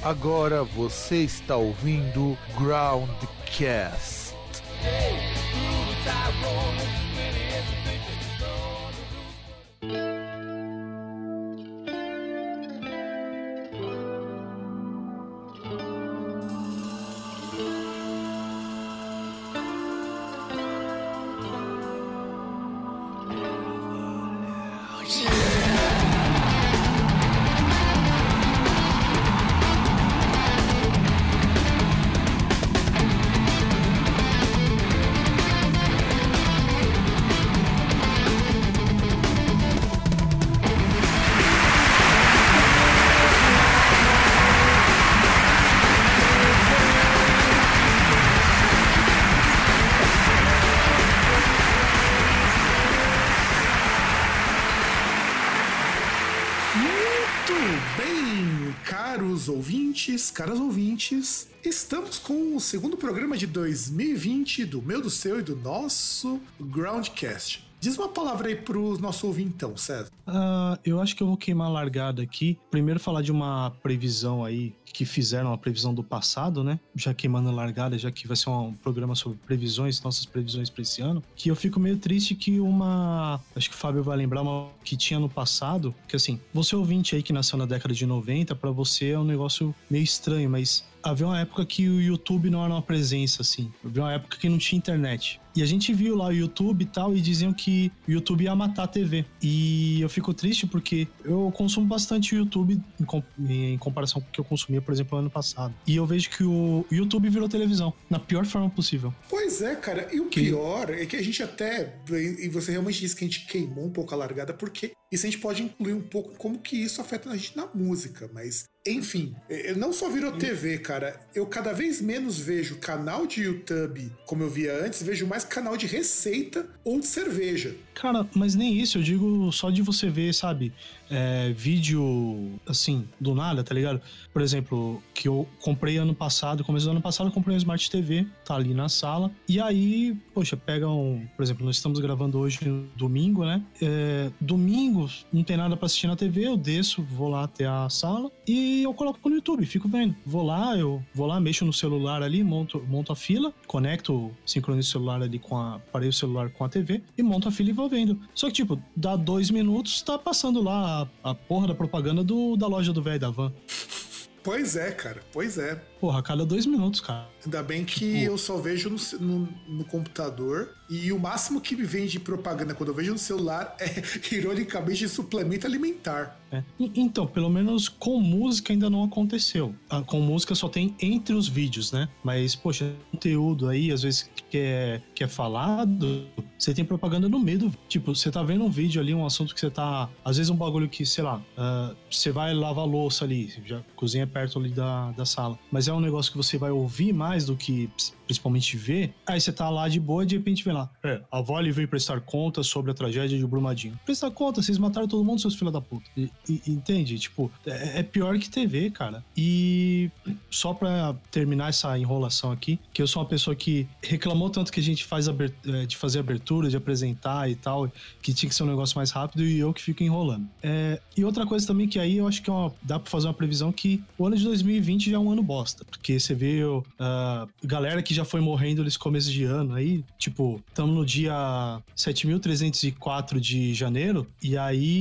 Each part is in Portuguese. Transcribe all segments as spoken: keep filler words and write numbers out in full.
Agora você está ouvindo Groundcast. Ouvintes, caras ouvintes, estamos com o segundo programa de dois mil e vinte do meu, do seu e do nosso Groundcast. Diz uma palavra aí pro nosso ouvintão, César. Uh, eu acho que eu vou queimar a largada aqui. Primeiro falar de uma previsão aí, que fizeram uma previsão do passado, né? Já queimando a largada, já que vai ser um programa sobre previsões, nossas previsões para esse ano. Que eu fico meio triste que uma... Acho que o Fábio vai lembrar uma que tinha no passado. Que assim, você ouvinte aí que nasceu na década de noventa, para você é um negócio meio estranho, mas... Havia uma época que o YouTube não era uma presença, assim. Havia uma época que não tinha internet. E a gente viu lá o YouTube e tal, e diziam que o YouTube ia matar a T V. E eu fico triste porque eu consumo bastante o YouTube em, com, em comparação com o que eu consumia, por exemplo, no ano passado. E eu vejo que o YouTube virou televisão, na pior forma possível. Pois é, cara. E o que... pior é que a gente até... E você realmente disse que a gente queimou um pouco a largada, porque isso a gente pode incluir um pouco como que isso afeta a gente na música, mas... Enfim, não só virou T V, cara. Eu cada vez menos vejo canal de YouTube como eu via antes, vejo mais canal de receita ou de cerveja. Cara, mas nem isso, eu digo só de você ver, sabe, é, vídeo, assim, do nada, tá ligado? Por exemplo, que eu comprei ano passado, começo do ano passado eu comprei um Smart T V, tá ali na sala, e aí, poxa, pega um, por exemplo, nós estamos gravando hoje no domingo, né? É, domingo, não tem nada pra assistir na T V, eu desço, vou lá até a sala e eu coloco no YouTube, fico vendo. Vou lá, eu vou lá, mexo no celular ali, monto, monto a fila, conecto, sincronizo o celular ali com a, parei o celular com a T V e monto a fila e vou vendo. Só que, tipo, dá dois minutos, tá passando lá a, a porra da propaganda do, da loja do velho da van. Pois é, cara, pois é. Porra, a cada dois minutos, cara. Ainda bem que tipo... eu só vejo no, no, no computador, e o máximo que me vem de propaganda quando eu vejo no celular é, ironicamente, de suplemento alimentar. É. E, então, pelo menos com música ainda não aconteceu. Ah, com música só tem entre os vídeos, né? Mas, poxa, conteúdo aí, às vezes que é, que é falado, você tem propaganda no meio do... Tipo, você tá vendo um vídeo ali, um assunto que você tá... Às vezes um bagulho que, sei lá, uh, você vai lavar a louça ali, já cozinha perto ali da, da sala, mas é um negócio que você vai ouvir mais do que principalmente ver, aí você tá lá de boa e de repente vem lá, é, a Vale veio prestar conta sobre a tragédia de Brumadinho. Prestar conta, vocês mataram todo mundo, seus filhos da puta. E, e, entende? Tipo, é, é pior que T V, cara. E só pra terminar essa enrolação aqui, que eu sou uma pessoa que reclamou tanto que a gente faz abertura, de fazer abertura, de apresentar e tal, que tinha que ser um negócio mais rápido e eu que fico enrolando. É, e outra coisa também que aí eu acho que é uma, dá pra fazer uma previsão que o ano de dois mil e vinte já é um ano bosta, porque você vê uh, galera que já foi morrendo nesse começo de ano aí, tipo, estamos no dia sete mil trezentos e quatro de janeiro, e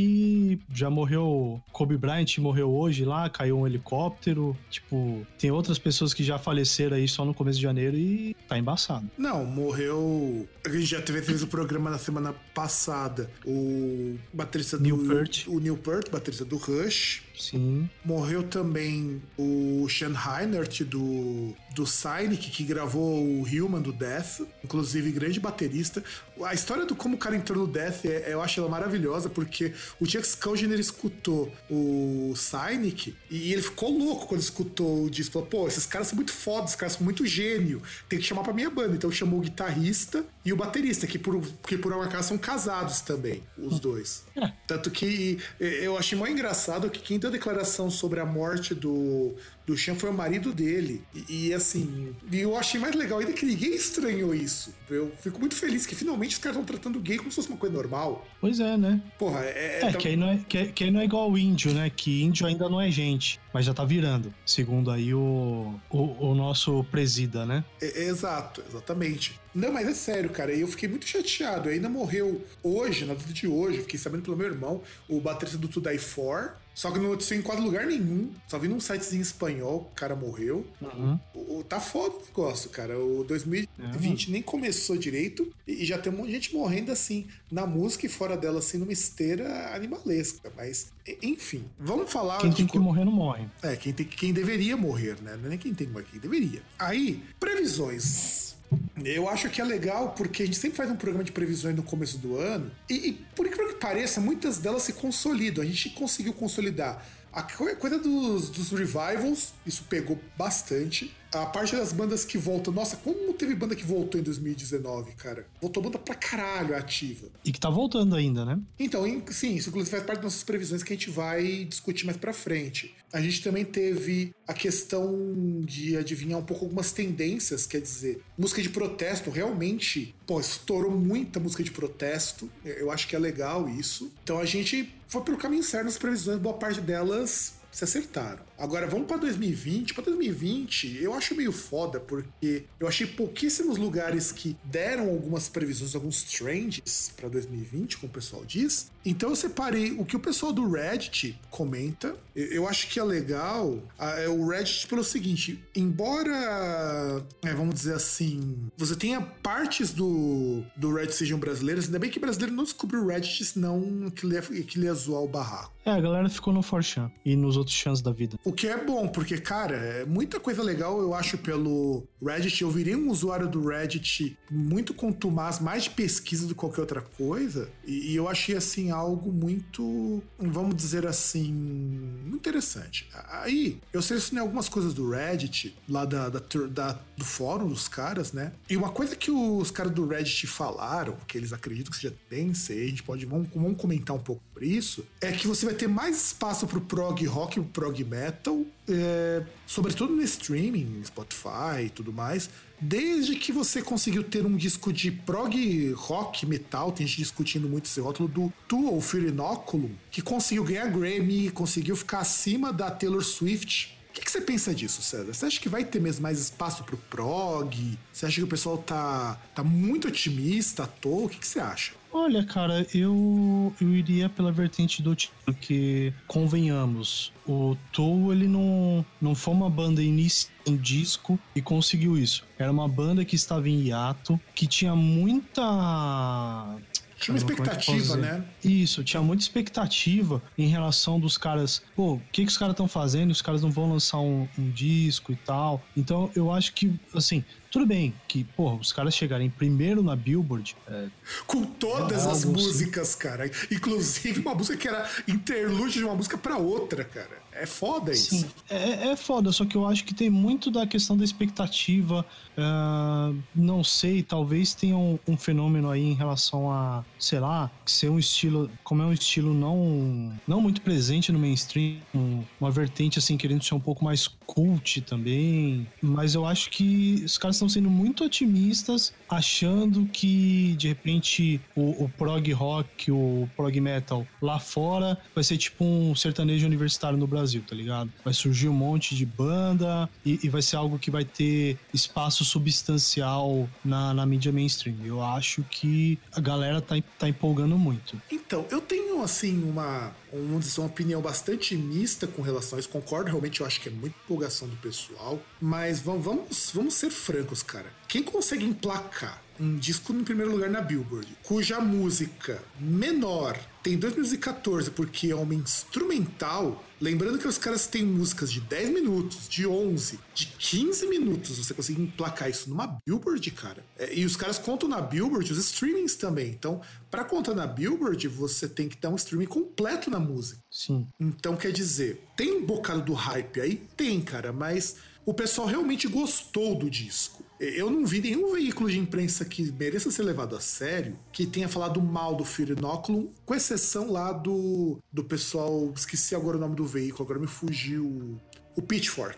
aí já morreu Kobe Bryant, morreu hoje lá, caiu um helicóptero, tipo, tem outras pessoas que já faleceram aí só no começo de janeiro e tá embaçado. Não, morreu... A gente já teve, teve o programa na semana passada, o baterista do... Neil Peart. O Neil Peart, baterista do Rush. Sim. Morreu também o Sean Heinert do, do Cynic, que gravou o Human do Death, inclusive grande baterista. A história do como o cara entrou no Death, é, eu acho ela maravilhosa, porque o Chuck Schuldiner escutou o Cynic e ele ficou louco quando escutou o disco. Falou, pô, esses caras são muito foda, esses caras são muito gênio, tem que chamar pra minha banda. Então chamou o guitarrista e o baterista, que por, que por uma casa são casados também, os dois. É. Tanto que eu achei mó engraçado que quem a declaração sobre a morte do, do Sean foi o marido dele. E, e assim, e eu achei mais legal ainda que ninguém estranhou isso. Eu fico muito feliz que finalmente os caras estão tratando o gay como se fosse uma coisa normal. Pois é, né? Porra, é... É, tá... que, aí não é que, que aí não é igual o índio, né? Que índio ainda não é gente, mas já tá virando. Segundo aí o, o, o nosso presida, né? É, é, exato, exatamente. Não, mas é sério, cara, eu fiquei muito chateado. Ainda morreu hoje, na data de hoje, fiquei sabendo pelo meu irmão, o baterista do To Die For. Só que não noticiou em quase lugar nenhum. Só vi num sitezinho em espanhol, o cara morreu. Uhum. O, o, tá foda o negócio, cara. O dois mil e vinte uhum. nem começou direito e, e já tem um monte de gente morrendo assim, na música e fora dela, assim, numa esteira animalesca. Mas, enfim, vamos falar... Quem de tem co... que morrer não morre. É, quem, tem, quem deveria morrer, né? Não é nem quem tem que morrer, quem deveria. Aí, previsões... Eu acho que é legal porque a gente sempre faz um programa de previsões no começo do ano e, e por incrível que pareça, muitas delas se consolidam. A gente conseguiu consolidar a coisa dos, dos revivals, isso pegou bastante. A parte das bandas que voltam. Nossa, como teve banda que voltou em dois mil e dezenove, cara? Voltou banda pra caralho ativa. E que tá voltando ainda, né? Então, sim, isso inclusive faz parte das nossas previsões que a gente vai discutir mais pra frente. A gente também teve a questão de adivinhar um pouco algumas tendências, quer dizer, música de protesto realmente, pô, estourou muita música de protesto. Eu acho que é legal isso. Então a gente foi pelo caminho certo nas previsões, boa parte delas se acertaram. Agora vamos pra dois mil e vinte. Pra dois mil e vinte eu acho meio foda porque eu achei pouquíssimos lugares que deram algumas previsões, alguns trends pra dois mil e vinte, como o pessoal diz. Então eu separei o que o pessoal do Reddit comenta. Eu acho que é legal é o Reddit pelo seguinte, embora é, vamos dizer assim, você tenha partes do, do Reddit sejam brasileiras, ainda bem que brasileiro não descobriu o Reddit, senão que ele ia, que ele ia zoar o barraco. É, a galera ficou no four chan e nos outros chans da vida. O que é bom, porque, cara, é muita coisa legal eu acho pelo Reddit. Eu virei um usuário do Reddit muito contumaz, mais de pesquisa do que qualquer outra coisa. E, e eu achei, assim, algo muito, vamos dizer assim, muito interessante. Aí, eu selecionei algumas coisas do Reddit, lá da, da, da, do fórum dos caras, né? E uma coisa que os caras do Reddit falaram, que eles acreditam que seja tendência, a gente pode, vamos, vamos comentar um pouco sobre isso, é que você vai ter mais espaço pro prog rock e pro prog metal, é, sobretudo no streaming, Spotify e tudo mais, desde que você conseguiu ter um disco de prog rock metal, tem gente discutindo muito esse rótulo do Tool ou Fear Inoculum, que conseguiu ganhar Grammy, conseguiu ficar acima da Taylor Swift. O que, que você pensa disso, César? Você acha que vai ter mesmo mais espaço pro prog? Você acha que o pessoal tá, tá muito otimista à toa? O que, que você acha? Olha, cara, eu, eu iria pela vertente do tipo, porque, convenhamos, o Tool, ele não, não foi uma banda início em disco e conseguiu isso. Era uma banda que estava em hiato, que tinha muita... Tinha uma expectativa, né? Isso, tinha muita expectativa em relação dos caras. Pô, o que, que os caras estão fazendo? Os caras não vão lançar um, um disco e tal. Então, eu acho que, assim, tudo bem que, pô, os caras chegarem primeiro na Billboard. É, com todas é as algo, músicas, cara. Inclusive uma música que era interlúdio de uma música pra outra, cara. É foda isso. Sim, é, é foda, só que eu acho que tem muito da questão da expectativa. Uh, não sei, talvez tenha um, um fenômeno aí em relação a, sei lá, ser um estilo, como é um estilo não, não muito presente no mainstream, um, uma vertente assim, querendo ser um pouco mais cult também. Mas eu acho que os caras estão sendo muito otimistas, achando que de repente o, o prog rock, o prog metal lá fora vai ser tipo um sertanejo universitário no Brasil, tá ligado? Vai surgir um monte de banda e, e vai ser algo que vai ter espaço substancial na, na mídia mainstream. Eu acho que a galera tá, tá empolgando muito. Então, eu tenho, assim, uma, vamos dizer, uma opinião bastante mista com relação a isso. Concordo, realmente eu acho que é muita empolgação do pessoal, mas vamos, vamos, vamos ser francos, cara. Quem consegue emplacar um disco no primeiro lugar na Billboard, cuja música menor tem dois minutos e quatorze, porque é uma instrumental, lembrando que os caras têm músicas de dez minutos, de onze, de quinze minutos, você consegue emplacar isso numa Billboard, cara. É, e os caras contam na Billboard os streamings também. Então, pra contar na Billboard, você tem que dar um streaming completo na música. Sim. Então, quer dizer, tem um bocado do hype aí? Tem, cara, mas o pessoal realmente gostou do disco. Eu não vi nenhum veículo de imprensa que mereça ser levado a sério que tenha falado mal do Fear Inoculum, com exceção lá do, do pessoal, esqueci agora o nome do veículo, agora me fugiu... O Pitchfork.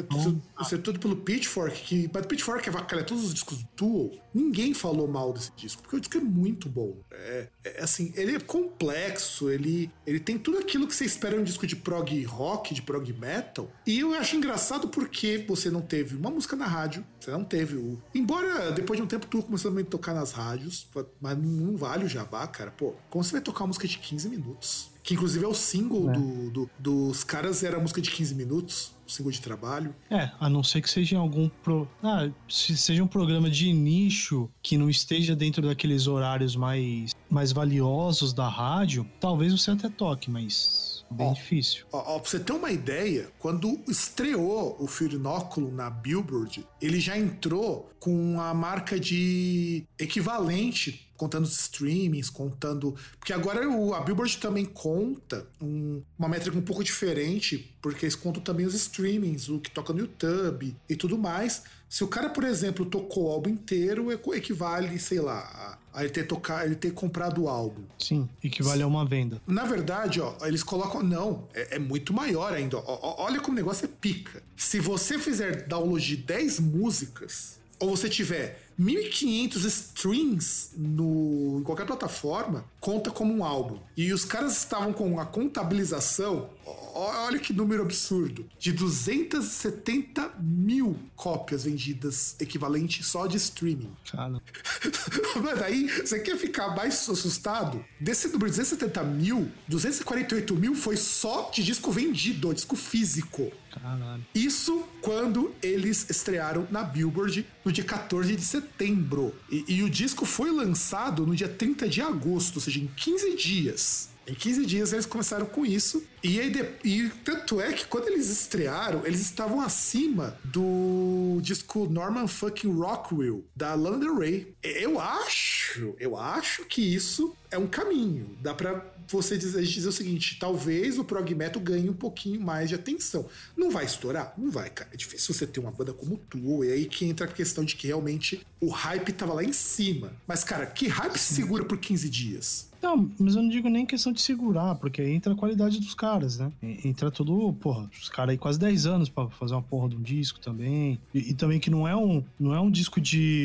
Eu sei tudo pelo Pitchfork, que, mas o Pitchfork avacalha todos os discos do Tool. Ninguém falou mal desse disco, porque o disco é muito bom. É, é assim, ele é complexo, ele, ele tem tudo aquilo que você espera em um disco de prog rock, de prog metal. E eu acho engraçado porque você não teve uma música na rádio, você não teve o... Embora depois de um tempo o Tool começou a tocar nas rádios, mas não vale o jabá, cara. Pô, como você vai tocar uma música de quinze minutos? Que inclusive é o single é. Do, do, dos caras, era a música de quinze minutos, o single de trabalho. É, a não ser que seja algum pro... ah, se seja um programa de nicho que não esteja dentro daqueles horários mais, mais valiosos da rádio, talvez você até toque, mas bem ó, difícil. Ó, ó, pra você ter uma ideia, quando estreou o Fear Inoculum na Billboard, ele já entrou com a marca de equivalente, contando os streamings, contando... Porque agora o, a Billboard também conta um, uma métrica um pouco diferente, porque eles contam também os streamings, o que toca no YouTube e tudo mais. Se o cara, por exemplo, tocou o álbum inteiro, equivale, sei lá, a ele ter, tocado, ele ter comprado o álbum. Sim, equivale a uma venda. Na verdade, ó, eles colocam... Não, é, é muito maior ainda. Ó, ó, olha como o negócio é pica. Se você fizer download de dez músicas, ou você tiver mil e quinhentos streams no, em qualquer plataforma, conta como um álbum. E os caras estavam com a contabilização, olha que número absurdo, de duzentas e setenta mil cópias vendidas, equivalente só de streaming. Cara. Mas aí, você quer ficar mais assustado? Desse número de duzentos e setenta mil, duzentos e quarenta e oito mil foi só de disco vendido, disco físico. Caralho. Isso quando eles estrearam na Billboard no dia quatorze de setembro. E, e o disco foi lançado no dia trinta de agosto, ou seja, em quinze dias. Em quinze dias eles começaram com isso. E, aí de, e tanto é que quando eles estrearam, eles estavam acima do disco Norman fucking Rockwell, da Lana Del Rey. Eu acho, eu acho que isso é um caminho. Dá pra você dizer, dizer o seguinte, talvez o prog metal ganhe um pouquinho mais de atenção. Não vai estourar? Não vai, cara. É difícil você ter uma banda como Tool, e aí que entra a questão de que realmente o hype tava lá em cima. Mas, cara, que hype se segura por quinze dias? Não, mas eu não digo nem questão de segurar, porque aí entra a qualidade dos caras, né? Entra tudo, porra, os caras aí quase dez anos pra fazer uma porra de um disco também. E, e também que não é um, não é um disco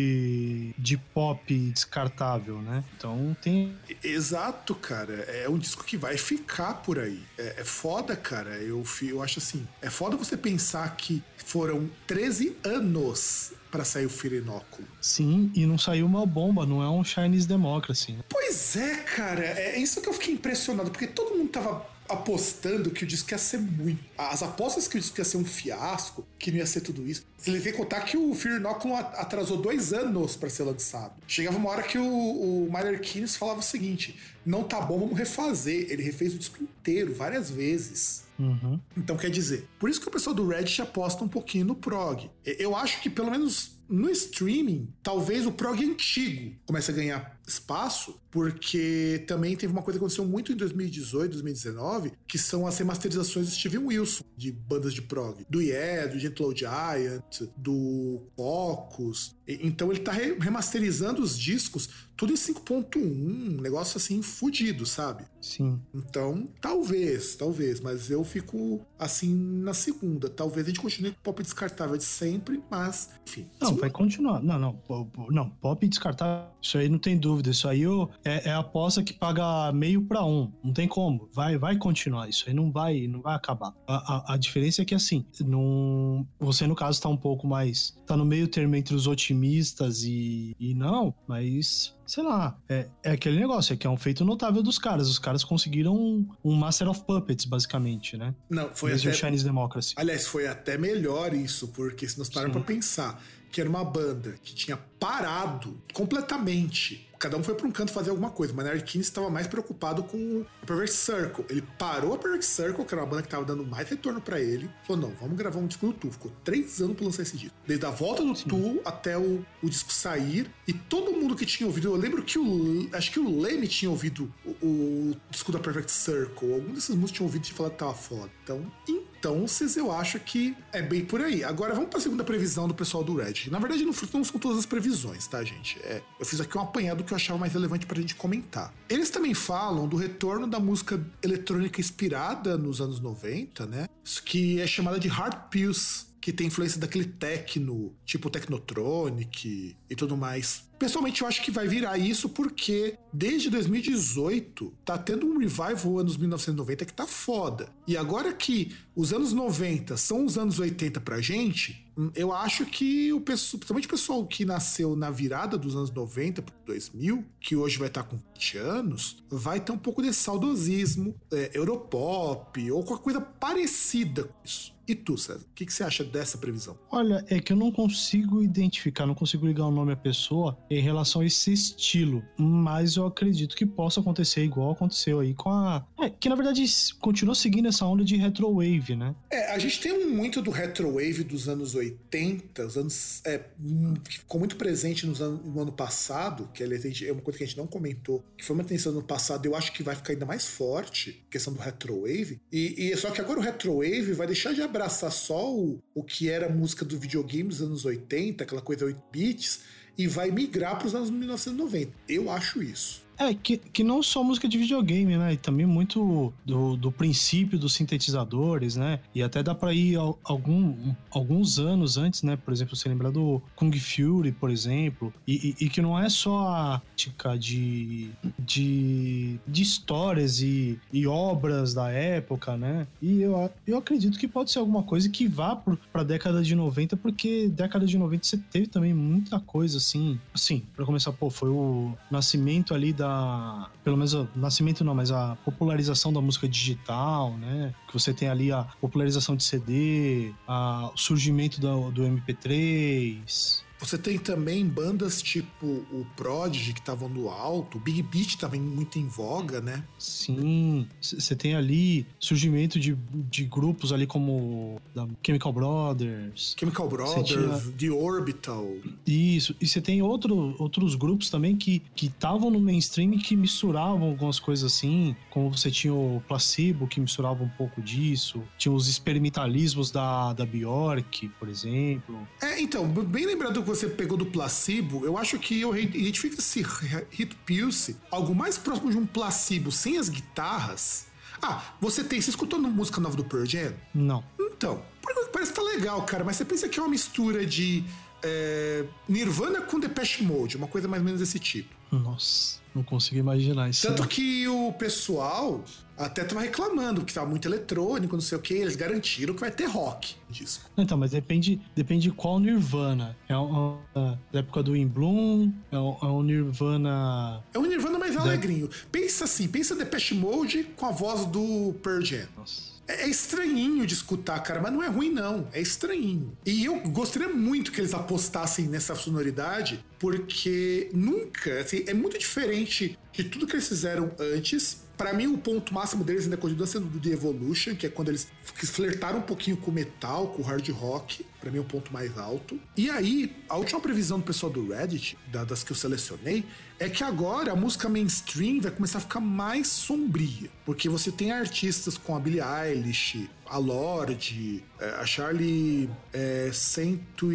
de, de pop descartável, né? Então tem... Exato, cara. É um disco que vai ficar por aí. É, é foda, cara. Eu, eu acho assim, é foda você pensar que foram treze anos pra sair o Fear Inoculum. Sim, e não saiu uma bomba, não é um Chinese Democracy, né? Pois é, cara, é isso que eu fiquei impressionado, porque todo mundo tava apostando que o disco ia ser muito... As apostas que o disco ia ser um fiasco, que não ia ser tudo isso. Você levei contar que o Fear Inoculum atrasou dois anos pra ser lançado. Chegava uma hora que o, o Maynard Keynes falava o seguinte, não tá bom, vamos refazer. Ele refez o disco inteiro, várias vezes. Uhum. Então, quer dizer, por isso que o pessoal do Reddit aposta um pouquinho no prog. Eu acho que, pelo menos no streaming, talvez o prog antigo comece a ganhar espaço, porque também teve uma coisa que aconteceu muito em dois mil e dezoito, dois mil e dezenove, que são as remasterizações do Steven Wilson, de bandas de prog. Do Yeah, do Gentle Giant, do Focus. Então ele tá remasterizando os discos tudo em cinco ponto um, um negócio assim fudido, sabe? Sim. Então, talvez, talvez, mas eu fico assim na segunda. Talvez a gente continue com pop descartável de sempre, mas, enfim. Não, vai continuar. Não, não, não, pop descartável, isso aí não tem dúvida. Isso aí é, é a aposta que paga meio pra um. Não tem como. Vai, vai continuar. Isso aí não vai, não vai acabar. A, a, a diferença é que, assim, não, você, no caso, tá um pouco mais... Tá no meio termo entre os otimistas e, e não, mas... Sei lá, é, é aquele negócio, é que é um feito notável dos caras. Os caras conseguiram um, um Master of Puppets, basicamente, né? Não, foi Desde até... o Chinese Democracy. Aliás, foi até melhor isso, porque se nós pararmos pra pensar que era uma banda que tinha parado completamente. Cada um foi pra um canto fazer alguma coisa. O Maynard Keynes estava mais preocupado com a Perfect Circle. Ele parou a Perfect Circle, que era uma banda que estava dando mais retorno pra ele. Falou, não, vamos gravar um disco do Tool. Ficou três anos pra lançar esse disco. Desde a volta do Sim. Tool até o, o disco sair. E todo mundo que tinha ouvido... Eu lembro que o... Acho que o Leme tinha ouvido o, o disco da Perfect Circle. Algum desses músicos tinha ouvido e falado que tava foda. Então... Então, vocês, eu acho que é bem por aí. Agora, vamos para a segunda previsão do pessoal do Reddit. Na verdade, não, não são todas as previsões, tá, gente? É, eu fiz aqui um apanhado que eu achava mais relevante pra gente comentar. Eles também falam do retorno da música eletrônica inspirada nos anos noventa, né? Que é chamada de Hard Pills, que tem influência daquele techno, tipo Technotronic e tudo mais. Pessoalmente, eu acho que vai virar isso porque desde dois mil e dezoito tá tendo um revival anos mil novecentos e noventa que tá foda. E agora que os anos noventa são os anos oitenta pra gente, eu acho que o pessoal, principalmente o pessoal que nasceu na virada dos anos noventa pro dois mil, que hoje vai estar com vinte anos, vai ter um pouco de saudosismo, é, Europop ou qualquer coisa parecida com isso. E tu, César, o que, que você acha dessa previsão? Olha, é que eu não consigo identificar, não consigo ligar o nome à pessoa em relação a esse estilo, mas eu acredito que possa acontecer igual aconteceu aí com a... É, que na verdade continua seguindo essa onda de retrowave, né? É, a gente tem um, muito do retrowave dos anos oitenta, os anos... É, que ficou muito presente nos anos, no ano passado, que aliás, é uma coisa que a gente não comentou, que foi uma tendência no ano passado, eu acho que vai ficar ainda mais forte, a questão do retrowave, e, e só que agora o retrowave vai deixar de abraçar só o, o que era música do videogame dos anos oitenta, aquela coisa oito bits, e vai migrar para os anos mil novecentos e noventa. Eu acho isso. É, que, que não só música de videogame, né? E também muito do, do princípio dos sintetizadores, né? E até dá pra ir ao, algum, alguns anos antes, né? Por exemplo, você lembra do Kung Fury, por exemplo. E, e, e que não é só a prática de, de, de histórias e, e obras da época, né? E eu, eu acredito que pode ser alguma coisa que vá pro, pra década de noventa, porque década de noventa você teve também muita coisa, assim... Assim, pra começar, pô, foi o nascimento ali da Da, pelo menos o nascimento não, mas a popularização da música digital, né? Que você tem ali a popularização de C D, a, o surgimento do, do M P três. Você tem também bandas tipo o Prodigy, que estavam no alto, o Big Beat estava muito em voga, né? Sim, você tem ali surgimento de, de grupos ali como da Chemical Brothers. Chemical Brothers, tinha... The Orbital. Isso, e você tem outro, outros grupos também que estavam no mainstream e que misturavam algumas coisas assim, como você tinha o Placebo, que misturava um pouco disso, tinha os experimentalismos da, da Bjork, por exemplo. É, então, bem lembrado que você pegou do Placebo, eu acho que eu identifico esse Hit Pulse algo mais próximo de um Placebo sem as guitarras. Ah, você tem, você escutou música nova do Pearl Jam? Não. Então, parece que tá legal, cara, mas você pensa que é uma mistura de é, Nirvana com Depeche Mode, uma coisa mais ou menos desse tipo. Nossa, não consigo imaginar isso. Tanto que o pessoal até tava reclamando que tava muito eletrônico, não sei o que, eles garantiram que vai ter rock no disco. Então, mas depende, depende de qual Nirvana. É um, uh, da época do In Bloom, é um, é um Nirvana... É um Nirvana mais alegrinho. Pensa assim, pensa Depeche Mode com a voz do Pearl Jam. Nossa. É estranhinho de escutar, cara, mas não é ruim, não. É estranhinho. E eu gostaria muito que eles apostassem nessa sonoridade, porque nunca, assim, é muito diferente de tudo que eles fizeram antes. Pra mim, o ponto máximo deles ainda continua sendo do The Evolution, que é quando eles flertaram um pouquinho com o metal, com o hard rock. Pra mim, é o ponto mais alto. E aí, a última previsão do pessoal do Reddit, das que eu selecionei, é que agora a música mainstream vai começar a ficar mais sombria. Porque você tem artistas com a Billie Eilish, a Lorde, a Charlie é, cento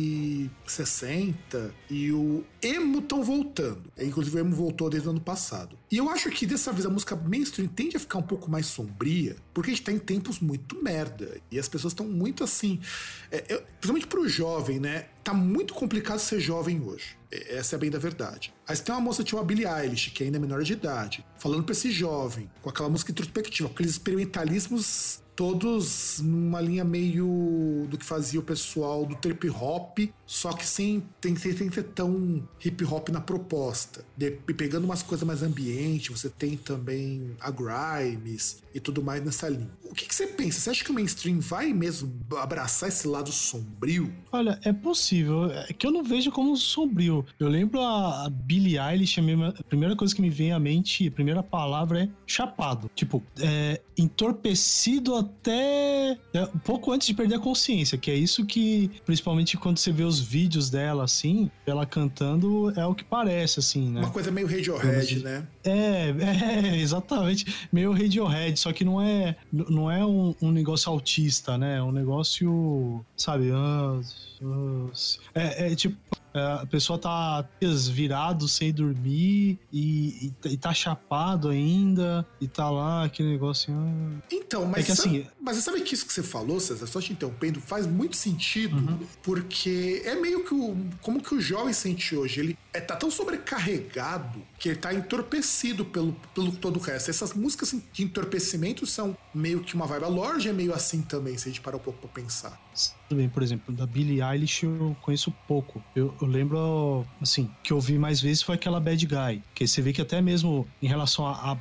e sessenta e o emo estão voltando. Inclusive o emo voltou desde o ano passado. E eu acho que dessa vez a música mainstream tende a ficar um pouco mais sombria, porque a gente tá em tempos muito merda. E as pessoas estão muito assim... É, eu, principalmente pro jovem, né? Tá muito complicado ser jovem hoje. Essa é bem da verdade. Aí você tem uma moça, tinha uma Billie Eilish, que ainda é menor de idade, falando pra esse jovem, com aquela música introspectiva, com aqueles experimentalismos todos numa linha meio do que fazia o pessoal do trip hop, só que sem tem, tem, tem que ser tão hip hop na proposta. De, pegando umas coisas mais ambiente, você tem também a Grimes e tudo mais nessa linha. O que, que você pensa? Você acha que o mainstream vai mesmo abraçar esse lado sombrio? Olha, é possível. É que eu não vejo como sombrio. eu, eu lembro a, a Billie Eilish, a, mesma, a primeira coisa que me vem à mente, a primeira palavra é chapado. Tipo, é, entorpecido até é, um pouco antes de perder a consciência, que é isso que, principalmente quando você vê os vídeos dela, assim, ela cantando, é o que parece, assim, né? Uma coisa meio Radiohead, né? É, é, exatamente. Meio Radiohead, só que não é, não é um, um negócio autista, né? É um negócio, sabe? Ah, ah, é, é tipo, a pessoa tá virado sem dormir e, e, e tá chapado ainda e tá lá aquele negócio. Ah. Então, mas, é que, sabe, assim, mas sabe que isso que você falou, César, só te interrompendo, faz muito sentido, uhum. porque é meio que o, como que o jovem sente hoje. Ele é, tá tão sobrecarregado que ele tá entorpecido pelo, pelo todo o resto. Essas músicas de entorpecimento são meio que uma vibe. A Lorde é meio assim também, se a gente parar um pouco pra pensar. Tudo bem, por exemplo, da Billie Eilish eu conheço pouco. Eu, eu lembro, assim, que eu vi mais vezes foi aquela Bad Guy. Que você vê que até mesmo em relação à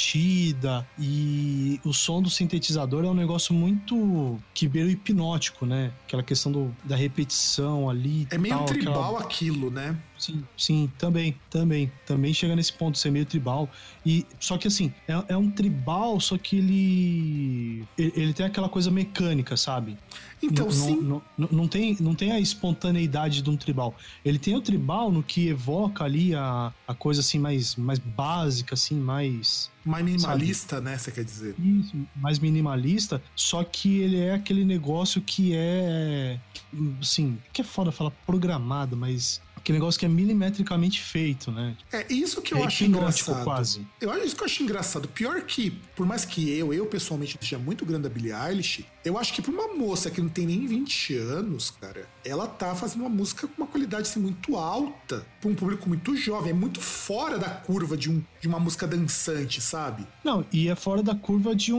batida e o som do sintetizador é um negócio muito que beira o hipnótico, né? Aquela questão do, da repetição ali. É meio tal, tribal aquela... aquilo, né? Sim, sim, também, também. Também chega nesse ponto de ser meio tribal. E, só que assim, é, é um tribal, só que ele, ele. Ele tem aquela coisa mecânica, sabe? Então, não, sim. Não, não, não, tem, não tem a espontaneidade de um tribal. Ele tem o tribal no que evoca ali a, a coisa assim mais, mais básica, assim, mais. Mais minimalista, sabe? Né? Você quer dizer? Isso, mais minimalista, só que ele é aquele negócio que é. Assim, que é foda falar programado, mas. Aquele negócio que é milimetricamente feito, né? É isso que eu é acho engraçado. Quase. Eu acho isso que eu acho engraçado. Pior que, por mais que eu, eu pessoalmente seja muito grande da Billie Eilish, eu acho que pra uma moça que não tem nem vinte anos, cara, ela tá fazendo uma música com uma qualidade assim, muito alta, pra um público muito jovem. É muito fora da curva de, um, de uma música dançante, sabe? Não, e é fora da curva de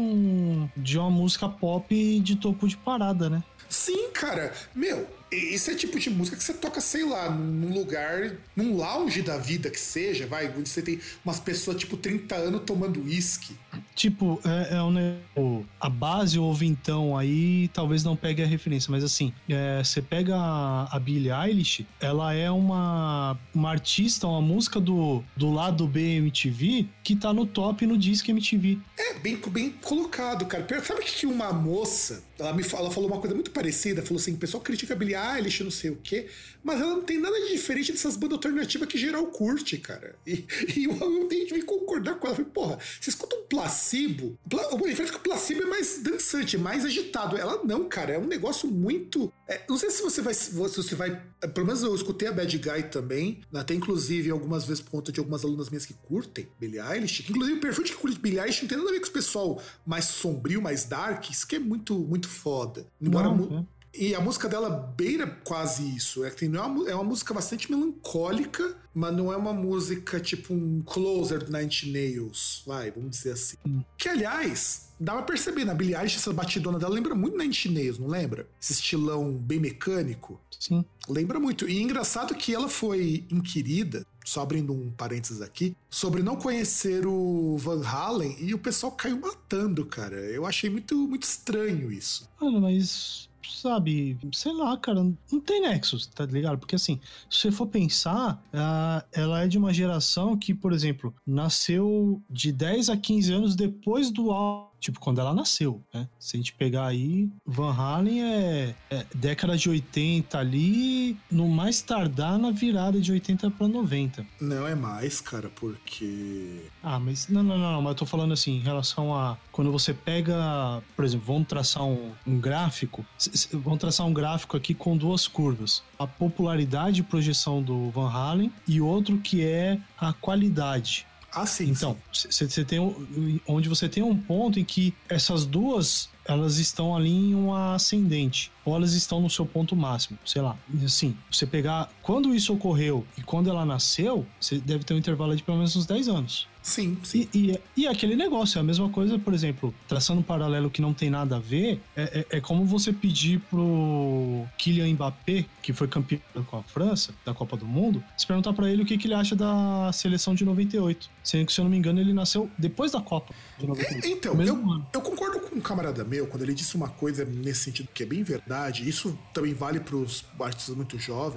um. de uma música pop de topo de parada, né? Sim, cara. Meu, esse é o tipo de música que você toca, sei lá, num lugar, num lounge da vida que seja, vai, onde você tem umas pessoas, tipo, trinta anos tomando uísque. Tipo, é, é um, a base ou o vintão aí talvez não pegue a referência, mas assim, é, você pega a, a Billie Eilish, ela é uma, uma artista, uma música do, do lado B M T V que tá no top no Disque M T V. É, bem, bem colocado, cara. Sabe que uma moça, ela me ela falou uma coisa muito parecida, falou assim, o pessoal critica a Billie Eilish, não sei o quê, mas ela não tem nada de diferente dessas bandas alternativas que geral curte, cara. E, e eu, eu tenho que concordar com ela. Eu falei, porra, você escuta um Placebo? O efeito que o Placebo é mais dançante, mais agitado. Ela não, cara, é um negócio muito... É, não sei se você vai... Se você vai pelo menos eu escutei a Bad Guy também, até inclusive algumas vezes por conta de algumas alunas minhas que curtem Billie Eilish, que inclusive o perfil de que curte Billie Eilish não tem nada a ver com esse pessoal mais sombrio, mais dark, isso que é muito, muito foda. Embora não, é. E a música dela beira quase isso. É, que não é, uma, é uma música bastante melancólica, mas não é uma música tipo um Closer do Nine Inch Nails, vai, vamos dizer assim. Hum. Que, aliás, dá pra perceber na Billie Eilish, essa batidona dela lembra muito Nine Inch Nails, não lembra? Esse estilão bem mecânico. Sim. Lembra muito. E é engraçado que ela foi inquirida, só abrindo um parênteses aqui, sobre não conhecer o Van Halen, e o pessoal caiu matando, cara. Eu achei muito, muito estranho isso. Mano, mas... sabe, sei lá, cara, não tem nexo, tá ligado? Porque assim, se você for pensar, uh, ela é de uma geração que, por exemplo, nasceu de dez a quinze anos depois do álbum, tipo, quando ela nasceu, né? Se a gente pegar aí, Van Halen é, é década de oitenta ali, no mais tardar na virada de oitenta pra noventa. Não é mais, cara, porque... Ah, mas não, não, não, mas eu tô falando assim, em relação a quando você pega, por exemplo, vamos traçar um, um gráfico, vamos traçar um gráfico aqui com duas curvas, a popularidade e projeção do Van Halen e outro que é a qualidade. Ah, sim. Então, você tem onde você tem um ponto em que essas duas elas estão ali em uma ascendente, ou elas estão no seu ponto máximo, sei lá. Assim, você pegar quando isso ocorreu e quando ela nasceu, você deve ter um intervalo de pelo menos uns dez anos. Sim, sim. E, e, e aquele negócio, é a mesma coisa, por exemplo, traçando um paralelo que não tem nada a ver, é, é, é como você pedir pro Kylian Mbappé, que foi campeão com a França, da Copa do Mundo, se perguntar pra ele o que, que ele acha da seleção de noventa e oito. Sendo que, se eu não me engano, ele nasceu depois da Copa de noventa e oito. É, então, eu, eu concordo com um camarada meu quando ele disse uma coisa nesse sentido que é bem verdade, isso também vale pros artistas muito jovens.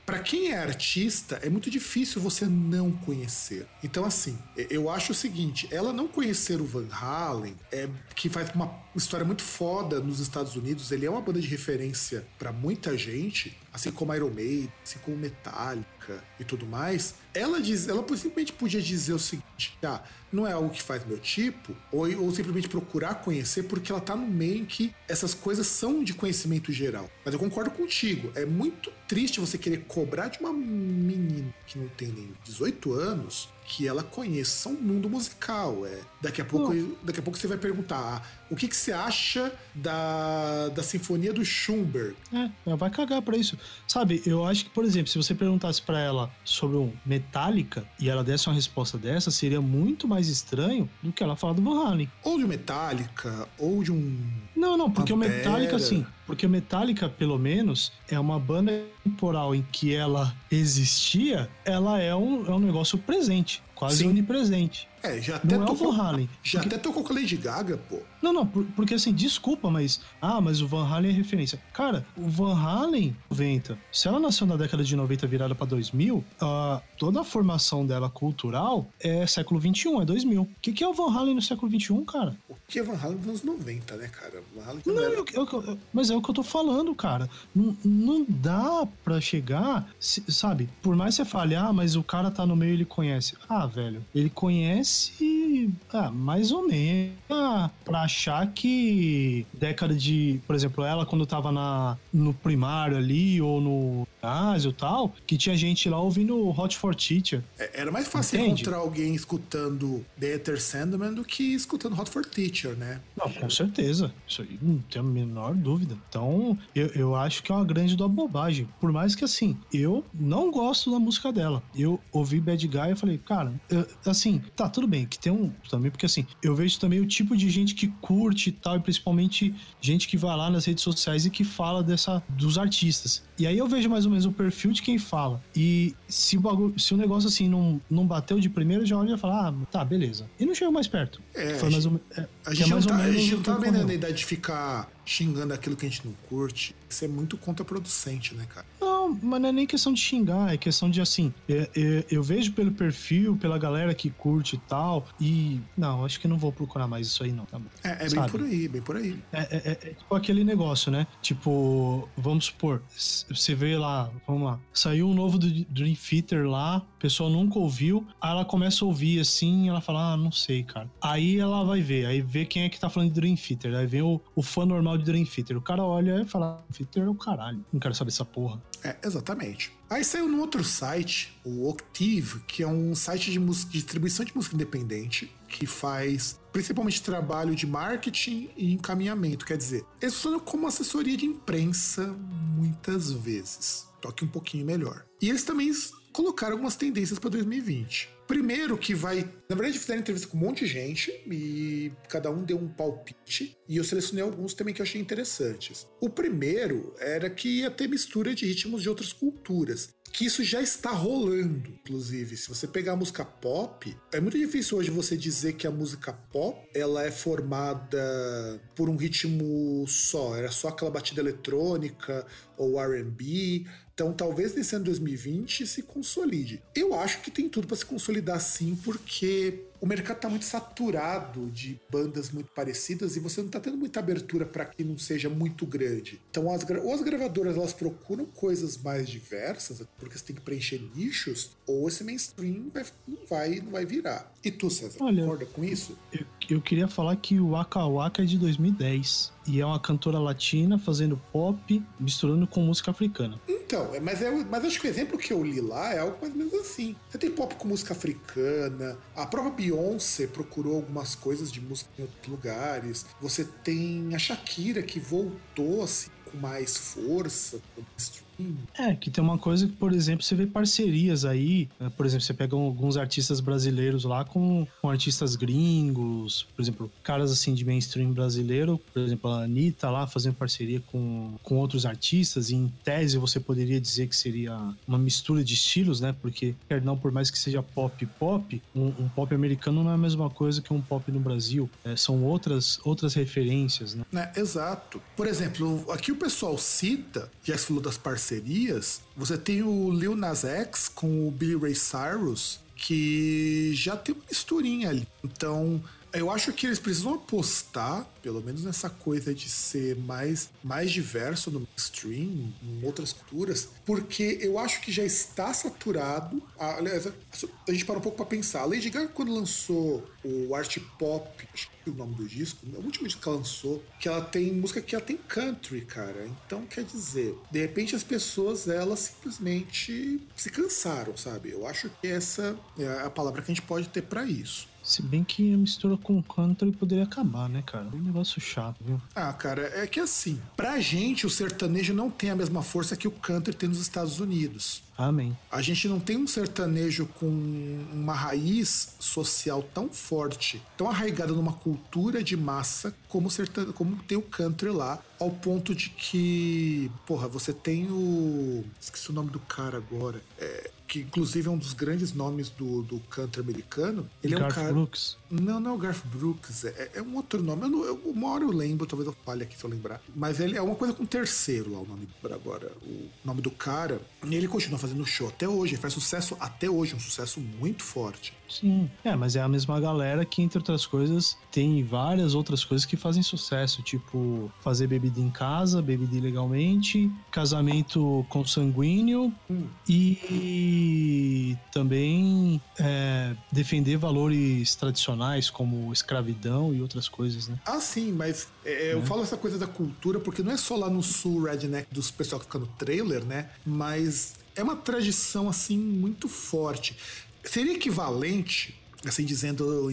Pra quem é artista, é muito difícil você não conhecer. Então, assim, eu acho o seguinte, ela não conhecer o Van Halen, é, que faz uma história muito foda nos Estados Unidos, ele é uma banda de referência pra muita gente, assim como Iron Maiden, assim como Metallica e tudo mais, ela, diz, ela simplesmente podia dizer o seguinte, ah, não é algo que faz meu tipo, ou, ou simplesmente procurar conhecer, porque ela tá no meio em que essas coisas são de conhecimento geral. Mas eu concordo contigo, é muito triste você querer cobrar de uma menina que não tem nem dezoito anos que ela conheça um mundo musical. É. Daqui a pouco, oh. daqui a pouco você vai perguntar ah, o que, que você acha da, da Sinfonia do Schubert? É, ela vai cagar pra isso. Sabe, eu acho que, por exemplo, se você perguntasse pra ela sobre um Metallica e ela desse uma resposta dessa, seria muito mais estranho do que ela falar do Van Halen. Ou de um Metallica, ou de um... Não, não, porque Pantera. O Metallica, sim. Porque o Metallica, pelo menos, é uma banda temporal em que ela existia, ela é um, é um negócio presente, quase Sim. onipresente. É, já até não tocou, é o Van Halen. Já porque... até tocou com a Lady Gaga, pô. Não, não, porque assim, desculpa, mas... Ah, mas o Van Halen é referência. Cara, o Van Halen, noventa, se ela nasceu na década de noventa virada pra dois mil, uh, toda a formação dela cultural é século vinte e um, é dois mil. O que, que é o Van Halen no século vinte e um, cara? O que é Van Halen nos anos noventa, né, cara? Van Halen não, era... eu, eu, eu, mas é o que eu tô falando, cara. Não, não dá pra chegar, sabe? Por mais que você fale, ah, mas o cara tá no meio, ele conhece. Ah, velho, ele conhece... Ah, mais ou menos. Ah, pra achar que década de... Por exemplo, ela quando tava na, no primário ali, ou no ginásio e tal, que tinha gente lá ouvindo Hot for Teacher. É, era mais fácil Entende? encontrar alguém escutando The Enter Sandman do que escutando Hot for Teacher, né? Não, com certeza. Isso aí não tem a menor dúvida. Então, eu, eu acho que é uma grande da bobagem. Por mais que, assim, eu não gosto da música dela. Eu ouvi Bad Guy e falei, cara, eu, assim, tá, tudo bem, que tem um... Também, porque assim, eu vejo também o tipo de gente que curte e tal, e principalmente gente que vai lá nas redes sociais e que fala dessa, dos artistas. E aí eu vejo mais ou menos o perfil de quem fala. E se o, bagulho, se o negócio assim não, não bateu de primeiro, já olha e fala, ah, tá, beleza. E não chega mais perto. É, Foi mais ou, é, a gente é mais não tá, a gente não tá bem na idade de ficar xingando aquilo que a gente não curte. Isso é muito contraproducente, né, cara? Não, mas não é nem questão de xingar, é questão de, assim, é, é, eu vejo pelo perfil, pela galera que curte e tal, e, não, acho que não vou procurar mais isso aí, não, tá bom. É, é bem por aí, bem por aí. É, é, é, é tipo aquele negócio, né? Tipo, vamos supor, você vê lá, vamos lá, saiu um novo do Dream Theater lá, a pessoa nunca ouviu, aí ela começa a ouvir assim, e ela fala, ah, não sei, cara. Aí ela vai ver, aí vê quem é que tá falando de Dream Theater, aí vem o, o fã normal de Dream Theater, o cara olha e fala, Dream Theater é o caralho, não quero saber essa porra. É, exatamente. Aí saiu num outro site, o Octave, que é um site de, música, de distribuição de música independente, que faz principalmente trabalho de marketing e encaminhamento. Quer dizer, eles funcionam como assessoria de imprensa muitas vezes. Toque um pouquinho melhor. E eles também colocaram algumas tendências para dois mil e vinte. Primeiro que vai... Na verdade, fizeram entrevista com um monte de gente e cada um deu um palpite. E eu selecionei alguns também que eu achei interessantes. O primeiro era que ia ter mistura de ritmos de outras culturas. Que isso já está rolando, inclusive. Se você pegar a música pop, é muito difícil hoje você dizer que a música pop ela é formada por um ritmo só. Era só aquela batida eletrônica ou R and B. Então, talvez nesse ano dois mil e vinte se consolide. Eu acho que tem tudo para se consolidar sim, porque o mercado tá muito saturado de bandas muito parecidas e você não tá tendo muita abertura para que não seja muito grande. Então, as, ou as gravadoras elas procuram coisas mais diversas, porque você tem que preencher nichos, ou esse mainstream vai, não, vai, não vai virar. E tu, César, Olha, concorda com isso? Eu, eu queria falar que o Waka Waka é de dois mil e dez. E é uma cantora latina fazendo pop, misturando com música africana. Então, mas, é, mas acho que o exemplo que eu li lá é algo mais ou menos assim. Você tem pop com música africana, a própria Beyoncé procurou algumas coisas de música em outros lugares. Você tem a Shakira que voltou assim com mais força pro mainstream. É, que tem uma coisa que, por exemplo, você vê parcerias aí, né? Por exemplo, você pega alguns artistas brasileiros lá com, com artistas gringos, por exemplo, caras assim de mainstream brasileiro, por exemplo, a Anitta lá fazendo parceria com, com outros artistas, e em tese você poderia dizer que seria uma mistura de estilos, né? Porque, quer não, por mais que seja pop pop, um, um pop americano não é a mesma coisa que um pop no Brasil, é, são outras, outras referências, né? É, exato. Por exemplo, aqui o pessoal cita, já se falou das parcerias, parcerias, você tem o Lil Nas X com o Billy Ray Cyrus, que já tem uma misturinha ali. Então, eu acho que eles precisam apostar, pelo menos nessa coisa de ser mais, mais diverso no mainstream, em outras culturas, porque eu acho que já está saturado. Aliás, a gente para um pouco para pensar. A Lady Gaga, quando lançou o Art Pop, acho que é o nome do disco, o último disco que ela lançou, que ela tem música que ela tem country, cara. Então, quer dizer, de repente as pessoas, elas simplesmente se cansaram, sabe? Eu acho que essa é a palavra que a gente pode ter para isso. Se bem que a mistura com country poderia acabar, né, cara? É um negócio chato, viu? Ah, cara, é que assim, pra gente o sertanejo não tem a mesma força que o country tem nos Estados Unidos. Amém. A gente não tem um sertanejo com uma raiz social tão forte, tão arraigada numa cultura de massa como, sertan... como tem o country lá, ao ponto de que, porra, você tem o... esqueci o nome do cara agora. É... que inclusive é um dos grandes nomes do, do country americano. Ele Garth é um cara... Brooks? Não, não é o Garth Brooks, é, é um outro nome. Eu, não, eu, uma hora eu lembro, talvez eu fale aqui se eu lembrar. Mas ele é uma coisa com terceiro lá, o nome agora. O nome do cara. E ele continua fazendo show até hoje, ele faz sucesso até hoje, um sucesso muito forte. Sim, é, mas é a mesma galera que, entre outras coisas, tem várias outras coisas que fazem sucesso, tipo fazer bebida em casa, bebida ilegalmente, casamento consanguíneo hum. e também é, defender valores tradicionais como escravidão e outras coisas, né? Ah, sim, mas é, é. eu falo essa coisa da cultura porque não é só lá no sul redneck dos pessoal que fica no trailer, né? Mas é uma tradição, assim, muito forte. Seria equivalente, assim dizendo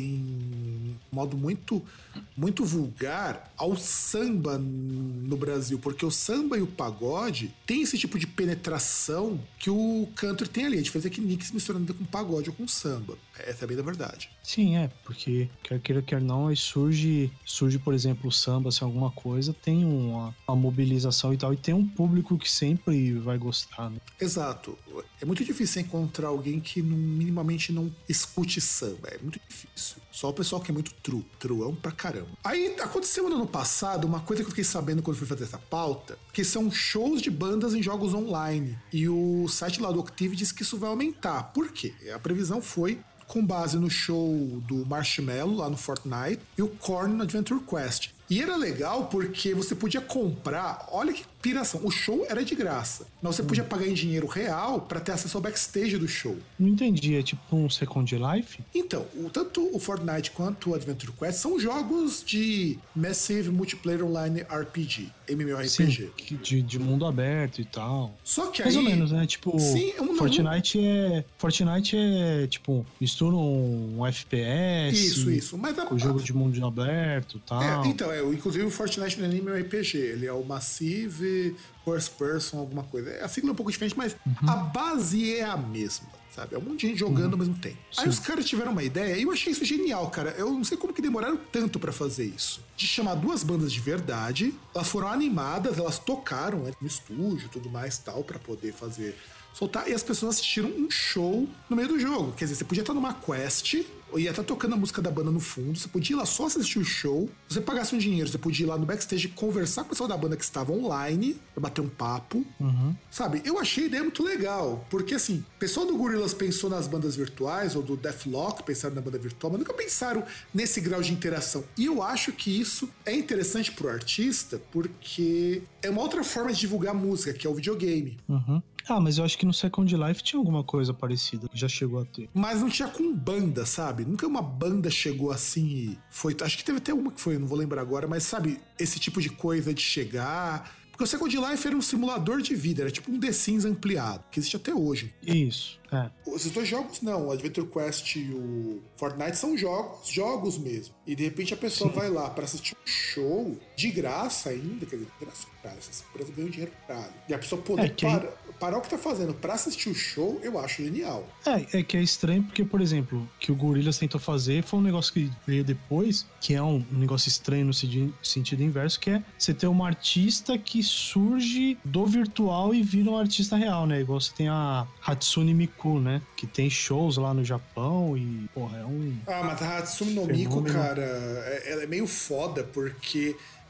em modo muito, muito vulgar, ao samba no Brasil, porque o samba e o pagode tem esse tipo de penetração que o country tem ali. A diferença é que Nick se misturando com pagode ou com samba. Essa é bem da verdade. Sim, é, porque quer queira, quer não, aí surge, surge, por exemplo, o samba, se alguma coisa, tem uma, uma mobilização e tal, e tem um público que sempre vai gostar, né? Exato. É muito difícil encontrar alguém que não, minimamente não escute samba. É muito difícil. Só o pessoal que é muito true, truão pra caramba. Aí aconteceu no ano passado uma coisa que eu fiquei sabendo quando fui fazer essa pauta, que são shows de bandas em jogos online. E o site lá do Octave diz que isso vai aumentar. Por quê? A previsão foi com base no show do Marshmello lá no Fortnite e o Korn no Adventure Quest. E era legal porque você podia comprar, olha que piração, o show era de graça, mas você podia pagar em dinheiro real pra ter acesso ao backstage do show. Não entendi, é tipo um Second Life? Então, o, tanto o Fortnite quanto o Adventure Quest são jogos de Massive Multiplayer Online R P G, MMORPG. Sim, de, de mundo aberto e tal. Só que mais aí... ou menos, né? Tipo, sim, é um, Fortnite é... Fortnite é, tipo, mistura um F P S... Isso, isso. Mas a... com o jogo de mundo aberto e tal. É, então, é, inclusive o Fortnite não é nem meu R P G, ele é o Massive First Person, alguma coisa. A sigla é um pouco diferente, mas uhum. a base é a mesma, sabe? É um monte de gente jogando uhum. ao mesmo tempo. Sim. Aí os caras tiveram uma ideia e eu achei isso genial, cara. Eu não sei como que demoraram tanto pra fazer isso. De chamar duas bandas de verdade, elas foram animadas, elas tocaram né, no estúdio e tudo mais tal, pra poder fazer... soltar, e as pessoas assistiram um show no meio do jogo. Quer dizer, você podia estar numa quest, ou ia estar tocando a música da banda no fundo, você podia ir lá só assistir o show, se você pagasse um dinheiro, você podia ir lá no backstage conversar com o pessoal da banda que estava online, pra bater um papo, uhum. sabe? Eu achei a ideia muito legal, porque assim, o pessoal do Gorillaz pensou nas bandas virtuais, ou do Deathlock pensaram na banda virtual, mas nunca pensaram nesse grau de interação. E eu acho que isso é interessante pro artista, porque é uma outra forma de divulgar música, que é o videogame. Uhum. Ah, mas eu acho que no Second Life tinha alguma coisa parecida, que já chegou a ter. Mas não tinha com banda, sabe? Nunca uma banda chegou assim e foi... Acho que teve até uma que foi, não vou lembrar agora, mas sabe, esse tipo de coisa de chegar... Porque o Second Life era um simulador de vida, era tipo um The Sims ampliado, que existe até hoje. Isso, é. Esses dois jogos não, o Adventure Quest e o Fortnite são jogos, jogos mesmo. E de repente a pessoa Sim. vai lá pra assistir um show de graça ainda, quer dizer, de graça, cara, essas empresas ganham dinheiro caro. E a pessoa poder é que... parar, parar o que tá fazendo pra assistir o show, eu acho genial. É, é que é estranho porque, por exemplo, que o Gorillaz tentou fazer foi um negócio que veio depois, que é um negócio estranho no sentido inverso, que é você ter uma artista que surge do virtual e vira um artista real, né? Igual você tem a Hatsune Miku, né? Que tem shows lá no Japão e, porra, é um... Ah, mas a Hatsune no Miku, cara, ela é meio foda porque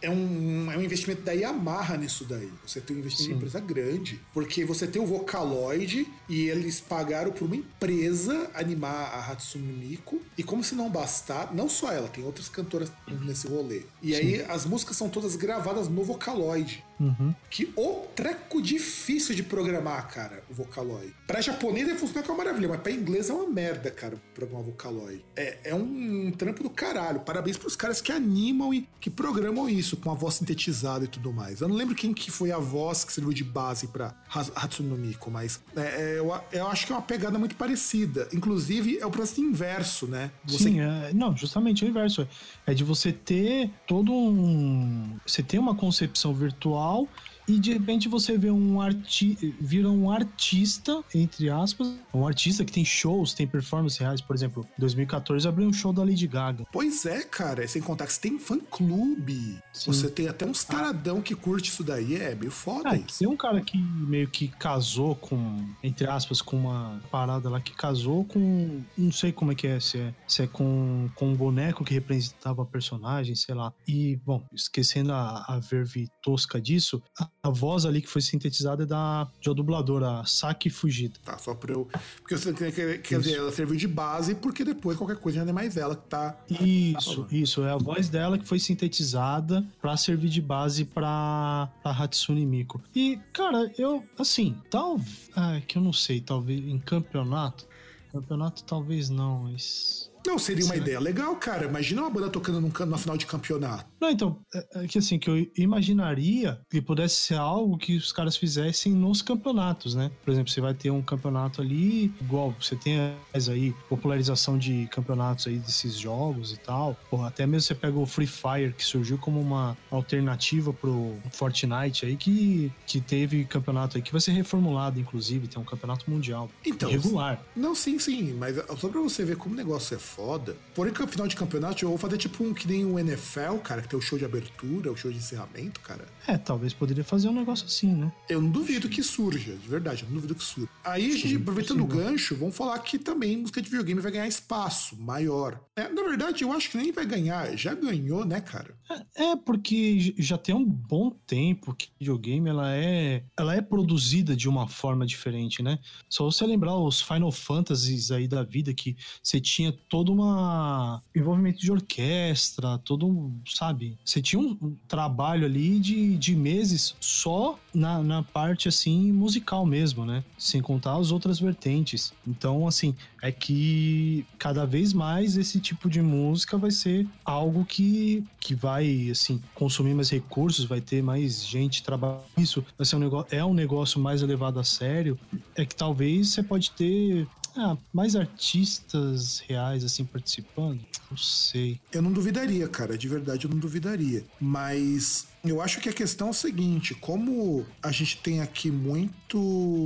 é um, é um investimento da Yamaha nisso daí. Você tem um investimento de empresa grande, porque você tem o Vocaloid e eles pagaram por uma empresa animar a Hatsune Miku, e como se não bastar, não só ela, tem outras cantoras nesse rolê. E Sim. aí as músicas são todas gravadas no Vocaloid. Uhum. Que o treco difícil de programar, cara, o Vocaloid. Pra japonês ele funciona com uma maravilha, mas pra inglês é uma merda, cara, programar o Vocaloid. É, é um, um trampo do caralho. Parabéns pros caras que animam e que programam isso, com a voz sintetizada e tudo mais. Eu não lembro quem que foi a voz que serviu de base pra Hatsune Miku, mas é, é, eu, eu acho que é uma pegada muito parecida. Inclusive, é o processo inverso, né? Você... Sim, é, não, justamente o inverso. É de você ter todo um... Você tem uma concepção virtual e de repente você vê um arti... vira um artista, entre aspas, um artista que tem shows, tem performances reais. Por exemplo, em dois mil e catorze abriu um show da Lady Gaga. Pois é, cara, sem contar que você tem fã-clube. Você tem até uns taradão que curte isso daí, é meio foda ah, isso. Tem um cara que meio que casou com, entre aspas, com uma parada lá que casou com, não sei como é que é, se é, se é com, com um boneco que representava a personagem, sei lá. E, bom, esquecendo a, a verve tosca disso, a, a voz ali que foi sintetizada é da, de uma dubladora, Saki Fujita. Tá, só pra eu... Porque você quer, quer dizer, ela serviu de base porque depois qualquer coisa já não é mais ela que tá... Isso, tá isso. É a voz dela que foi sintetizada pra servir de base pra, pra Hatsune Miku. E, cara, eu, assim, tal... Ah, que eu não sei, talvez em campeonato... Campeonato talvez não, mas... Não, seria uma Será? ideia legal, cara. Imagina uma banda tocando num, na final de campeonato. Não, então, é, é que assim, que eu imaginaria que pudesse ser algo que os caras fizessem nos campeonatos, né? Por exemplo, você vai ter um campeonato ali, igual você tem aí, popularização de campeonatos aí desses jogos e tal. Porra, até mesmo você pega o Free Fire, que surgiu como uma alternativa pro Fortnite aí, que, que teve campeonato aí, que vai ser reformulado, inclusive, tem um campeonato mundial. Então, regular. Não, sim, sim, mas só pra você ver como o negócio é foda. Porém, no final de campeonato, eu vou fazer tipo um que nem o N F L, cara, que tem o show de abertura, o show de encerramento, cara. É, talvez poderia fazer um negócio assim, né? Eu não duvido que surja, de verdade, eu não duvido que surja. Aí, a gente, aproveitando o gancho, vamos falar que também música de videogame vai ganhar espaço maior. É, na verdade, eu acho que nem vai ganhar, já ganhou, né, cara? É, é porque já tem um bom tempo que videogame ela é, ela é produzida de uma forma diferente, né? Só você lembrar os Final Fantasies aí da vida, que você tinha todo uma envolvimento de orquestra, todo, sabe? Você tinha um, um trabalho ali de, de meses só na, na parte, assim, musical mesmo, né? Sem contar as outras vertentes. Então, assim, é que cada vez mais esse tipo de música vai ser algo que, que vai, assim, consumir mais recursos, vai ter mais gente trabalhando isso, vai ser um negócio, é um negócio mais levado a sério. É que talvez você pode ter Ah, mais artistas reais, assim, participando? Não sei. Eu não duvidaria, cara. De verdade, eu não duvidaria. Mas eu acho que a questão é o seguinte. Como a gente tem aqui muito...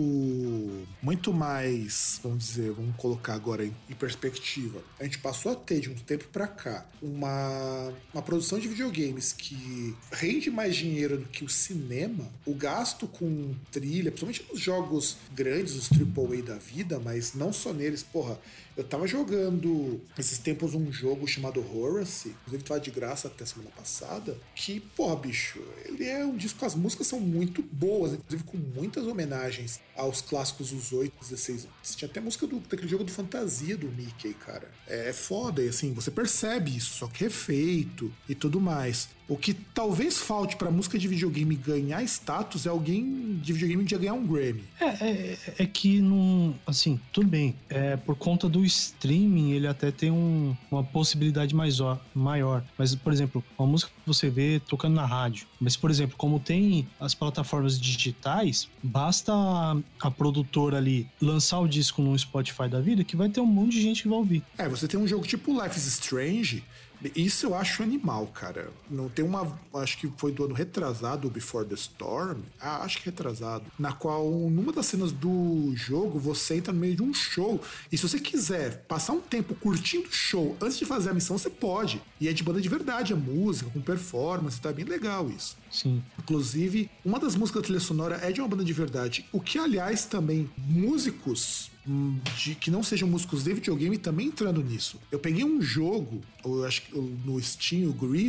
Muito mais, vamos dizer, vamos colocar agora em, em perspectiva. A gente passou a ter, de um tempo pra cá, uma, uma produção de videogames que rende mais dinheiro do que o cinema. O gasto com trilha, principalmente nos jogos grandes, os triple A da vida, mas não só neles, porra, eu tava jogando esses tempos um jogo chamado Horace, inclusive tava de graça até semana passada, que, porra, bicho, ele é um disco, as músicas são muito boas, inclusive com muitas homenagens aos clássicos dos oito, dezesseis. Tinha até música do, daquele jogo do Fantasia do Mickey, cara. É foda, e assim, você percebe isso, só que refeito e tudo mais. O que talvez falte pra música de videogame ganhar status é alguém de videogame de ganhar um Grammy. É, é, é que não... Assim, tudo bem. É, por conta do streaming, ele até tem um, uma possibilidade maior, maior. Mas, por exemplo, uma música que você vê tocando na rádio. Mas, por exemplo, como tem as plataformas digitais, basta a, a produtora ali lançar o disco no Spotify da vida que vai ter um monte de gente que vai ouvir. É, você tem um jogo tipo Life is Strange... Isso eu acho animal, cara. Não tem uma... Acho que foi do ano retrasado, Before the Storm. Ah, acho que retrasado. Na qual, numa das cenas do jogo, você entra no meio de um show. E se você quiser passar um tempo curtindo o show antes de fazer a missão, você pode. E é de banda de verdade, a música, com performance. Tá bem legal isso. Sim. Inclusive, uma das músicas da trilha sonora é de uma banda de verdade. O que, aliás, também, músicos... De, que não sejam músicos de videogame também entrando nisso. Eu peguei um jogo, eu acho que no Steam, o Grease,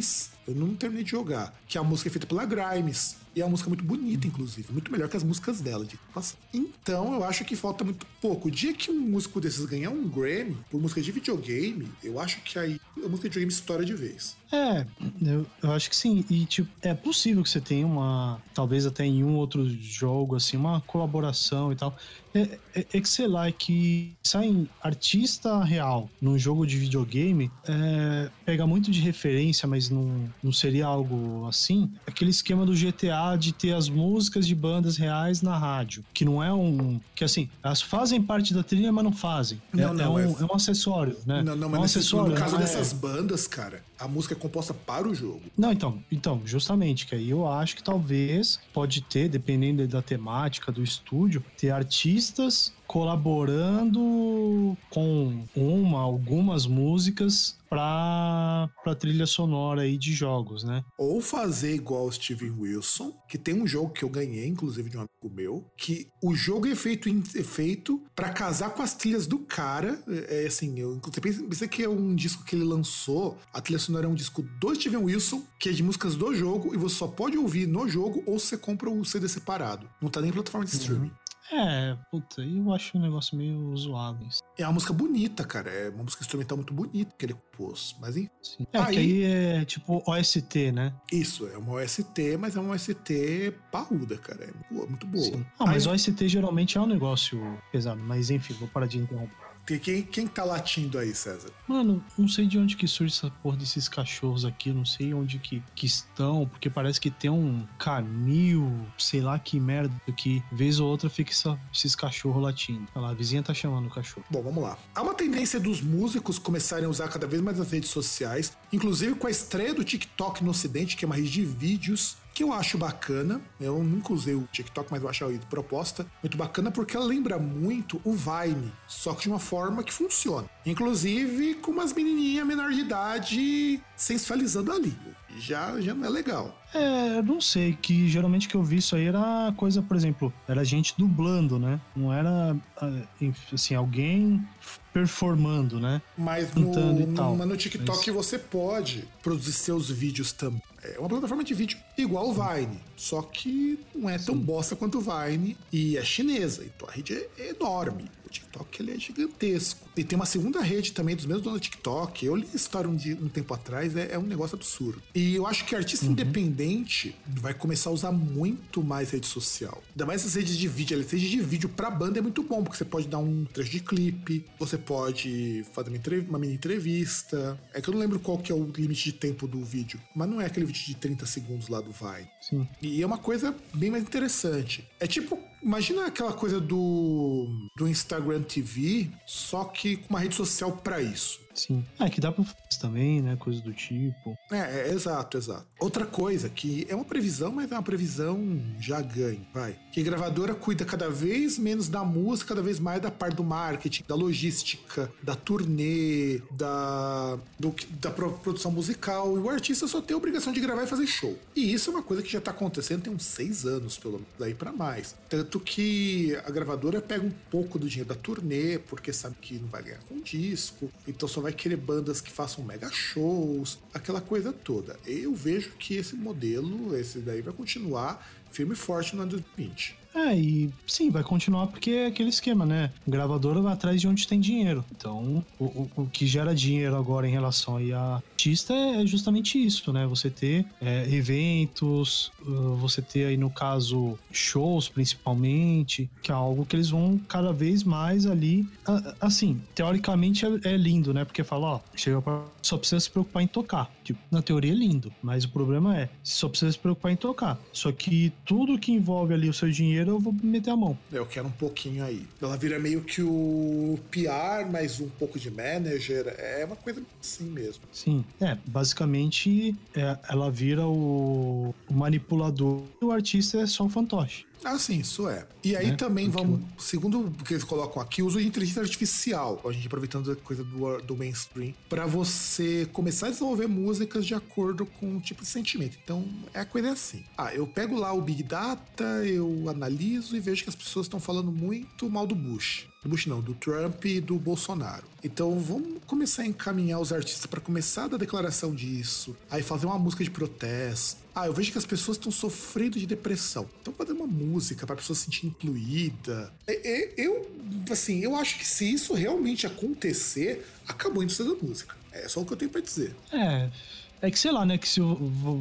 eu não terminei de jogar, que a música é feita pela Grimes. E é uma música muito bonita, inclusive. Muito melhor que as músicas dela, de passar. Então, eu acho que falta muito pouco. O dia que um músico desses ganhar um Grammy por música de videogame, eu acho que aí a música de videogame estoura de vez. É, eu, eu acho que sim. E, tipo, é possível que você tenha uma... Talvez até em um outro jogo, assim, uma colaboração e tal. É, é, é que, sei lá, é que sai artista real num jogo de videogame, é, pega muito de referência, mas não, não seria algo assim. Aquele esquema do G T A de ter as músicas de bandas reais na rádio, que não é um... Que, assim, elas fazem parte da trilha, mas não fazem. Não, é, não, é, um, é... é um acessório, né? Não, não, mas é um nesse, acessório, no caso não dessas é... bandas, cara, a música é composta para o jogo. Não, então, então, justamente, que aí eu acho que talvez pode ter, dependendo da temática do estúdio, ter artistas colaborando com uma, algumas músicas pra, pra trilha sonora aí de jogos, né? Ou fazer igual o Steven Wilson, que tem um jogo que eu ganhei, inclusive de um amigo meu, que o jogo é feito, é feito pra casar com as trilhas do cara. É assim, eu pensei que é um disco que ele lançou, a trilha sonora é um disco do Steven Wilson, que é de músicas do jogo, e você só pode ouvir no jogo ou você compra o C D separado. Não tá nem em plataforma de streaming. Uhum. É, puta, eu acho um negócio meio zoado isso. É uma música bonita, cara. É uma música instrumental muito bonita que ele compôs. Mas enfim. É, aí... que aí é tipo O S T, né? Isso, é uma O S T, mas é uma O S T parruda, cara. É muito boa. Muito boa. Ah, mas aí... O S T geralmente é um negócio pesado. Mas enfim, vou parar de interromper. Quem, quem tá latindo aí, César? Mano, não sei de onde que surge essa porra desses cachorros aqui, não sei onde que, que estão, porque parece que tem um canil, sei lá que merda, que vez ou outra fica essa, esses cachorros latindo. Olha lá, a vizinha tá chamando o cachorro. Bom, vamos lá. Há uma tendência dos músicos começarem a usar cada vez mais as redes sociais, inclusive com a estreia do TikTok no Ocidente, que é uma rede de vídeos, que eu acho bacana. Eu nunca usei o TikTok, mas eu acho a proposta muito bacana porque ela lembra muito o Vine, só que de uma forma que funciona. Inclusive com umas menininhas menor de idade sensualizando a língua. Já, já não é legal. É, não sei, que geralmente que eu vi isso aí era coisa, por exemplo, era gente dublando, né? Não era, assim, alguém performando, né? Mas cantando no, e tal. no, no TikTok Mas... você pode produzir seus vídeos também. É uma plataforma de vídeo igual o Vine, só que não é tão Sim. bosta quanto o Vine e é chinesa, então a rede é enorme. O TikTok ele é gigantesco. E tem uma segunda rede também dos mesmos donos do TikTok. Eu li a história um, dia, um tempo atrás, é, é um negócio absurdo. E eu acho que artista uhum. independente vai começar a usar muito mais rede social. Ainda mais essas redes de vídeo. As redes de vídeo pra banda é muito bom, porque você pode dar um trecho de clipe, você pode fazer uma, uma mini entrevista. É que eu não lembro qual que é o limite de tempo do vídeo, mas não é aquele vídeo de trinta segundos lá do Vine. Sim. E é uma coisa bem mais interessante. É tipo, imagina aquela coisa do, do Instagram T V, só que com uma rede social pra isso. Sim. É, que dá pra fazer também, né? Coisa do tipo. É, é, exato, exato. Outra coisa que é uma previsão, mas é uma previsão já ganho, vai. Que a gravadora cuida cada vez menos da música, cada vez mais da parte do marketing, da logística, da turnê, da, do, da produção musical. E o artista só tem a obrigação de gravar e fazer show. E isso é uma coisa que já tá acontecendo tem uns seis anos, pelo menos, daí pra mais. Tanto que a gravadora pega um pouco do dinheiro da turnê, porque sabe que não vai ganhar com disco, então só vai querer bandas que façam mega shows, aquela coisa toda. Eu vejo que esse modelo, esse daí vai continuar firme e forte no ano dois mil e vinte. É, e sim, vai continuar porque é aquele esquema, né? O gravador vai atrás de onde tem dinheiro. Então, o, o, o que gera dinheiro agora em relação aí a artista é justamente isso, né? Você ter é, eventos, você ter aí, no caso, shows principalmente, que é algo que eles vão cada vez mais ali. Assim, teoricamente é, é lindo, né? Porque fala, ó, chega pra... só precisa se preocupar em tocar. Tipo, na teoria é lindo, mas o problema é, só precisa se preocupar em tocar. Só que tudo que envolve ali o seu dinheiro, eu vou meter a mão. Eu quero um pouquinho aí. Ela vira meio que o P R, mais um pouco de manager. É uma coisa assim mesmo. Sim. É, basicamente, é, ela vira o, o manipulador e o artista é só o fantoche. Ah, sim, isso é. E aí, né? Também vamos, segundo o que eles colocam aqui, o uso de inteligência artificial, a gente aproveitando a coisa do, do mainstream, para você começar a desenvolver músicas de acordo com o tipo de sentimento. Então, é a coisa assim. Ah, eu pego lá o Big Data, eu analiso e vejo que as pessoas estão falando muito mal do Bush. do Bush não, do Trump e do Bolsonaro. Então vamos começar a encaminhar os artistas para começar a dar declaração disso, aí fazer uma música de protesto. Ah, eu vejo que as pessoas estão sofrendo de depressão, então fazer uma música para a pessoa se sentir incluída. Eu, assim, eu acho que se isso realmente acontecer, acabou a indústria da música. É só o que eu tenho para dizer. É... É que, sei lá, né, que se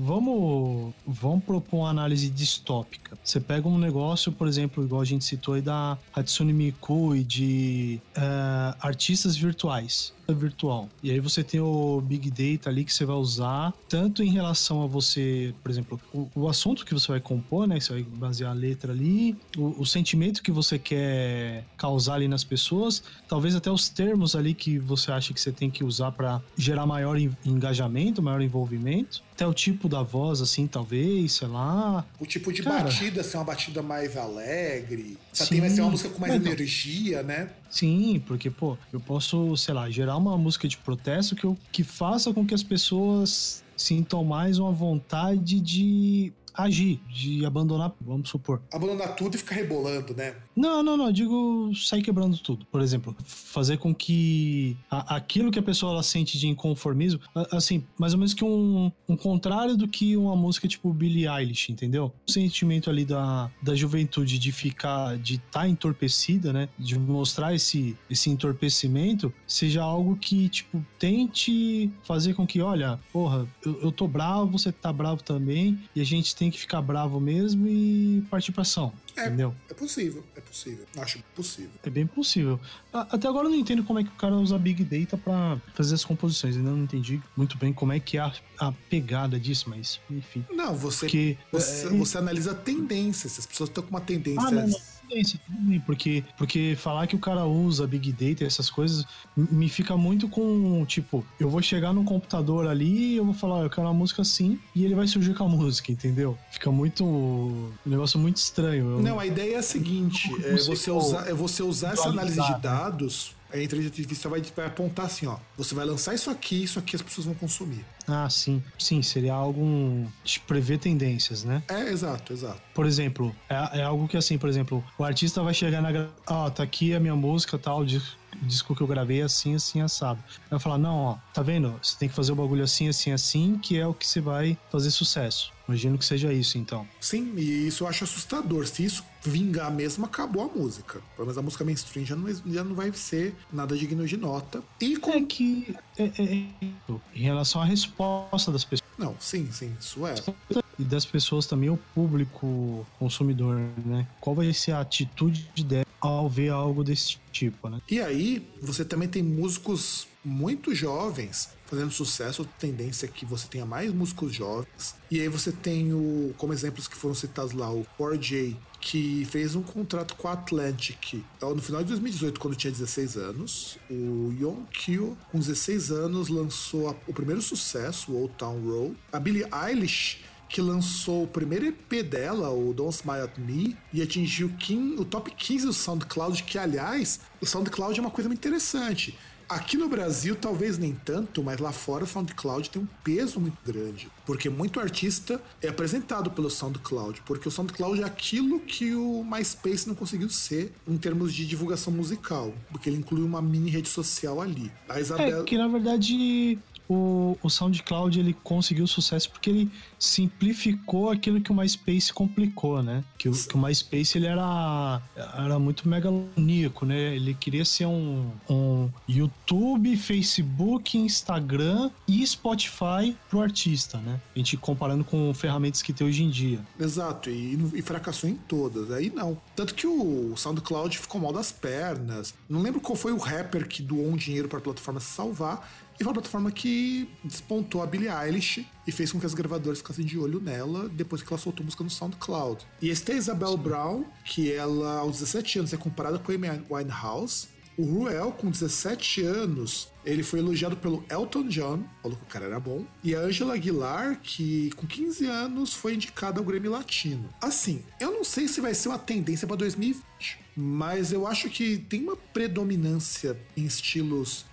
vamos, vamos propor uma análise distópica. Você pega um negócio, por exemplo, igual a gente citou aí da Hatsune Miku e de uh, artistas virtuais. Virtual. E aí você tem o Big Data ali que você vai usar tanto em relação a você, por exemplo, o, o assunto que você vai compor, né? Você vai basear a letra ali, o, o sentimento que você quer causar ali nas pessoas, talvez até os termos ali que você acha que você tem que usar para gerar maior engajamento, maior envolvimento. Até o tipo da voz, assim, talvez, sei lá. O tipo de Cara, batida ser uma batida mais alegre. Só sim, tem vai ser uma música com mais então, energia, né? Sim, porque, pô, eu posso, sei lá, gerar uma música de protesto que, eu, que faça com que as pessoas sintam mais uma vontade de agir, de abandonar, vamos supor. Abandonar tudo e ficar rebolando, né? Não, não, não, eu digo sair quebrando tudo. Por exemplo, fazer com que a, aquilo que a pessoa ela sente de inconformismo, a, assim, mais ou menos que um, um contrário do que uma música tipo Billie Eilish, entendeu? O sentimento ali da, da juventude de ficar, de estar tá entorpecida, né? De mostrar esse, esse entorpecimento, seja algo que, tipo, tente fazer com que, olha, porra, eu, eu tô bravo, você tá bravo também, e a gente tem que ficar bravo mesmo e partir pra ação. É, entendeu? É possível, é possível. Acho possível. É bem possível. Até agora eu não entendo como é que o cara usa Big Data pra fazer as composições. Ainda não entendi muito bem como é que é a, a pegada disso, mas enfim. Não, você, Porque, você, é, você analisa tendências. Se as pessoas estão com uma tendência... Ah, não, não. Porque, porque falar que o cara usa Big Data e essas coisas me fica muito com, tipo, eu vou chegar no computador ali e eu vou falar, eu quero uma música assim, e ele vai surgir com a música, entendeu? Fica muito... um negócio muito estranho. Eu, Não, a ideia é a seguinte, é você usar, é você usar essa análise de dados... A inteligência artificial vai, vai apontar assim, ó, você vai lançar isso aqui, isso aqui as pessoas vão consumir. Ah, sim. Sim, seria algo de prever tendências, né? É, exato, exato. Por exemplo, é, é algo que assim, por exemplo, o artista vai chegar na... Ó, oh, tá aqui a minha música, tal, de disco que eu gravei assim, assim, assado. Vai falar, não, ó, tá vendo? Você tem que fazer o bagulho assim, assim, assim, que é o que você vai fazer sucesso. Imagino que seja isso, então. Sim, e isso eu acho assustador. Se isso vingar mesmo, acabou a música. Pelo menos a música mainstream já não, já não vai ser nada digno de nota. E com... É que... É, é, é, em relação à resposta das pessoas... Não, sim, sim, isso é. E das pessoas também, o público consumidor, né? Qual vai ser a atitude dela ao ver algo desse tipo, né? E aí, você também tem músicos muito jovens fazendo sucesso. Outra tendência é que você tenha mais músicos jovens. E aí você tem, o, como exemplos que foram citados lá, o four J, que fez um contrato com a Atlantic no final de dois mil e dezoito, quando tinha dezesseis anos. O Yonkyo, com dezesseis anos, lançou a, o primeiro sucesso, o Old Town Road. A Billie Eilish, que lançou o primeiro E P dela, o Don't Smile at Me, e atingiu o top quinze do SoundCloud, que, aliás, o SoundCloud é uma coisa muito interessante. Aqui no Brasil, talvez nem tanto, mas lá fora o SoundCloud tem um peso muito grande, porque muito artista é apresentado pelo SoundCloud, porque o SoundCloud é aquilo que o MySpace não conseguiu ser em termos de divulgação musical, porque ele inclui uma mini rede social ali. A Isabela... É que, na verdade... O, o SoundCloud, ele conseguiu sucesso porque ele simplificou aquilo que o MySpace complicou, né? Que o, que o MySpace, ele era, era muito megalomaníaco, né? Ele queria ser um, um YouTube, Facebook, Instagram e Spotify pro artista, né? A gente comparando com ferramentas que tem hoje em dia. Exato, e, e fracassou em todas. Aí não. Tanto que o SoundCloud ficou mal das pernas. Não lembro qual foi o rapper que doou um dinheiro para a plataforma se salvar. E foi uma plataforma que despontou a Billie Eilish e fez com que as gravadoras ficassem de olho nela depois que ela soltou música no SoundCloud. E esse tem a Isabel Brown, que ela aos dezessete anos é comparada com a Amy Winehouse. O Ruel, com dezessete anos, ele foi elogiado pelo Elton John, falou que o cara era bom. E a Angela Aguilar, que com quinze anos foi indicada ao Grammy Latino. Assim, eu não sei se vai ser uma tendência para dois mil e vinte, mas eu acho que tem uma predominância em estilos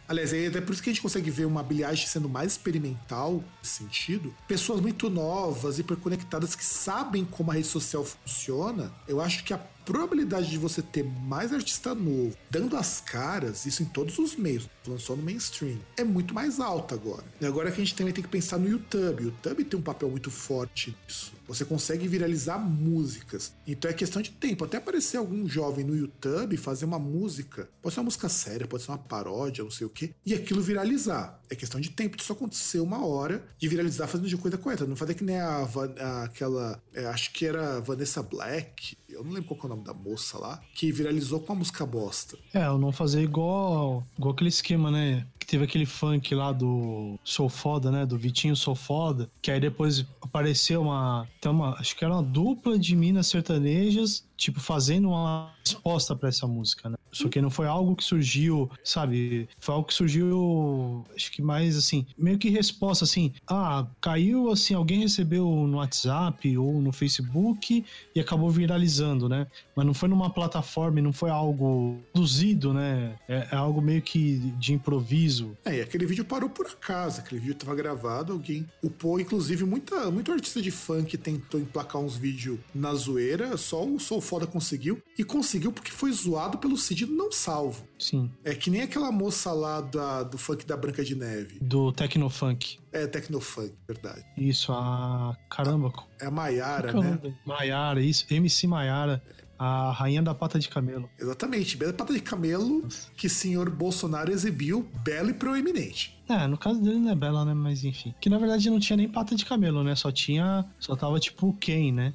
Aliás, é até por isso que a gente consegue ver uma Billie Eilish sendo mais experimental nesse sentido. Pessoas muito novas, hiperconectadas, que sabem como a rede social funciona. Eu acho que a probabilidade de você ter mais artista novo dando as caras, isso em todos os meios, falando só no mainstream, é muito mais alta agora. E agora que a gente também tem que pensar no YouTube. O YouTube tem um papel muito forte nisso. Você consegue viralizar músicas. Então é questão de tempo. Até aparecer algum jovem no YouTube e fazer uma música. Pode ser uma música séria, pode ser uma paródia, não sei o quê. E aquilo viralizar. É questão de tempo disso acontecer uma hora de viralizar fazendo de coisa correta. Não fazer que nem a, a aquela... É, acho que era Vanessa Black. Eu não lembro qual que é o nome da moça lá. Que viralizou com uma música bosta. É, eu não fazer igual, igual aquele esquema, né? Que teve aquele funk lá do Sou Foda, né? Do Vitinho Sou Foda. Que aí depois apareceu uma... Tem uma acho que era uma dupla de minas sertanejas, tipo, fazendo uma resposta pra essa música, né? Só que não foi algo que surgiu, sabe? Foi algo que surgiu, acho que mais, assim, meio que resposta, assim, ah, caiu, assim, alguém recebeu no WhatsApp ou no Facebook e acabou viralizando, né? Mas não foi numa plataforma, não foi algo produzido, né? É, é algo meio que de improviso. É, e aquele vídeo parou por acaso, aquele vídeo tava gravado, alguém upou, inclusive, muita, muito artista de funk tentou emplacar uns vídeos na zoeira, só o Sou Foda conseguiu, e conseguiu porque foi zoado pelo Cid não salvo. Sim. É que nem aquela moça lá da, do funk da Branca de Neve. Do Tecnofunk. É, Tecnofunk, verdade. Isso, a... Caramba. É a Maiara, que né? Maiara, isso. M C Maiara. A rainha da pata de camelo. Exatamente, bela pata de camelo. Nossa. Que senhor Bolsonaro exibiu bela e proeminente. É, no caso dele não é bela, né? Mas enfim. Que na verdade não tinha nem pata de camelo, né? Só tinha... Só tava tipo Ken, né?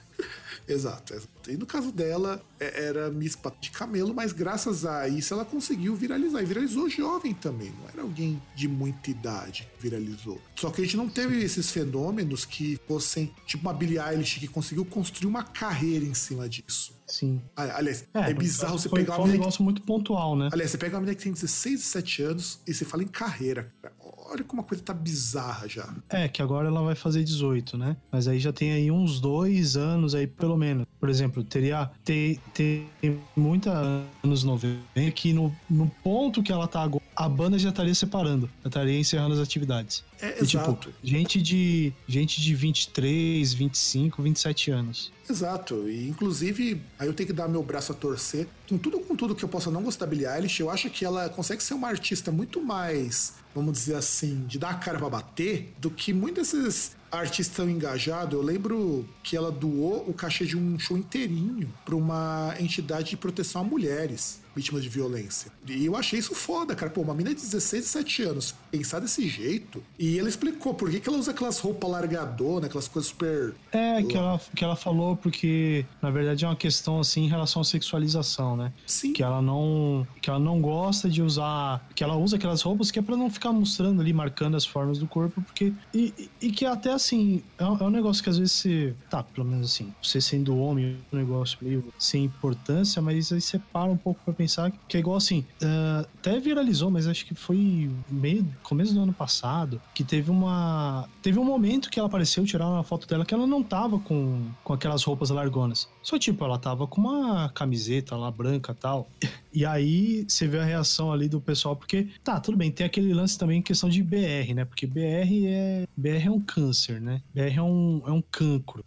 Exato, exato. E no caso dela, era Miss Pata de Camelo, mas graças a isso ela conseguiu viralizar. E viralizou jovem também, não era alguém de muita idade que viralizou. Só que a gente não teve esses fenômenos que fossem, tipo uma Billie Eilish, que conseguiu construir uma carreira em cima disso. Sim. Aliás, é, é bizarro você foi, pegar foi uma um negócio que... muito pontual, né? Aliás, você pega uma menina que tem dezesseis, dezessete anos e você fala em carreira. Olha como a coisa tá bizarra já. É, que agora ela vai fazer dezoito, né? Mas aí já tem aí uns dois anos aí, pelo menos. Por exemplo, teria ter, ter muitos anos noventa que no, no ponto que ela tá agora, a banda já estaria separando, já estaria encerrando as atividades. É, e, exato. Tipo, gente de, gente de vinte e três, vinte e cinco, vinte e sete anos. Exato, e inclusive, aí eu tenho que dar meu braço a torcer. Com tudo, com tudo que eu possa não gostar da Billie Eilish, eu acho que ela consegue ser uma artista muito mais, vamos dizer assim, de dar a cara pra bater, do que muitos desses artistas tão engajados. Eu lembro que ela doou o cachê de um show inteirinho pra uma entidade de proteção a mulheres vítimas de violência. E eu achei isso foda, cara. Pô, uma menina de dezesseis, dezessete anos pensar desse jeito. E ela explicou por que, que ela usa aquelas roupas largadoras, aquelas coisas super... É, que ela, que ela falou porque, na verdade, é uma questão, assim, em relação à sexualização, né? Sim. Que ela não, que ela não gosta de usar... Que ela usa aquelas roupas que é pra não ficar mostrando ali, marcando as formas do corpo, porque... E, e que até, assim, é um, é um negócio que às vezes você... Tá, pelo menos assim, você sendo homem, é um negócio meio sem importância, mas aí você para um pouco pra pensar que é igual assim, uh, até viralizou, mas acho que foi meio começo do ano passado, que teve uma teve um momento que ela apareceu, tiraram uma foto dela que ela não tava com, com aquelas roupas largonas, só tipo, ela tava com uma camiseta lá branca e tal, e aí você vê a reação ali do pessoal, porque tá, tudo bem, tem aquele lance também em questão de B R, né, porque B R é B R é um câncer, né, B R é um, é um cancro.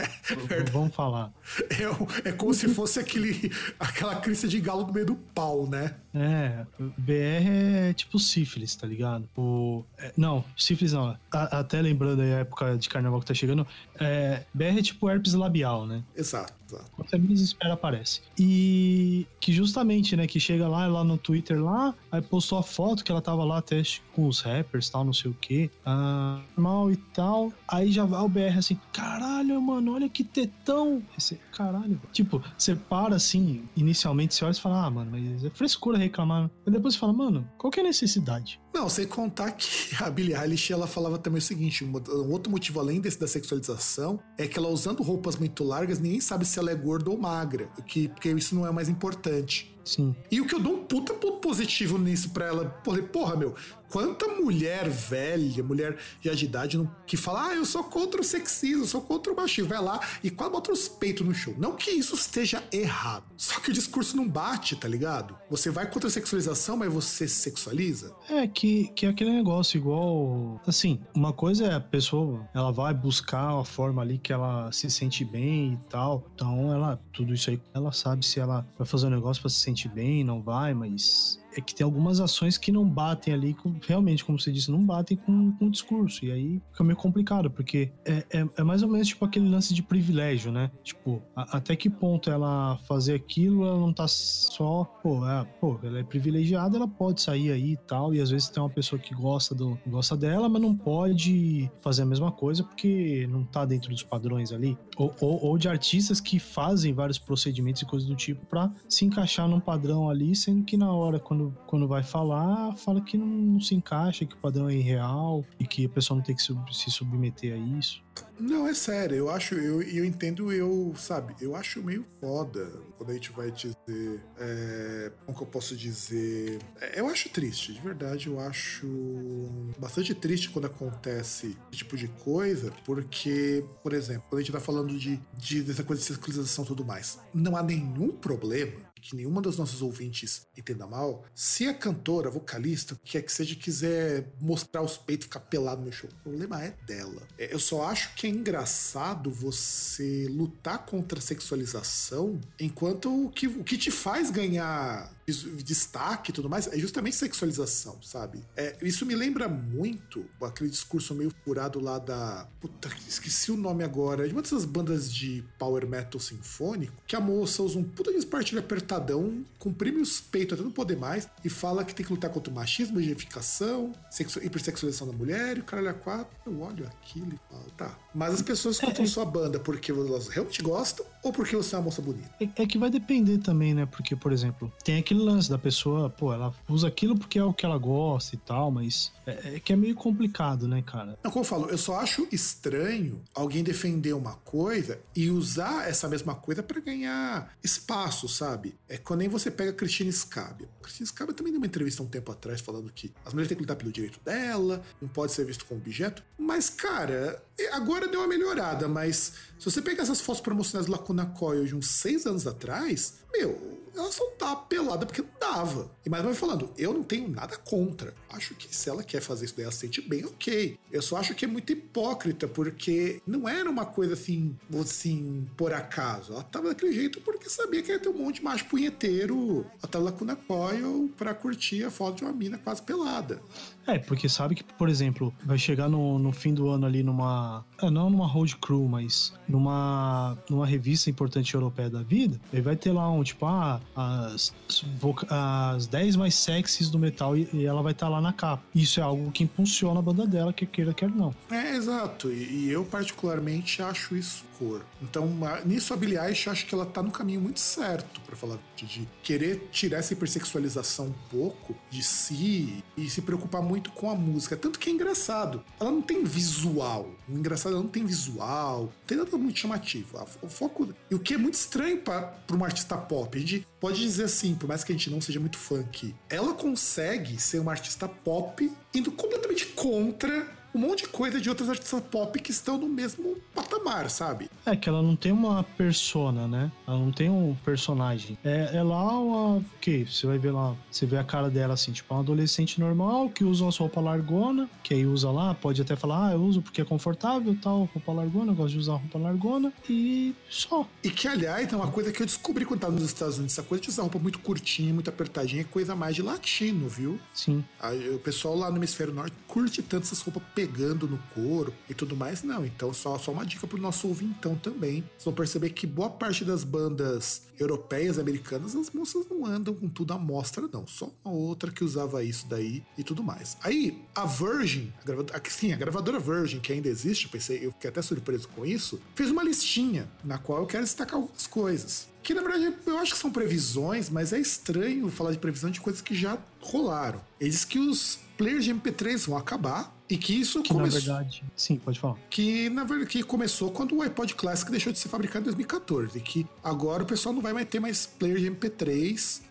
Vamos falar. É, é como se fosse aquele, aquela crista de galo no meio do pau, né? É, B R é tipo sífilis, tá ligado? O, é, não, sífilis não. A, até lembrando aí a época de carnaval que tá chegando, é, B R é tipo herpes labial, né? Exato, exato. Quando você menos espera, aparece. E que justamente, né, que chega lá, lá no Twitter lá, aí postou a foto que ela tava lá até com os rappers, tal, não sei o quê, ah, normal e tal. Aí já vai o B R assim, caralho, mano, olha que tetão. Esse, caralho, tipo, você para assim, inicialmente você olha e fala, ah, mano, mas é frescura reclamar. Mas depois você fala, mano, qual que é a necessidade? Não, sem contar que a Billie Eilish, ela falava também o seguinte, um outro motivo além desse da sexualização, é que ela usando roupas muito largas, ninguém sabe se ela é gorda ou magra, que, porque isso não é mais importante. Sim. E o que eu dou um puta ponto positivo nisso pra ela, porra, meu, quanta mulher velha, mulher já de idade, não, que fala, ah, eu sou contra o sexismo, eu sou contra o machismo, vai lá e quase bota os peitos no show. Não que isso esteja errado, só que o discurso não bate, tá ligado? Você vai contra a sexualização, mas você se sexualiza? É, que, que é aquele negócio igual, assim, uma coisa é a pessoa, ela vai buscar a forma ali que ela se sente bem e tal, então ela, tudo isso aí, ela sabe se ela vai fazer um negócio pra se sentir bem, não vai, mas é que tem algumas ações que não batem ali, com, realmente, como você disse, não batem com, com o discurso, e aí fica meio complicado, porque é, é, é mais ou menos tipo aquele lance de privilégio, né? Tipo, a, até que ponto ela fazer aquilo, ela não tá só, pô, é, pô, ela é privilegiada, ela pode sair aí e tal, e às vezes tem uma pessoa que gosta, do, gosta dela, mas não pode fazer a mesma coisa porque não tá dentro dos padrões ali, ou, ou, ou de artistas que fazem vários procedimentos e coisas do tipo pra se encaixar num padrão ali, sendo que na hora, quando Quando vai falar, fala que não, não se encaixa, que o padrão é irreal e que a pessoa não tem que sub, se submeter a isso. Não, é sério, eu acho, eu, eu entendo, eu, sabe, eu acho meio foda quando a gente vai dizer, é, como que eu posso dizer, é, eu acho triste, de verdade, eu acho bastante triste quando acontece esse tipo de coisa, porque, por exemplo, quando a gente tá falando de, de dessa coisa de sexualização e tudo mais, não há nenhum problema que nenhuma dos nossos ouvintes entenda mal, se a cantora, a vocalista, quer que seja, quiser mostrar os peitos e ficar pelado no show, o problema é dela. Eu só acho que é engraçado você lutar contra a sexualização, enquanto o que, o que te faz ganhar destaque e tudo mais é justamente sexualização, sabe? É, isso me lembra muito aquele discurso meio furado lá da... Puta, esqueci o nome agora, de uma dessas bandas de power metal sinfônico, que a moça usa um puta de espartilho apertadão, comprime os peitos até não poder mais, e fala que tem que lutar contra o machismo, a objetificação, sexu- hipersexualização da mulher, e o caralho a quatro. Eu olho aquilo e falo, tá. Mas as pessoas escutam sua banda porque elas realmente gostam ou porque você é uma moça bonita? É, é que vai depender também, né? Porque, por exemplo, tem aquele lance da pessoa, pô, ela usa aquilo porque é o que ela gosta e tal, mas é, é que é meio complicado, né, cara? Não, como eu falo, eu só acho estranho alguém defender uma coisa e usar essa mesma coisa pra ganhar espaço, sabe? É quando nem você pega a Cristina Scabbia. A Cristina Scabbia também deu uma entrevista há um tempo atrás falando que as mulheres têm que lutar pelo direito dela, não pode ser visto como objeto, mas, cara, agora deu uma melhorada, mas se você pegar essas fotos promocionais do Lacuna Coil de uns seis anos atrás, meu, ela só tá pelada porque não dava. E mais vai falando, eu não tenho nada contra. Acho que se ela quer fazer isso daí, ela se sente bem, ok. Eu só acho que é muito hipócrita, porque não era uma coisa assim, assim, por acaso. Ela tava daquele jeito porque sabia que ia ter um monte de macho punheteiro até Lacuna Coil pra curtir a foto de uma mina quase pelada. É, porque sabe que, por exemplo, vai chegar no, no fim do ano ali numa... Não numa road crew, mas numa, numa revista importante europeia da vida, aí vai ter lá um, tipo, ah, as, as dez mais sexys do metal e, e ela vai estar tá lá na capa. Isso é algo que impulsiona a banda dela, quer queira, quer não. É, exato. E, e eu, particularmente, acho isso cor. Então, nisso, a Billie Eilish, acho que ela tá no caminho muito certo, pra falar de, de querer tirar essa hipersexualização um pouco de si e se preocupar muito com a música. Tanto que é engraçado. Ela não tem visual. O engraçado, ela não tem visual. Não tem nada muito chamativo. O foco... E o que é muito estranho para uma artista pop. A gente pode dizer assim, por mais que a gente não seja muito funk, ela consegue ser uma artista pop indo completamente contra um monte de coisa de outras artistas pop que estão no mesmo patamar, sabe? É que ela não tem uma persona, né? Ela não tem um personagem. É, é lá uma... O que? Você vai ver lá... Você vê a cara dela assim, tipo, uma adolescente normal que usa uma roupa largona, que aí usa lá, pode até falar, ah, eu uso porque é confortável, tal, roupa largona, eu gosto de usar roupa largona, e só. E que, aliás, é uma coisa que eu descobri quando tava nos Estados Unidos, essa coisa de usar roupa muito curtinha, muito apertadinha, é coisa mais de latino, viu? Sim. Aí, o pessoal lá no hemisfério norte curte tanto essas roupas pegando no corpo e tudo mais, não. Então, só, só uma dica pro nosso ouvintão também. Vocês vão perceber que boa parte das bandas europeias, americanas, as moças não andam com tudo à mostra, não. Só uma outra que usava isso daí e tudo mais. Aí, a Virgin, a gravadora, sim, a gravadora Virgin, que ainda existe, eu pensei, eu fiquei até surpreso com isso, fez uma listinha na qual eu quero destacar algumas coisas. Que, na verdade, eu acho que são previsões, mas é estranho falar de previsão de coisas que já rolaram. Ele diz que os players de M P três vão acabar e que isso que começou... na verdade... Sim, pode falar. Que, na verdade, que começou quando o iPod Classic deixou de ser fabricado em dois mil e catorze. E que agora o pessoal não vai mais ter mais player de M P três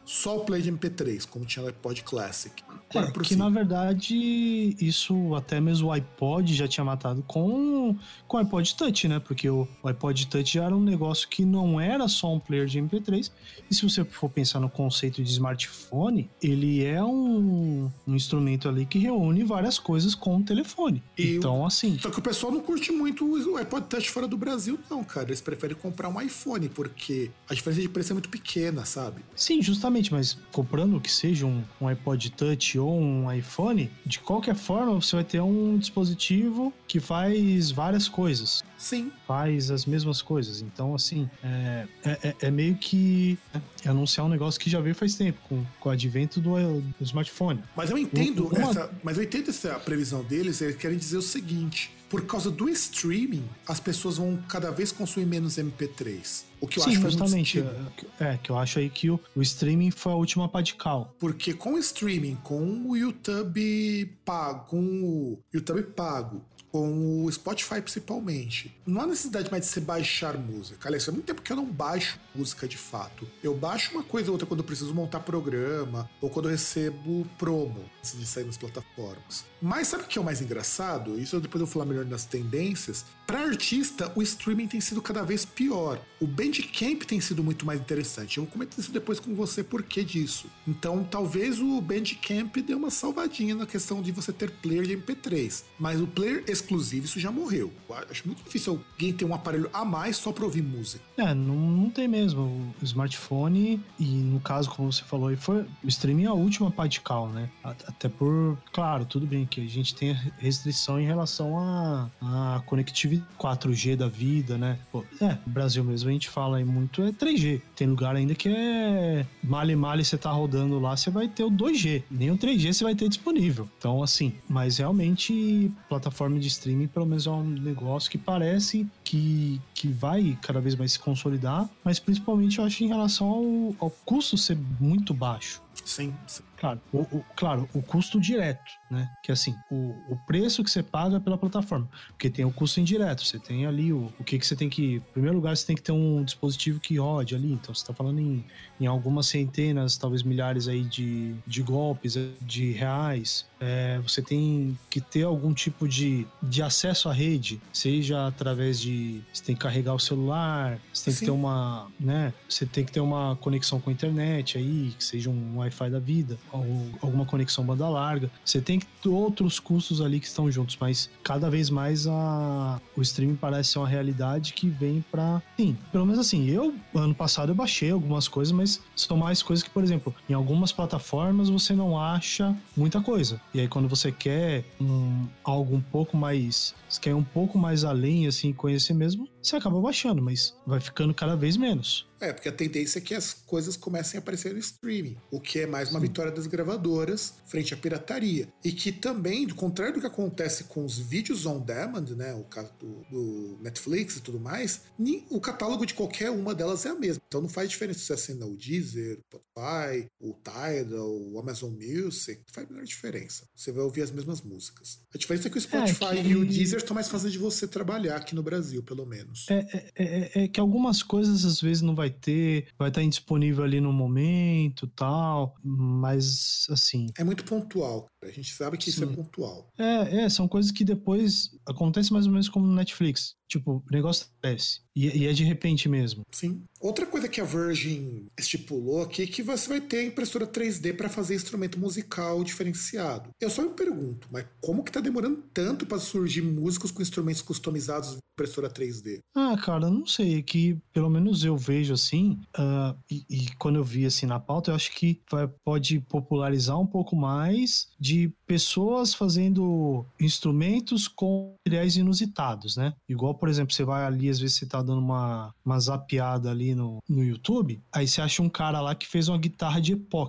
só o player de M P três, como tinha o iPod Classic. É, que na verdade isso até mesmo o iPod já tinha matado com, com o iPod Touch, né? Porque o, o iPod Touch já era um negócio que não era só um player de M P três. E se você for pensar no conceito de smartphone, ele é um, um instrumento ali que reúne várias coisas com o telefone. E então, o, assim... Só que o pessoal não curte muito o iPod Touch fora do Brasil, não, cara. Eles preferem comprar um iPhone, porque a diferença de preço é muito pequena, sabe? Sim, justamente, mas comprando que seja um, um iPod Touch ou um iPhone, de qualquer forma você vai ter um dispositivo que faz várias coisas. Sim. Faz as mesmas coisas. Então, assim, é, é, é meio que é anunciar um negócio que já veio faz tempo, com, com o advento do, do smartphone. Mas eu entendo Uma... essa, mas eu entendo essa previsão deles, eles querem dizer o seguinte: por causa do streaming, as pessoas vão cada vez consumir menos M P três. O que eu Sim, acho faz justamente. muito sentido. É, que eu acho aí que o, o streaming foi a última pá de cal. Porque com o streaming, com o YouTube pago, com o YouTube pago, com o Spotify principalmente, não há necessidade mais de você baixar música. Aliás, faz muito tempo que eu não baixo música de fato. Eu baixo uma coisa ou outra quando eu preciso montar programa ou quando eu recebo promo antes de sair nas plataformas. Mas sabe o que é o mais engraçado? Isso depois eu vou falar melhor nas tendências. Para artista, o streaming tem sido cada vez pior. O Bandcamp tem sido muito mais interessante. Eu vou comentar isso depois com você por que disso. Então, talvez o Bandcamp dê uma salvadinha na questão de você ter player de M P três. Mas o player exclusivo, isso já morreu. Eu acho muito difícil alguém ter um aparelho a mais só para ouvir música. É, não, não tem mesmo. O smartphone, e no caso, como você falou, foi, o streaming é a última pá de cal, né? Até por, claro, tudo bem que a gente tem restrição em relação à a, a conectividade quatro G da vida, né? Pô, é, no Brasil mesmo a gente fala aí muito é três G. Tem lugar ainda que é male male você tá rodando lá, você vai ter o dois G. Nem o três G você vai ter disponível. Então, assim, mas realmente plataforma de streaming pelo menos é um negócio que parece que, que vai cada vez mais se consolidar, mas principalmente eu acho em relação ao, ao custo ser muito baixo. Sim, sim. Claro, o, o, claro, o custo direto, né? Que assim, o, o preço que você paga pela plataforma. Porque tem o custo indireto. Você tem ali o, o que, que você tem que... Em primeiro lugar, você tem que ter um dispositivo que rode ali. Então, você está falando em, em algumas centenas, talvez milhares aí de, de golpes, de reais. É, você tem que ter algum tipo de, de acesso à rede, seja através de... Você tem que carregar o celular, você tem Sim. que ter uma... né? Você tem que ter uma conexão com a internet aí, que seja um Wi-Fi da vida, ou alguma conexão banda larga. Você tem que ter outros custos ali que estão juntos, mas cada vez mais a, o streaming parece ser uma realidade que vem pra... Sim, pelo menos assim, eu, ano passado eu baixei algumas coisas, mas são mais coisas que, por exemplo, em algumas plataformas você não acha muita coisa. E aí quando você quer um, algo um pouco mais... Você quer um pouco mais além, assim, conhecer mesmo, você acaba baixando, mas vai ficando cada vez menos. É, porque a tendência é que as coisas comecem a aparecer no streaming, o que é mais uma Sim. vitória das gravadoras frente à pirataria. E que também, do contrário do que acontece com os vídeos on demand, né, o caso do, do Netflix e tudo mais, o catálogo de qualquer uma delas é a mesma. Então não faz diferença se você assina o Deezer, o Spotify, o Tidal, o Amazon Music, não faz a menor diferença. Você vai ouvir as mesmas músicas. A diferença é que o Spotify é que... e o Deezer estão mais fáceis de você trabalhar aqui no Brasil, pelo menos. É, é, é, é que algumas coisas às vezes não vai ter, vai estar indisponível ali no momento, tal, mas assim... É muito pontual, cara. A gente sabe que Sim. isso é pontual. É, é, são coisas que depois acontecem mais ou menos como no Netflix. Tipo, o negócio acontece. E, e é de repente mesmo. Sim. Outra coisa que a Virgin estipulou aqui é que você vai ter a impressora três D para fazer instrumento musical diferenciado. Eu só me pergunto, mas como que tá demorando tanto para surgir músicos com instrumentos customizados em impressora três D? Ah, cara, não sei. É que pelo menos eu vejo assim, uh, e, e quando eu vi assim na pauta, eu acho que vai, pode popularizar um pouco mais de pessoas fazendo instrumentos com materiais inusitados, né? Igual, por exemplo, você vai ali, às vezes você tá dando uma, uma zapeada ali no, no YouTube, aí você acha um cara lá que fez uma guitarra de epóxi.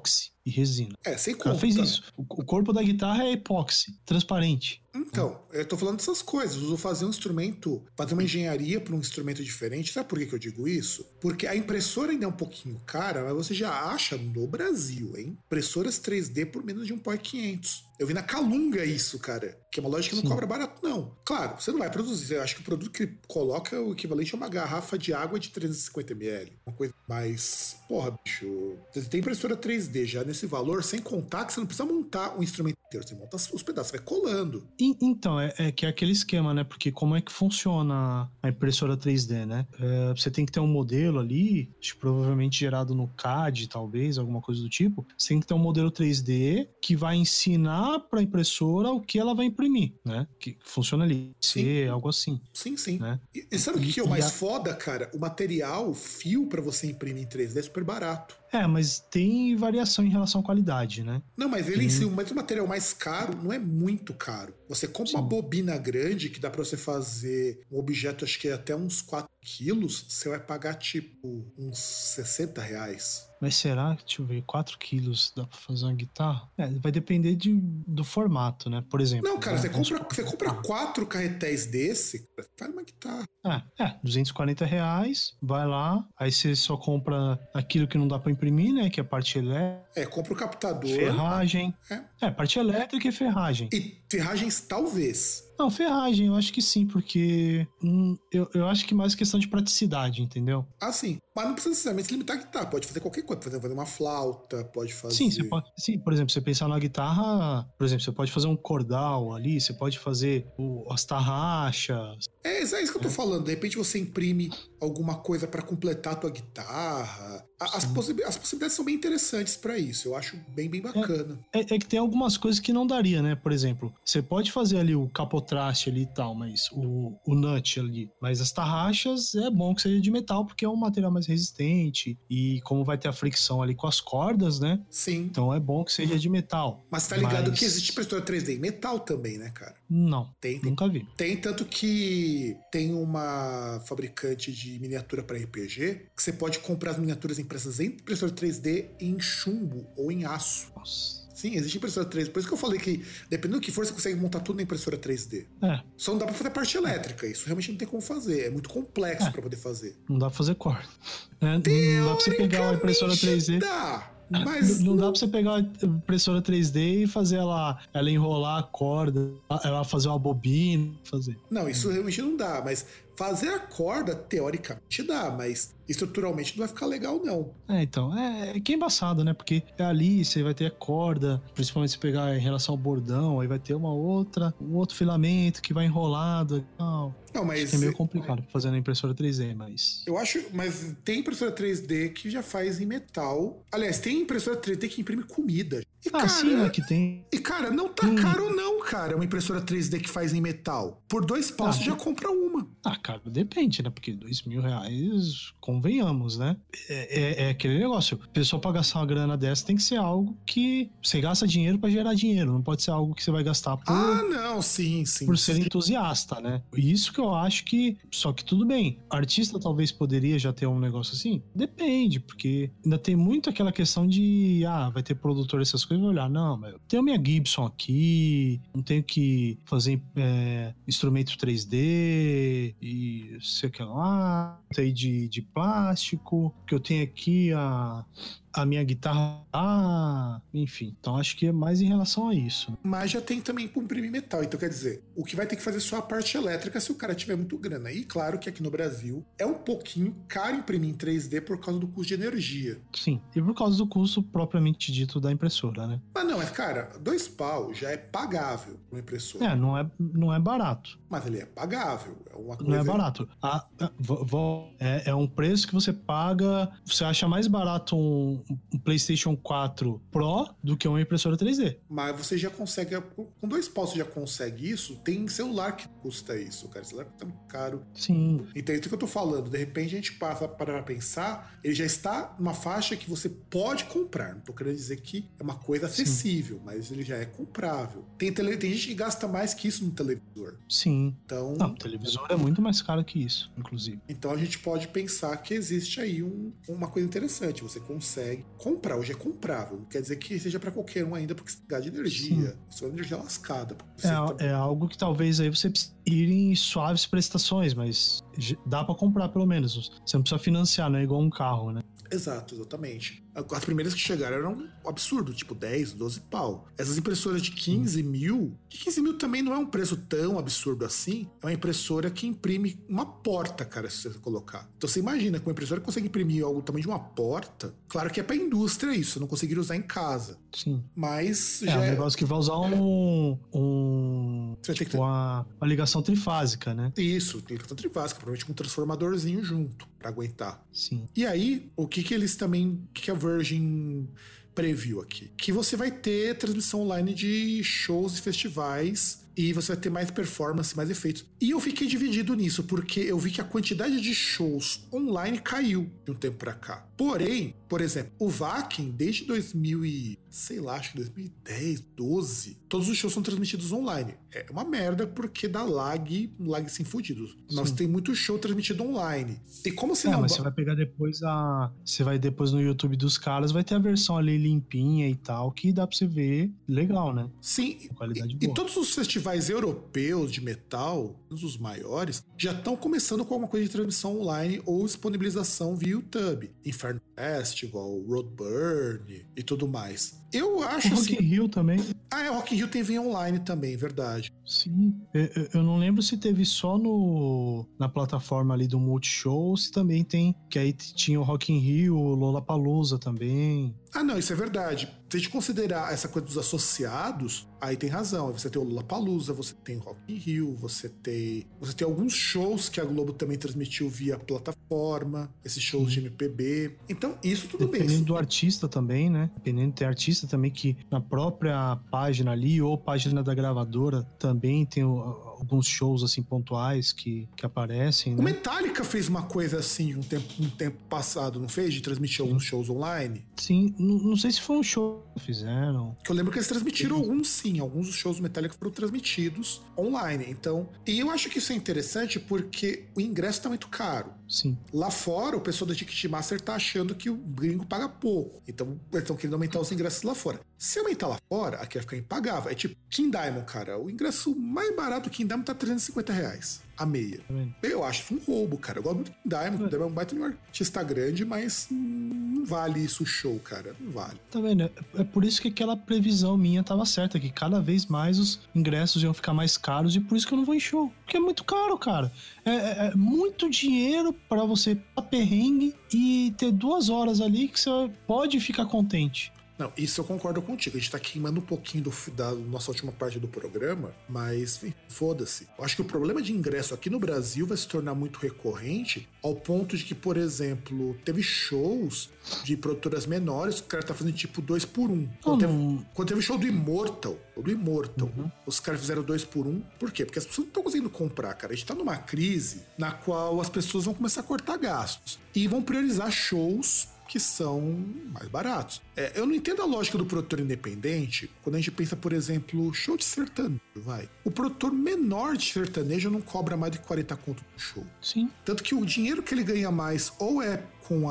e resina. É, sem O cara conta. fez isso. O, o corpo da guitarra é epóxi, transparente. Então, eu tô falando dessas coisas. Vou fazer um instrumento, fazer uma engenharia para um instrumento diferente. Sabe por que, que eu digo isso? Porque a impressora ainda é um pouquinho cara, mas você já acha no Brasil, hein? Impressoras três D por menos de um pau e quinhentos. Eu vi na Calunga isso, cara. Que é uma loja que não Sim. cobra barato, não. Claro, você não vai produzir. Eu acho que o produto que ele coloca é o equivalente a uma garrafa de água de trezentos e cinquenta mililitros. Uma coisa mais... Porra, bicho. Você tem impressora três D já nesse valor, sem contar que você não precisa montar um instrumento inteiro. Você monta os pedaços, você vai colando. E, então, é, é que é aquele esquema, né? Porque como é que funciona a impressora três D, né? É, você tem que ter um modelo ali, acho que provavelmente gerado no C A D, talvez, alguma coisa do tipo. Você tem que ter um modelo três D que vai ensinar para a impressora o que ela vai imprimir, né? Que funciona ali, ser algo assim. Sim, sim. Né? E, e sabe o E- que é o e mais a- foda, cara? O material, o fio pra você imprimir em três D é super barato. É, mas tem variação em relação à qualidade, né? Não, mas ele em Sim. si, mas o material mais caro não é muito caro. Você compra uma Sim. bobina grande que dá pra você fazer um objeto, acho que é até uns quatro quilos, você vai pagar tipo uns sessenta reais. Mas será que, deixa eu ver, quatro quilos dá pra fazer uma guitarra? É, vai depender de, do formato, né? Por exemplo. Não, cara, né? você Vamos compra, supor- você compra quatro carretéis desse, cara, faz uma guitarra. É, é, duzentos e quarenta reais, vai lá, aí você só compra aquilo que não dá pra imprimir, né? Que é a parte elétrica, É, compra o captador. ferragem. É. É, parte elétrica e ferragem. E ferragens, talvez. Não, ferragem, eu acho que sim, porque hum, eu, eu acho que mais questão de praticidade, entendeu? Ah, sim. Mas não precisa necessariamente se limitar a guitarra. Pode fazer qualquer coisa. Pode fazer uma flauta, pode fazer... Sim, você pode, sim, por exemplo, você pensar na guitarra, por exemplo, você pode fazer um cordal ali, você pode fazer o, as tarraxas. É, é isso que eu tô falando. De repente você imprime alguma coisa pra completar a tua guitarra. A- As, possi- as possibilidades são bem interessantes pra isso. Eu acho bem, bem bacana. É, é que tem algumas coisas que não daria, né? Por exemplo, você pode fazer ali o capotraste ali e tal, mas o, o nut ali. Mas as tarraxas é bom que seja de metal, porque é um material mais resistente. E como vai ter a fricção ali com as cordas, né? Sim. Então é bom que seja de metal. Mas tá ligado Mas- que existe impressora três D em metal também, né, cara? Não, Tem, tem. nunca vi. Tem tanto que tem uma fabricante de miniatura para R P G que você pode comprar as miniaturas impressas em impressora três D em chumbo ou em aço. Nossa. Sim, existe impressora três D. Por isso que eu falei que, dependendo do que for, você consegue montar tudo na impressora três D. É, Só não dá pra fazer a parte elétrica. Isso realmente não tem como fazer. É muito complexo É. pra poder fazer. não dá pra fazer corda. É, não dá pra você pegar uma impressora três D. Dá, mas Não, não dá pra você pegar a impressora três D e fazer ela, ela enrolar a corda, ela fazer uma bobina, fazer. Não, isso realmente não dá. Mas fazer a corda, teoricamente, dá. Mas estruturalmente não vai ficar legal, não. É, então, é, é que é embaçado, né? Porque ali você vai ter a corda, principalmente se pegar em relação ao bordão, aí vai ter uma outra, um outro filamento que vai enrolado e tal. Não, mas Acho que é meio complicado fazer na impressora três D, mas... eu acho, mas tem impressora três D que já faz em metal. Aliás, tem impressora três D que imprime comida. E, Ah, cara, sim, né? Que tem... e cara, não tá Hum. caro não, cara, uma impressora três D que faz em metal. Por dois pau Ah, você já compra uma. Ah, cara, depende, né? Porque dois mil reais, convenhamos, né? É, é, é aquele negócio. A pessoa pra gastar uma grana dessa tem que ser algo que você gasta dinheiro pra gerar dinheiro. Não pode ser algo que você vai gastar por, Ah, não, sim, sim. por ser entusiasta, né? Isso que eu acho que... Só que tudo bem. Artista talvez poderia já ter um negócio assim? Depende, porque ainda tem muito aquela questão de... Ah, vai ter produtor essas coisas. Vai olhar, não, mas eu tenho minha Gibson aqui, não tenho que fazer é, instrumento três D e sei o que lá, aí de, de plástico, que eu tenho aqui a... a minha guitarra, ah, enfim. Então acho que é mais em relação a isso. Né? Mas já tem também para imprimir metal. Então, quer dizer, o que vai ter que fazer só a parte elétrica se o cara tiver muito grana. E claro que aqui no Brasil é um pouquinho caro imprimir em três D por causa do custo de energia. Sim, e por causa do custo propriamente dito da impressora, né? Mas não, é, cara, dois pau já é pagável uma impressora. É, não é, não é barato. Mas ele é pagável. É uma coisa... Não é barato. A, a- vo- vo- é, é um preço que você paga. Você acha mais barato um, um PlayStation quatro Pro do que uma impressora três D. Mas você já consegue, com dois pau você já consegue isso. Tem celular que custa isso, cara. Celular que tá muito caro. Sim. Então é isso que eu tô falando. De repente a gente passa para pensar, ele já está numa faixa que você pode comprar. Não tô querendo dizer que é uma coisa acessível, Sim. mas ele já é comprável. Tem, tele... Tem gente que gasta mais que isso no televisor. Sim. Então, Não, o televisor é muito mais caro que isso, inclusive. então a gente pode pensar que existe aí um, uma coisa interessante. Você consegue consegue comprar. Hoje é comprável. Não quer dizer que seja pra qualquer um ainda, porque você gasta de energia. Isso é uma energia lascada. É, tá... é algo que talvez aí você precise ir em suaves prestações, mas dá pra comprar pelo menos. Você não precisa financiar, não é igual um carro, né? Exato, exatamente. As primeiras que chegaram eram um absurdo, tipo dez, doze pau. Essas impressoras de quinze mil, que quinze mil também não é um preço tão absurdo assim. É uma impressora que imprime uma porta, cara, se você colocar. Então você imagina que uma impressora que consegue imprimir algo do tamanho de uma porta, claro que é pra indústria isso, não conseguiria usar em casa. Sim. Mas é, já um negócio que vai usar um... um você tipo, ter... uma, uma ligação trifásica, né? Isso, ligação trifásica, provavelmente com um transformadorzinho junto, pra aguentar. Sim. E aí, o que que eles também... O que que a Virgin previu aqui? Que você vai ter transmissão online de shows e festivais e você vai ter mais performance, mais efeitos. E eu fiquei dividido nisso, porque eu vi que a quantidade de shows online caiu de um tempo pra cá. Porém, por exemplo, o Wacken, desde dois mil e... sei lá, acho que dois mil e dez, doze, todos os shows são transmitidos online. É uma merda porque dá lag, um lag sem fudido. Nós tem muito show transmitido online. E como se é, não... mas você vai pegar depois a... Você vai depois no YouTube dos caras, vai ter a versão ali limpinha e tal, que dá pra você ver legal, né? Sim, com qualidade e, boa. E todos os festivais europeus de metal, os maiores, já estão começando com alguma coisa de transmissão online ou disponibilização via YouTube. Inferno Festival, Roadburn e tudo mais. Eu acho o assim... Rock in Rio também. Ah, é, o Rock in Rio tem via online também, verdade. Sim, eu, eu não lembro se teve só no na plataforma ali do Multishow ou se também tem, que aí tinha o Rock in Rio, o Lollapalooza também. Ah, não, isso é verdade. Se a gente considerar essa coisa dos associados, aí tem razão. Você tem o Lollapalooza, você tem o Rock in Rio, você tem... Você tem alguns shows que a Globo também transmitiu via plataforma, esses shows Sim. de M P B. Então, isso tudo Dependendo bem. Dependendo do artista também, né? Dependendo, tem artista também que na própria página ali, ou página da gravadora, também tem o, alguns shows, assim, pontuais que, que aparecem, né? O Metallica fez uma coisa assim um tempo, um tempo passado, não fez? De transmitir Sim. alguns shows online? Sim, não, não sei se foi um show que fizeram. Que eu lembro que eles transmitiram sim. alguns sim, alguns dos shows do Metallica foram transmitidos online, então... E eu acho que isso é interessante porque o ingresso tá muito caro. Sim. Lá fora, o pessoal da Ticketmaster tá achando que o gringo paga pouco, então eles estão querendo aumentar os ingressos lá fora. Se aumentar lá fora, aqui vai ficar impagável. É tipo King Diamond, cara, o ingresso mais barato do King Diamond tá trezentos e cinquenta reais. A meia. É eu acho isso um roubo, cara. Eu gosto muito do King Diamond. O King Diamond é um baita de um artista grande, mas não vale isso o show, cara. Não vale. Tá vendo? É por isso que aquela previsão minha tava certa, que cada vez mais os ingressos iam ficar mais caros e por isso que eu não vou em show. Porque é muito caro, cara. É, é, é muito dinheiro pra você pra perrengue e ter duas horas ali que você pode ficar contente. Não, isso eu concordo contigo. A gente tá queimando um pouquinho do, da nossa última parte do programa, mas foda-se. Eu acho que o problema de ingresso aqui no Brasil vai se tornar muito recorrente ao ponto de que, por exemplo, teve shows de produtoras menores que o cara tá fazendo tipo dois por um. Quando, uhum. teve, quando teve show do Immortal, do Immortal, uhum. os caras fizeram dois por um. Por quê? Porque as pessoas não estão conseguindo comprar, cara. A gente tá numa crise na qual as pessoas vão começar a cortar gastos e vão priorizar shows que são mais baratos. É, eu não entendo a lógica do produtor independente quando a gente pensa, por exemplo, show de sertanejo, vai. O produtor menor de sertanejo não cobra mais de quarenta conto no show. Sim. Tanto que o dinheiro que ele ganha mais ou é com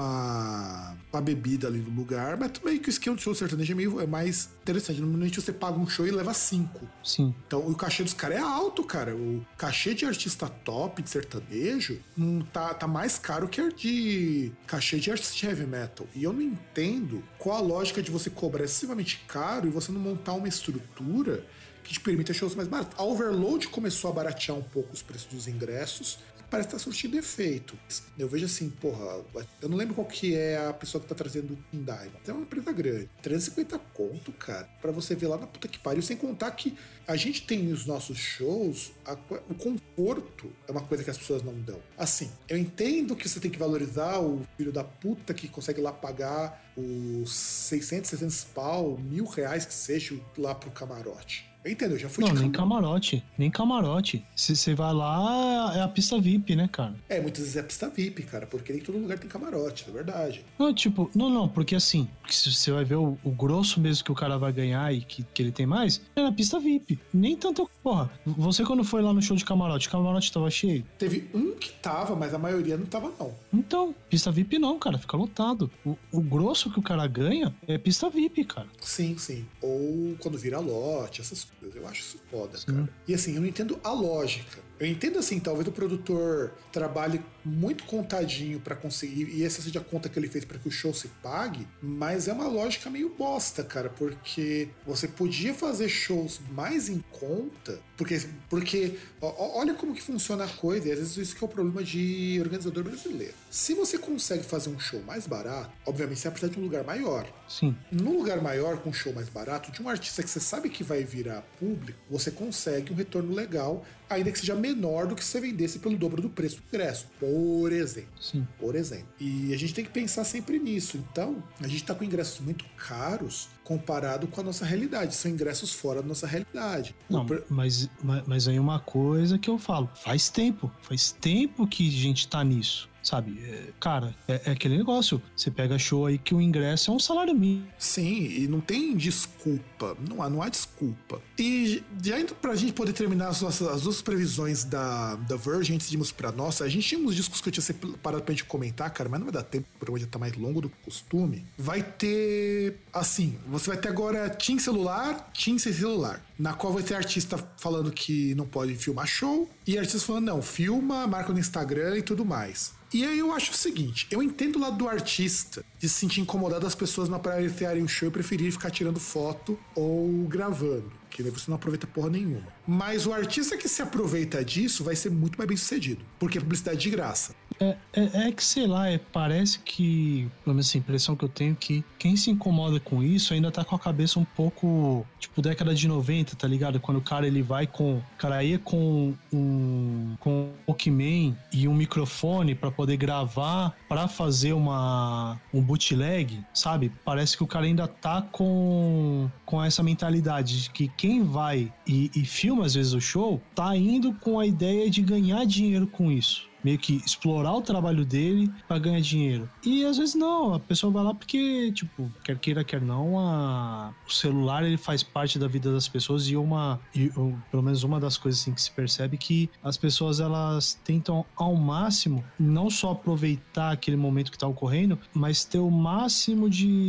a, com a bebida ali no lugar, mas também que o esquema do show sertanejo é, meio, é mais interessante. Normalmente você paga um show e leva cinco. Sim. Então o cachê dos caras é alto, cara. O cachê de artista top de sertanejo hum, tá, tá mais caro que de cachê de artista de heavy metal. E eu não entendo qual a lógica de você cobrar excessivamente caro e você não montar uma estrutura que te permita shows mais baratos. A Overload começou a baratear um pouco os preços dos ingressos e parece estar surtindo efeito. Eu vejo assim, porra, eu não lembro qual que é a pessoa que tá trazendo o King Diamond. É uma empresa grande. trezentos e cinquenta conto, cara, pra você ver lá na puta que pariu. Sem contar que a gente tem os nossos shows, a, o conforto é uma coisa que as pessoas não dão. Assim, eu entendo que você tem que valorizar o filho da puta que consegue lá pagar os seiscentos, seiscentos pau, mil reais que seja lá pro camarote. Eu entendo, eu já fui Não, de nem camarote. camarote. Nem camarote. Se você vai lá, é a pista V I P, né, cara? É, muitas vezes é pista V I P, cara, porque nem todo lugar tem camarote, é verdade. Não, tipo, não, não, porque assim, se você vai ver o, o grosso mesmo que o cara vai ganhar e que, que ele tem mais, é na pista V I P. Nem tanto. Porra, você quando foi lá no show de camarote, o camarote tava cheio? Teve um que tava, mas a maioria não tava, não. Então, pista V I P não, cara, fica lotado. O, o grosso que o cara ganha é pista V I P, cara. Sim, sim. Ou quando vira lote, essas coisas. Eu acho isso foda, Sim. cara. E assim, eu não entendo a lógica. Eu entendo assim, talvez o produtor trabalhe muito contadinho pra conseguir, e essa seja a conta que ele fez pra que o show se pague, mas é uma lógica meio bosta, cara, porque você podia fazer shows mais em conta, porque, porque ó, olha como que funciona a coisa, e às vezes isso que é o problema de organizador brasileiro. Se você consegue fazer um show mais barato, obviamente você vai precisar de um lugar maior. Sim. Num lugar maior, com um show mais barato, de um artista que você sabe que vai virar público, você consegue um retorno legal, ainda que seja menor do que se você vendesse pelo dobro do preço do ingresso, por exemplo. Sim. Por exemplo. E a gente tem que pensar sempre nisso. Então, a gente tá com ingressos muito caros comparado com a nossa realidade. São ingressos fora da nossa realidade. Não, per... mas, mas, mas aí uma coisa que eu falo, faz tempo, faz tempo que a gente tá nisso. Sabe, é, cara, é, é aquele negócio. Você pega show aí que o ingresso é um salário mínimo. Sim, e não tem desculpa. Não há, não há desculpa. E já indo pra gente poder terminar as, nossas, as duas previsões da, da Verge, antes de irmos pra nossa, a gente tinha uns discos que eu tinha separado pra gente comentar, cara, mas não vai dar tempo, o programa já tá mais longo do que costume. Vai ter, assim, você vai ter agora Team Celular, Team Sem Celular, na qual vai ter artista falando que não pode filmar show, e artista falando, não, filma, marca no Instagram e tudo mais. E aí eu acho o seguinte, eu entendo o lado do artista de se sentir incomodado as pessoas não aproveitarem o show e preferirem ficar tirando foto ou gravando, que daí você não aproveita porra nenhuma. Mas o artista que se aproveita disso vai ser muito mais bem sucedido, porque é publicidade de graça. É, é, é que, sei lá, é, parece que, pelo menos a impressão que eu tenho, que quem se incomoda com isso ainda tá com a cabeça um pouco, tipo, década de noventa, tá ligado? Quando o cara, ele vai com, o cara ia com um, com um Walkman e um microfone pra poder gravar, pra fazer uma, um bootleg, sabe? Parece que o cara ainda tá com, com essa mentalidade de que quem vai e, e filma, às vezes, o show, tá indo com a ideia de ganhar dinheiro com isso. Meio que explorar o trabalho dele pra ganhar dinheiro. E às vezes não, a pessoa vai lá porque, tipo, quer queira, quer não, a... o celular, ele faz parte da vida das pessoas e uma, e, ou, pelo menos uma das coisas assim que se percebe, que as pessoas, elas tentam ao máximo não só aproveitar aquele momento que tá ocorrendo, mas ter o máximo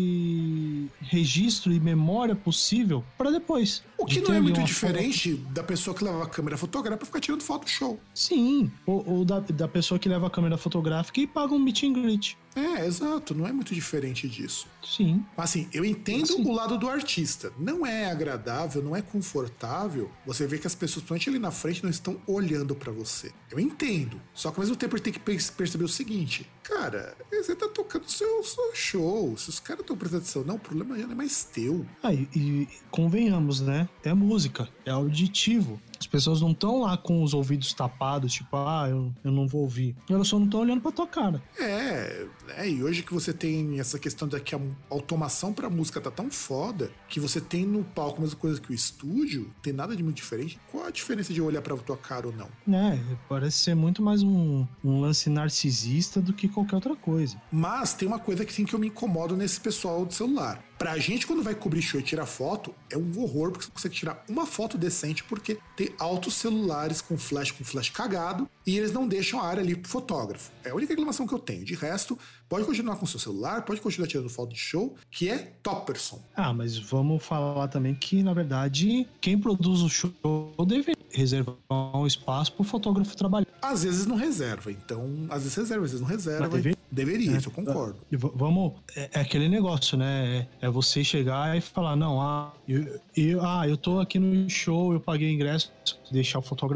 de registro e memória possível pra depois. O que De não ter é ali muito uma diferente foto... da pessoa que leva a câmera fotográfica pra ficar tirando foto do show. Sim, ou, ou da, da pessoa que leva a câmera fotográfica e paga um meet and greet. É, exato, não é muito diferente disso. Sim. Assim, eu entendo Sim. o lado do artista. Não é agradável, não é confortável você ver que as pessoas, principalmente ali na frente, não estão olhando pra você. Eu entendo. Só que ao mesmo tempo a gente tem que perceber o seguinte: cara, você tá tocando o seu, seu show. Se os caras estão prestando atenção, não, o problema já não é mais teu. Ah, e, e convenhamos, né? É música, é auditivo. As pessoas não estão lá com os ouvidos tapados, tipo, ah, eu, eu não vou ouvir. Elas só não estão olhando pra tua cara. É, é, e hoje que você tem essa questão de que a automação pra música tá tão foda, que você tem no palco a mesma coisa que o estúdio, tem nada de muito diferente. Qual a diferença de eu olhar pra tua cara ou não? É, parece ser muito mais um, um lance narcisista do que qualquer outra coisa. Mas tem uma coisa que, sim, que eu me incomodo nesse pessoal do celular. Pra gente, quando vai cobrir show e tirar foto, é um horror, porque você consegue tirar uma foto decente, porque tem altos celulares com flash, com flash cagado, e eles não deixam a área ali pro fotógrafo. É a única reclamação que eu tenho. De resto, pode continuar com o seu celular, pode continuar tirando foto de show, que é topperson. Ah, mas vamos falar também que, na verdade, quem produz o show deve reservar um espaço pro fotógrafo trabalhar. Às vezes não reserva, então, às vezes reserva, às vezes não reserva. Deve... Deveria, é, isso eu concordo. E vamos, é, é aquele negócio, né? É, é você chegar e falar, não, ah eu, eu, ah, eu tô aqui no show, eu paguei o ingresso, deixar o fotógrafo.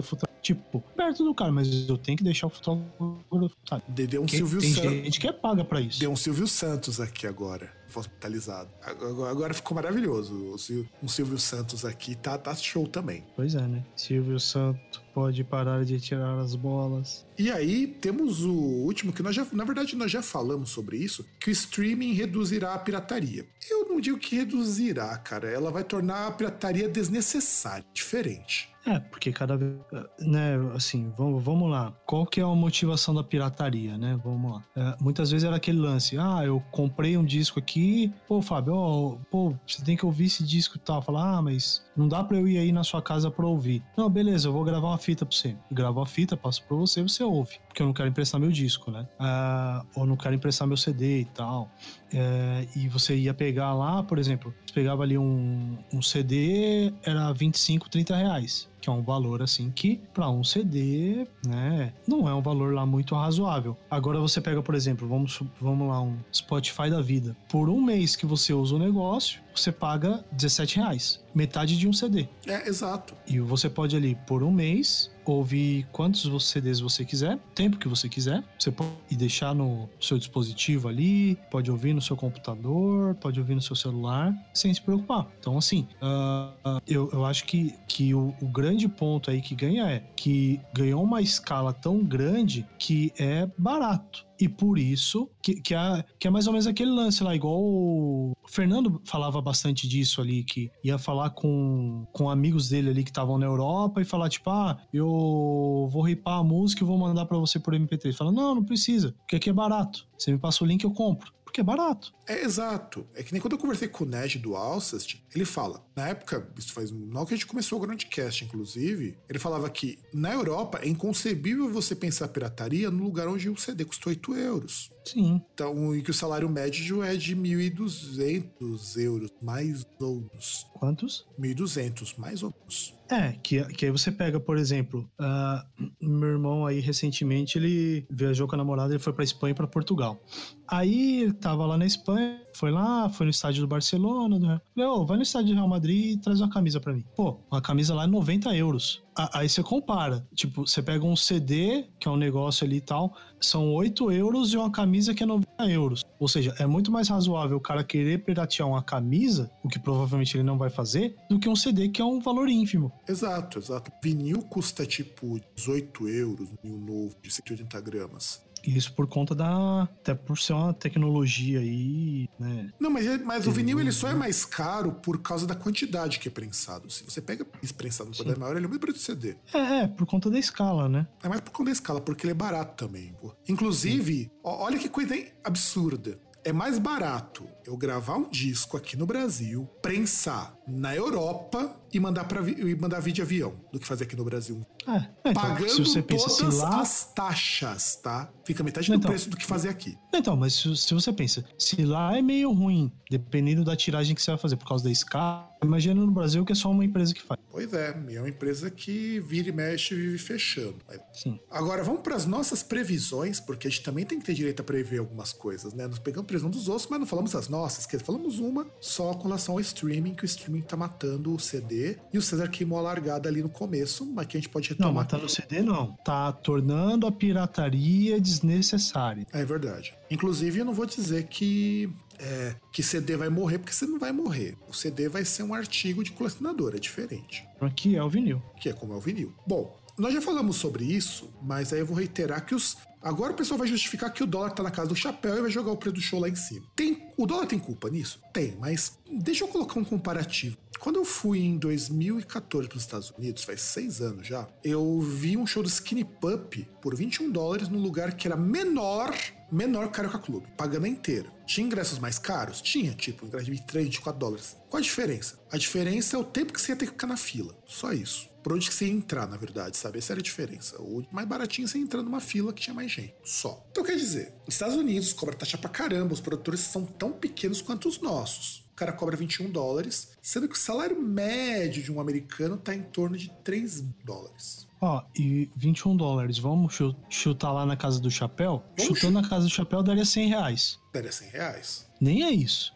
tipo, perto do cara, mas eu tenho que deixar o fotógrafo, sabe? Deu um Que, Silvio tem Santos. gente que é paga pra isso. Deu um Silvio Santos aqui agora, hospitalizado. Agora, agora ficou maravilhoso. Um Silvio Santos aqui tá, tá show também. Pois é, né? Silvio Santos pode parar de tirar as bolas. E aí temos o último, que nós já, na verdade nós já falamos sobre isso, que o streaming reduzirá a pirataria. Eu não digo que reduzirá, cara. Ela vai tornar a pirataria desnecessária, diferente. É, porque cada vez, né, assim, vamos, vamos lá. Qual que é a motivação da pirataria, né? Vamos lá. É, muitas vezes era aquele lance, ah, eu comprei um disco aqui, pô, Fábio, ó, pô, você tem que ouvir esse disco e tal. Falar, ah, mas não dá pra eu ir aí na sua casa pra ouvir. Não, beleza, eu vou gravar uma fita pra você. Eu gravo a fita, passo pra você, você ouve. Porque eu não quero emprestar meu disco, né? Ah, ou não quero emprestar meu C D e tal. É, e você ia pegar lá, por exemplo, você pegava ali um, um C D, era vinte e cinco, trinta reais. Que é um valor, assim, que para um C D, né, não é um valor lá muito razoável. Agora você pega, por exemplo, vamos, vamos lá, um Spotify da vida. Por um mês que você usa o negócio, você paga dezessete reais. Metade de um C D. É, exato. E você pode ali, por um mês, ouvir quantos C Ds você quiser, tempo que você quiser. Você pode deixar no seu dispositivo ali, pode ouvir no seu computador, pode ouvir no seu celular, sem se preocupar. Então, assim, uh, uh, eu, eu acho que, que o, o grande ponto aí que ganha é que ganhou uma escala tão grande que é barato. E por isso, que, que, é, que é mais ou menos aquele lance lá, igual o Fernando falava bastante disso ali, que ia falar com, com amigos dele ali que estavam na Europa e falar tipo, ah, eu vou ripar a música e vou mandar pra você por M P três. Fala, não, não precisa, porque aqui é barato. Você me passa o link, eu compro. Porque é barato. É, exato. É que nem quando eu conversei com o Ned do Alcest, ele fala, na época, isso faz não que a gente começou o Groundcast, inclusive, ele falava que na Europa é inconcebível você pensar pirataria no lugar onde o C D custou oito euros. Sim. Então, e que o salário médio é de mil e duzentos euros, mais ou menos. Quantos? mil e duzentos, mais ou menos. É, que, que aí você pega, por exemplo, uh, meu irmão aí recentemente, ele viajou com a namorada, ele foi pra Espanha e pra Portugal. Aí ele tava lá na Espanha, foi lá, foi no estádio do Barcelona, do... falei, ô, vai no estádio do Real Madrid e traz uma camisa pra mim. Pô, uma camisa lá é noventa euros. Aí você compara, tipo, você pega um C D, que é um negócio ali e tal, são oito euros e uma camisa que é noventa euros. Ou seja, é muito mais razoável o cara querer piratear uma camisa, o que provavelmente ele não vai fazer, do que um C D que é um valor ínfimo. Exato, exato. Vinil custa tipo dezoito euros, vinil novo, de cento e oitenta gramas. Isso por conta da... até por ser uma tecnologia aí, né? Não, mas, é, mas o vinil ele só é mais caro por causa da quantidade que é prensado. Se você pega isso prensado no poder maior, ele é muito preço do C D. É, é, por conta da escala, né? É mais por conta da escala, porque ele é barato também. Pô. Inclusive, ó, olha que coisa absurda. É mais barato eu gravar um disco aqui no Brasil, prensar na Europa e mandar, pra, e mandar vídeo avião do que fazer aqui no Brasil. É, então, pagando se você pensa todas se lá... as taxas, tá? Fica metade do então, preço do que fazer aqui. Então, mas se, se você pensa, se lá é meio ruim, dependendo da tiragem que você vai fazer por causa da escala, imagina no Brasil que é só uma empresa que faz. Pois é, é uma empresa que vira e mexe e vive fechando. Sim. Agora, vamos para as nossas previsões, porque a gente também tem que ter direito a prever algumas coisas, né? Nós pegamos previsão dos outros, mas não falamos as nossas, quer dizer, falamos uma só com relação ao streaming, que o streaming tá matando o C D, e o César queimou a largada ali no começo, mas que a gente pode retomar. Não, matando o C D não. Tá tornando a pirataria desnecessária. É verdade. Inclusive, eu não vou dizer que É, que C D vai morrer, porque você não vai morrer. O C D vai ser um artigo de colecionador, é diferente. Aqui é o vinil. Que é como é o vinil. Bom, nós já falamos sobre isso, mas aí eu vou reiterar que os... Agora o pessoal vai justificar que o dólar tá na casa do chapéu e vai jogar o preço do show lá em cima. Tem... O dólar tem culpa nisso? Tem, mas deixa eu colocar um comparativo. Quando eu fui em dois mil e quatorze para os Estados Unidos, faz seis anos já, eu vi um show do Skinny Puppy por vinte e um dólares num lugar que era menor, menor que o Carioca Clube, pagando a inteira. Tinha ingressos mais caros? Tinha, tipo, ingresso de vinte e três, vinte e quatro dólares. Qual a diferença? A diferença é o tempo que você ia ter que ficar na fila. Só isso. Por onde que você ia entrar, na verdade, sabe? Essa era a diferença. O mais baratinho você ia entrar numa fila que tinha mais gente. Só. Então, quer dizer, nos Estados Unidos cobra taxa pra caramba, os produtores são tão pequenos quanto os nossos. O cara cobra vinte e um dólares, sendo que o salário médio de um americano tá em torno de três dólares. Ó, e vinte e um dólares, vamos chutar lá na casa do chapéu? Vamos Chutando na casa do chapéu daria cem reais. Daria cem reais. Nem é isso.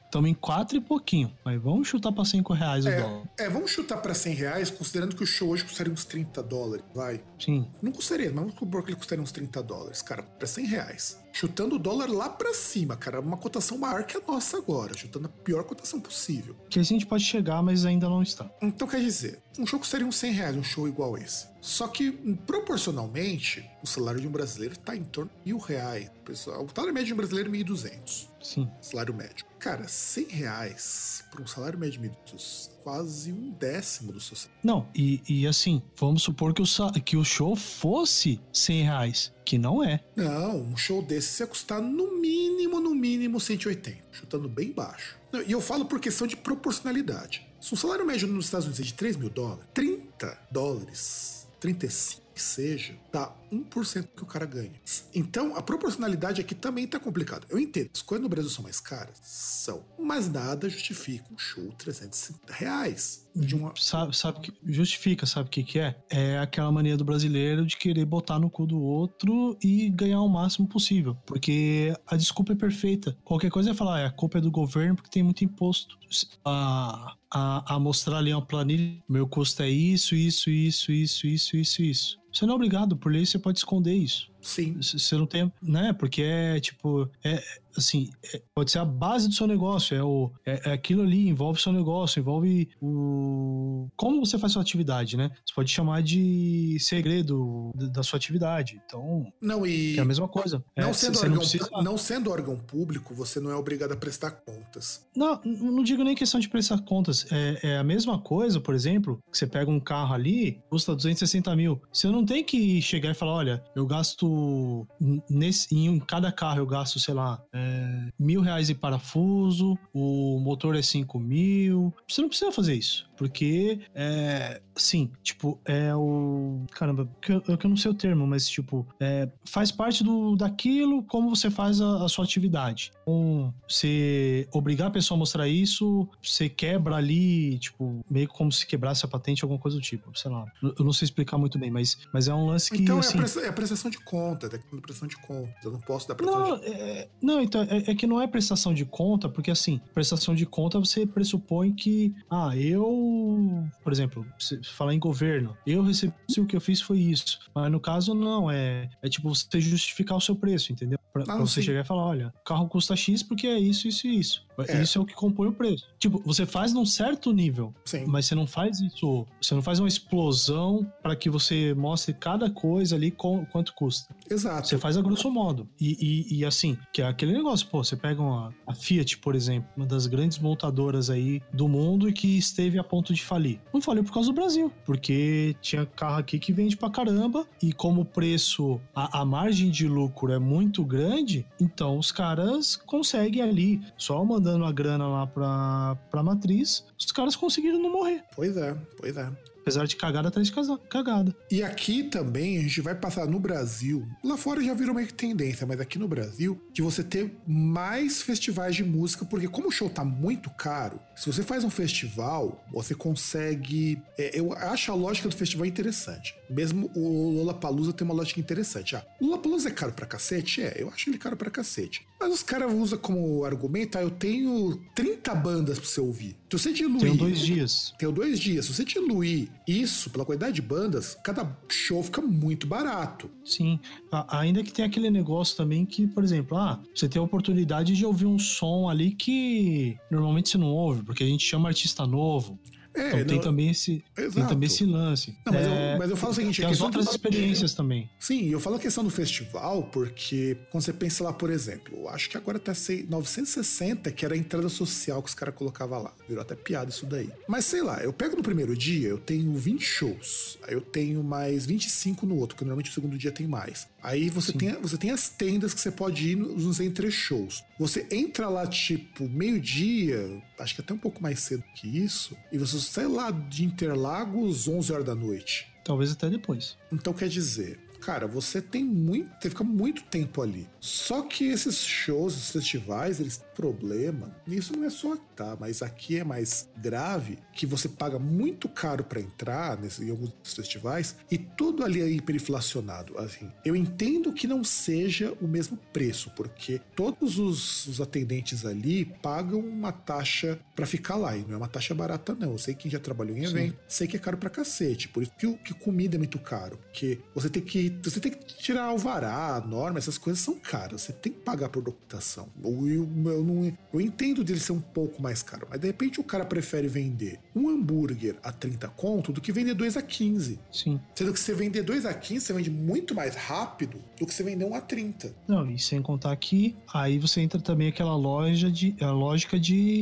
estamos em quatro e pouquinho, mas vamos chutar pra cinco reais o é, dólar. É, vamos chutar pra cem reais, considerando que o show hoje custaria uns trinta dólares, vai. Sim. Não custaria, mas vamos supor que ele custaria uns trinta dólares, cara, pra cem reais. Chutando o dólar lá pra cima, cara, uma cotação maior que a nossa agora, chutando a pior cotação possível. Que a gente pode chegar, mas ainda não está. Então quer dizer, um show custaria uns cem reais, um show igual esse. Só que, proporcionalmente, o salário de um brasileiro tá em torno de mil reais. Pessoal, o salário médio de um brasileiro é mil e duzentos. Sim. Salário médio. Cara, cem reais para um salário médio de mil e duzentos, quase um décimo do seu salário. Não, e, e assim, vamos supor que o, que o show fosse cem reais, que não é. Não, um show desse ia custar no mínimo, no mínimo cento e oitenta, chutando bem baixo. Não, e eu falo por questão de proporcionalidade. Se o salário médio nos Estados Unidos é de três mil dólares, trinta dólares, trinta e cinco que seja, dá um por cento que o cara ganha. Então, a proporcionalidade aqui também tá complicada. Eu entendo, as coisas no Brasil são mais caras? São. Mas nada justifica um show trezentos e cinquenta reais. De uma... Sabe, sabe que justifica, sabe o que que é? É aquela mania do brasileiro de querer botar no cu do outro e ganhar o máximo possível. Porque a desculpa é perfeita. Qualquer coisa é falar, ah, a culpa é do governo porque tem muito imposto. A, a, a mostrar ali uma planilha, meu custo é isso, isso, isso, isso, isso, isso, isso. Você não é obrigado, por lei você pode esconder isso. Sim. Você não tem, né? Porque é tipo, é assim, é, pode ser a base do seu negócio, é, o, é, é aquilo ali, envolve o seu negócio, envolve o como você faz sua atividade, né? Você pode chamar de segredo da sua atividade. Então, não, e... é a mesma coisa. Não, é, sendo você órgão, não, precisa... não sendo órgão público, você não é obrigado a prestar contas. Não, não digo nem questão de prestar contas. É, é a mesma coisa, por exemplo, que você pega um carro ali, custa duzentos e sessenta mil. Você não tem que chegar e falar, olha, eu gasto nesse, em cada carro eu gasto, sei lá, é, mil reais de parafuso, o motor é cinco mil. Você não precisa fazer isso, porque é, sim, tipo, é o... Caramba, eu, eu não sei o termo, mas tipo, é, faz parte do, daquilo como você faz a, a sua atividade. Então, você obrigar a pessoa a mostrar isso, você quebra ali, tipo, meio como se quebrasse a patente, alguma coisa do tipo, sei lá. Eu não sei explicar muito bem, mas, mas é um lance que, então, assim... Então, é a prestação de conta, é a prestação de conta. Eu não posso dar prestação não, de conta. É, não, então, é, é que não é prestação de conta, porque, assim, prestação de conta você pressupõe que, ah, eu, por exemplo, se falar em governo, eu recebi o que eu fiz foi isso. Mas no caso, não, é, é tipo você justificar o seu preço, entendeu? Pra, ah, pra você sim. chegar e falar, olha, o carro custa X porque é isso, isso e isso. É. Isso é o que compõe o preço. Tipo, você faz num certo nível, sim. mas você não faz isso, você não faz uma explosão para que você mostre cada coisa ali com, quanto custa. Exato. Você faz a grosso modo. E, e, e assim, que é aquele negócio, pô, você pega uma, a Fiat, por exemplo, uma das grandes montadoras aí do mundo e que esteve a ponto de falir. Não faliu por causa do Brasil, porque tinha carro aqui que vende pra caramba e como o preço, a, a margem de lucro é muito grande, então os caras conseguem ali, só mandando a grana lá pra, pra matriz, os caras conseguiram não morrer. Pois é, pois é. Apesar de cagada atrás de cagada. E aqui também a gente vai passar no Brasil, lá fora já virou meio que tendência, mas aqui no Brasil, de você ter mais festivais de música, porque como o show tá muito caro, se você faz um festival, você consegue... É, eu acho a lógica do festival interessante. Mesmo o Lollapalooza tem uma lógica interessante. Ah, o Lollapalooza é caro pra cacete? É, eu acho ele caro pra cacete. Mas os caras usam como argumento, ah, eu tenho trinta bandas pra você ouvir. Se você diluir... Tenho dois dias. Tenho dois dias. Se você diluir isso, pela quantidade de bandas, cada show fica muito barato. Sim, ainda que tem aquele negócio também que, por exemplo, ah, você tem a oportunidade de ouvir um som ali que normalmente você não ouve, porque a gente chama artista novo. É, então tem, não... também esse, tem também esse lance. Não, mas, é, eu, mas eu falo o seguinte... Tem as outras do... experiências também. Sim, eu falo a questão do festival porque quando você pensa lá, por exemplo, eu acho que agora tá novecentos e sessenta, que era a entrada social que os caras colocavam lá. Virou até piada isso daí. Mas sei lá, eu pego no primeiro dia, eu tenho vinte shows. Aí eu tenho mais vinte e cinco no outro, porque normalmente o segundo dia tem mais. Aí você tem, você tem as tendas que você pode ir nos entre shows. Você entra lá, tipo, meio-dia, acho que até um pouco mais cedo que isso, e você sai lá de Interlagos onze horas da noite. Talvez até depois. Então quer dizer, cara, você tem muito, você fica muito tempo ali. Só que esses shows, esses festivais, eles têm problema. E isso não é só, tá? Mas aqui é mais grave, que você paga muito caro pra entrar nesse, em alguns festivais e tudo ali é hiperinflacionado. Assim, eu entendo que não seja o mesmo preço, porque todos os, os atendentes ali pagam uma taxa pra ficar lá. E não é uma taxa barata, não. Eu sei que já trabalhou em evento, sim, sei que é caro pra cacete. Por isso que, que comida é muito caro. Porque você tem que, você tem que tirar alvará, norma, essas coisas são caras. Você tem que pagar por documentação. Eu, eu, eu, não, eu entendo dele ser um pouco mais caro, mas de repente o cara prefere vender um hambúrguer a trinta conto do que vender dois a quinze. Sim. Sendo que você vender dois a quinze, você vende muito mais rápido do que você vender um a trinta. Não, e sem contar que aí você entra também aquela loja de, a lógica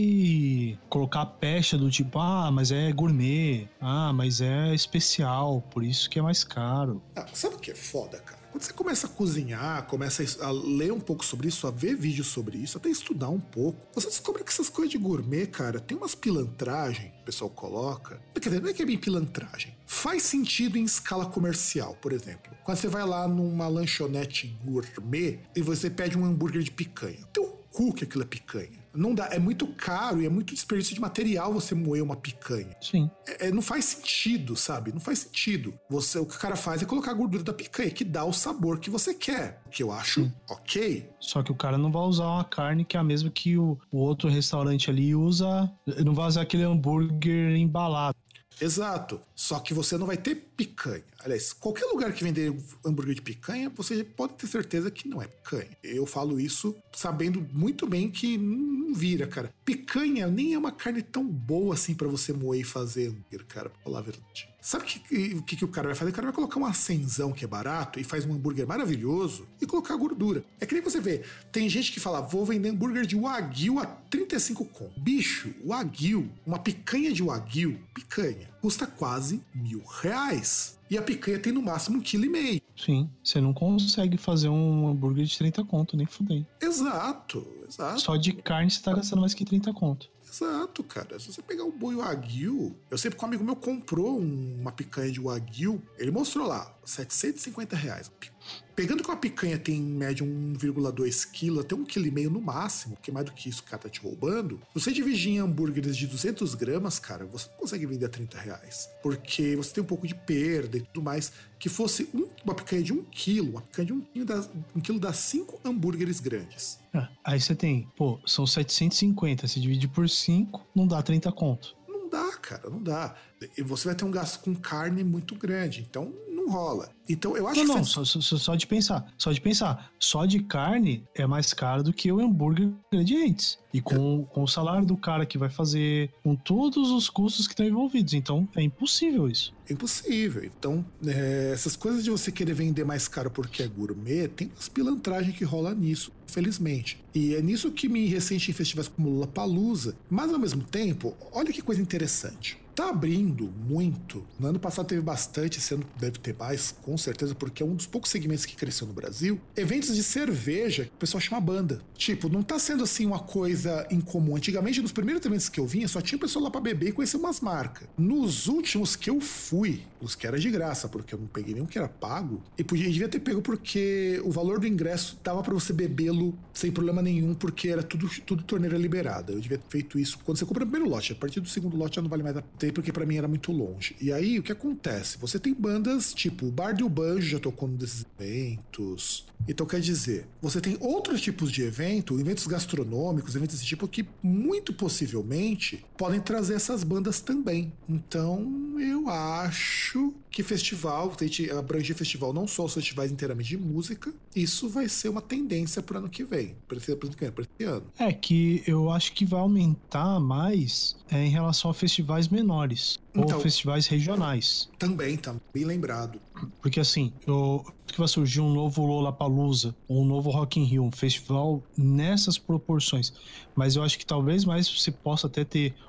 de colocar a pecha do tipo, ah, mas é gourmet, ah, mas é especial, por isso que é mais caro. Ah, sabe o que é foda, cara? Quando você começa a cozinhar, começa a ler um pouco sobre isso, a ver vídeos sobre isso, até estudar um pouco, você descobre que essas coisas de gourmet, cara, tem umas pilantragens que o pessoal coloca. Quer dizer, não é que é bem pilantragem. Faz sentido em escala comercial, por exemplo. Quando você vai lá numa lanchonete gourmet e você pede um hambúrguer de picanha. Tem um cu que aquilo é picanha. Não dá, é muito caro e é muito desperdício de material você moer uma picanha. Sim. É, é, não faz sentido, sabe? Não faz sentido. Você, o que o cara faz é colocar a gordura da picanha, que dá o sabor que você quer. O que eu acho, sim, ok. Só que o cara não vai usar uma carne que é a mesma que o, o outro restaurante ali usa. Não vai usar aquele hambúrguer embalado. Exato. Só que você não vai ter picanha. Aliás, qualquer lugar que vender hambúrguer de picanha, você pode ter certeza que não é picanha. Eu falo isso sabendo muito bem que não vira, cara. Picanha nem é uma carne tão boa assim pra você moer e fazer hambúrguer, cara, pra falar a verdade. Sabe o que, que, que o cara vai fazer? O cara vai colocar um acenzão que é barato e faz um hambúrguer maravilhoso e colocar gordura. É que nem você vê, tem gente que fala, vou vender hambúrguer de Wagyu a trinta e cinco conto. Bicho, Wagyu, uma picanha de Wagyu, picanha, custa quase mil reais. E a picanha tem no máximo um quilo e meio. Sim, você não consegue fazer um hambúrguer de trinta conto, nem fudendo. Exato, exato. Só de carne você tá gastando mais que trinta conto. Exato, cara. Se você pegar um boi Wagyu... Eu sei porque um amigo meu comprou uma picanha de Wagyu. Ele mostrou lá, setecentos e cinquenta reais. Pegando que uma picanha tem em média um vírgula dois quilos, até um vírgula cinco quilo no máximo, porque mais do que isso o cara tá te roubando. Se você dividir em hambúrgueres de duzentas gramas, cara, você não consegue vender a trinta reais. Porque você tem um pouco de perda e tudo mais. Que fosse um, uma picanha de um quilo, uma picanha de um quilo dá, um quilo dá cinco hambúrgueres grandes. Ah, aí você tem, pô, são setecentos e cinquenta, se divide por cinco, não dá trinta conto. Não dá, cara, não dá. E você vai ter um gasto com carne muito grande, então não rola. Então eu acho não, que... Não, faz... só, só, só de pensar, só de pensar, só de carne é mais caro do que o hambúrguer de ingredientes. E com, com o salário do cara que vai fazer, com todos os custos que estão envolvidos, então é impossível isso. É impossível. Então, é, essas coisas de você querer vender mais caro porque é gourmet, tem umas pilantragens que rola nisso, infelizmente. E é nisso que me ressente em festivais como Lollapalooza. Mas, ao mesmo tempo, olha que coisa interessante. Tá abrindo muito. No ano passado teve bastante, esse ano deve ter mais, com certeza, porque é um dos poucos segmentos que cresceu no Brasil. Eventos de cerveja, que o pessoal chama banda. Tipo, não tá sendo assim uma coisa incomum. Antigamente, nos primeiros eventos que eu vinha, só tinha pessoa lá pra beber e conhecer umas marcas. Nos últimos que eu fui, os que era de graça, porque eu não peguei nenhum que era pago, e podia, devia ter pego porque o valor do ingresso dava pra você bebê-lo sem problema nenhum, porque era tudo, tudo torneira liberada. Eu devia ter feito isso quando você compra o primeiro lote. A partir do segundo lote já não vale mais a pena, porque pra mim era muito longe. E aí, o que acontece? Você tem bandas tipo o Bar do Banjo já tocou num desses eventos. Então, quer dizer, você tem outros tipos de evento, eventos gastronômicos, eventos desse tipo, que muito possivelmente podem trazer essas bandas também. Então, eu acho que festival, a gente abranger festival não só os festivais inteiramente de música, isso vai ser uma tendência pro ano que vem, para esse, esse ano. É que eu acho que vai aumentar mais é, em relação a festivais menores, então, ou festivais regionais. Também, tá bem lembrado. Porque assim, eu, que vai surgir um novo Lollapalooza, ou um novo Rock in Rio, um festival nessas proporções. Mas eu acho que talvez mais você possa até ter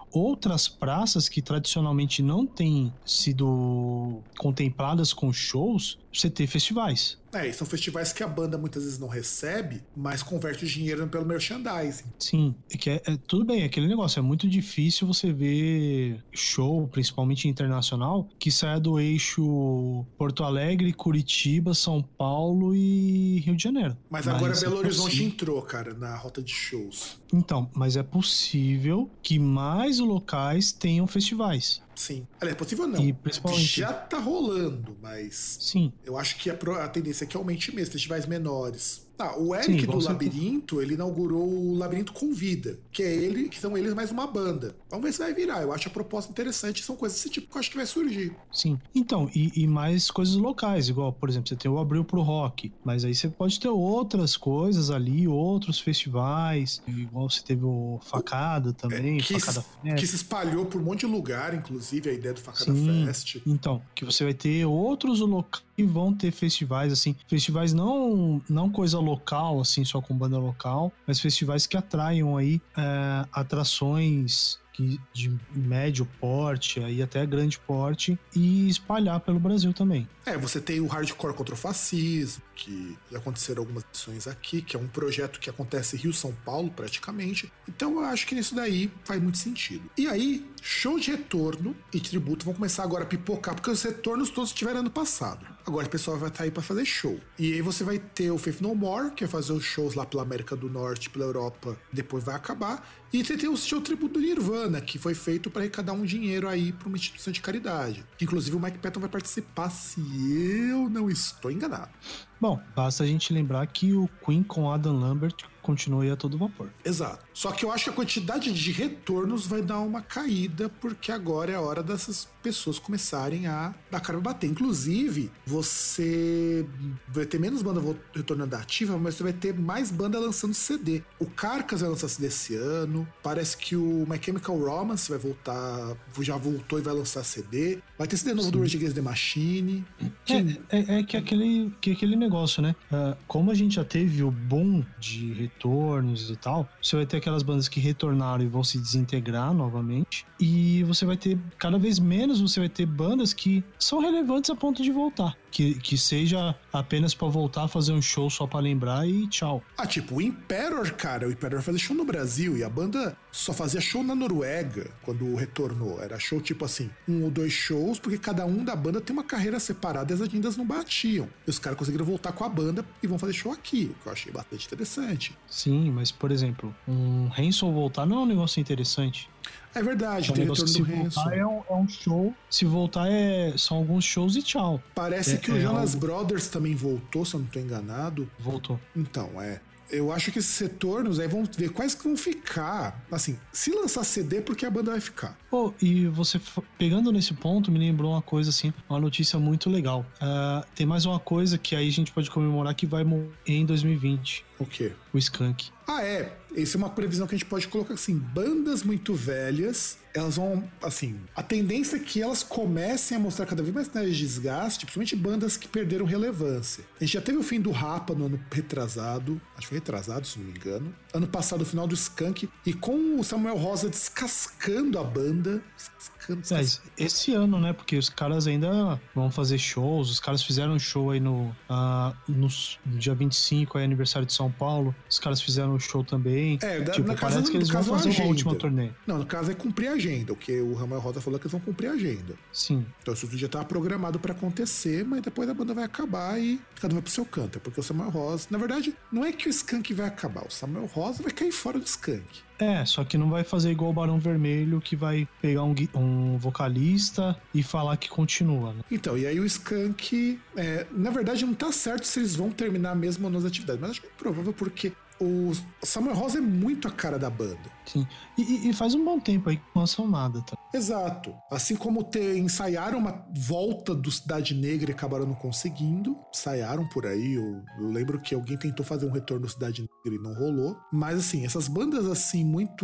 outras praças que tradicionalmente não têm sido contempladas com shows, você ter festivais. É, e são festivais que a banda muitas vezes não recebe, mas converte o dinheiro pelo merchandising. Sim, é que é, é tudo bem, é aquele negócio, é muito difícil você ver show, principalmente internacional, que saia do eixo Porto Alegre, Curitiba, São Paulo e Rio de Janeiro. Mas, mas agora Belo é Horizonte possível. entrou, cara, na rota de shows. Então, mas é possível que mais locais tenham festivais. Sim. Aliás, é possível não. E principalmente... Já tá rolando, mas... Sim. Eu acho que a, a tendência é que aumente mesmo, festivais menores. Ah, o Eric Sim, do Labirinto, que... ele inaugurou o Labirinto Convida, que é ele, que são eles mais uma banda. Vamos ver se vai virar. Eu acho a proposta interessante, são coisas desse tipo que eu acho que vai surgir. Sim. Então, e, e mais coisas locais, igual, por exemplo, você tem o Abril pro Rock, mas aí você pode ter outras coisas ali, outros festivais, igual você teve o Facada também, é, que Facada se, Fest. Que se espalhou por um monte de lugar, inclusive, a ideia do Facada Sim. Fest. Então, que você vai ter outros locais que vão ter festivais, assim, festivais não, não coisa local, assim, só com banda local, mas festivais que atraiam aí é, atrações de médio porte, aí até grande porte, e espalhar pelo Brasil também. É, você tem o Hardcore contra o Fascismo, que já aconteceram algumas edições aqui, que é um projeto que acontece Rio-São Paulo, praticamente. Então eu acho que nisso daí faz muito sentido. E aí, show de retorno e tributo vão começar agora a pipocar, porque os retornos todos tiveram ano passado. Agora o pessoal vai estar aí pra fazer show. E aí você vai ter o Faith No More, que vai fazer os shows lá pela América do Norte, pela Europa, depois vai acabar. E você tem o show tributo do Nirvana, que foi feito para arrecadar um dinheiro aí para uma instituição de caridade. Inclusive o Mike Patton vai participar, se eu não estou enganado. Bom, basta a gente lembrar que o Queen com Adam Lambert continua aí a todo vapor. Exato. Só que eu acho que a quantidade de retornos vai dar uma caída, porque agora é a hora dessas pessoas começarem a dar cara a bater. Inclusive, você vai ter menos banda retornando ativa, mas você vai ter mais banda lançando C D. O Carcass vai lançar C D esse ano. Parece que o My Chemical Romance vai voltar, já voltou e vai lançar C D. Vai ter C D novo Sim. do Rage Against the Machine. Que... É, é, é que aquele, que aquele negócio, né? Uh, como a gente já teve o boom de retornos e tal, você vai ter aquelas bandas que retornaram e vão se desintegrar novamente, e você vai ter cada vez menos, você vai ter bandas que são relevantes a ponto de voltar, que, que seja apenas pra voltar a fazer um show só pra lembrar e tchau. Ah, tipo, o Imperator, cara, o Imperator fazia show no Brasil e a banda só fazia show na Noruega quando retornou. Era show tipo assim, um ou dois shows, porque cada um da banda tem uma carreira separada e as agendas não batiam. E os caras conseguiram voltar com a banda e vão fazer show aqui, o que eu achei bastante interessante. Sim, mas por exemplo, um Hanson voltar não é um negócio interessante. É verdade, é um tem retorno do Hanson. É um, é um show, se voltar é, são alguns shows e tchau. Parece é, que o é Jonas algo... Brothers também voltou, se eu não tô enganado. Voltou. Então, é... Eu acho que esses retornos aí vão ver quais que vão ficar. Assim, se lançar C D, porque a banda vai ficar. Pô, oh, e você pegando nesse ponto, me lembrou uma coisa assim, uma notícia muito legal. Uh, tem mais uma coisa que aí a gente pode comemorar que vai morrer em dois mil e vinte. O quê? O Skank. Ah, é. Essa é uma previsão que a gente pode colocar assim, bandas muito velhas, elas vão, assim, a tendência é que elas comecem a mostrar cada vez mais sinais de desgaste, principalmente bandas que perderam relevância. A gente já teve o fim do Rapa no ano retrasado, acho que foi retrasado, se não me engano. Ano passado, o final do Skank, e com o Samuel Rosa descascando a banda, descascando, descascando. É, esse ano, né, porque os caras ainda vão fazer shows, os caras fizeram um show aí no, uh, no dia vinte e cinco, aí aniversário de São Paulo, os caras fizeram um show também. É, da, tipo, na parece casa, que eles vão fazer uma última turnê. Não, no caso é cumprir a agenda, o que o Samuel Rosa falou que eles vão cumprir a agenda. Sim. Então isso já estava programado para acontecer, mas depois a banda vai acabar e cada um vai pro seu canto. É porque o Samuel Rosa, na verdade, não é que o Skank vai acabar, o Samuel Rosa vai cair fora do Skank. É, só que não vai fazer igual o Barão Vermelho, que vai pegar um, um vocalista e falar que continua, né? Então, e aí o Skank, é, na verdade não tá certo se eles vão terminar mesmo nas atividades, mas acho que é provável porque o Samuel Rosa é muito a cara da banda. Sim, e, e faz um bom tempo aí que não lançam nada, tá? Exato. Assim como ter, ensaiaram uma volta do Cidade Negra e acabaram não conseguindo. Ensaiaram por aí. Eu, eu lembro que alguém tentou fazer um retorno do Cidade Negra e não rolou. Mas assim, essas bandas assim muito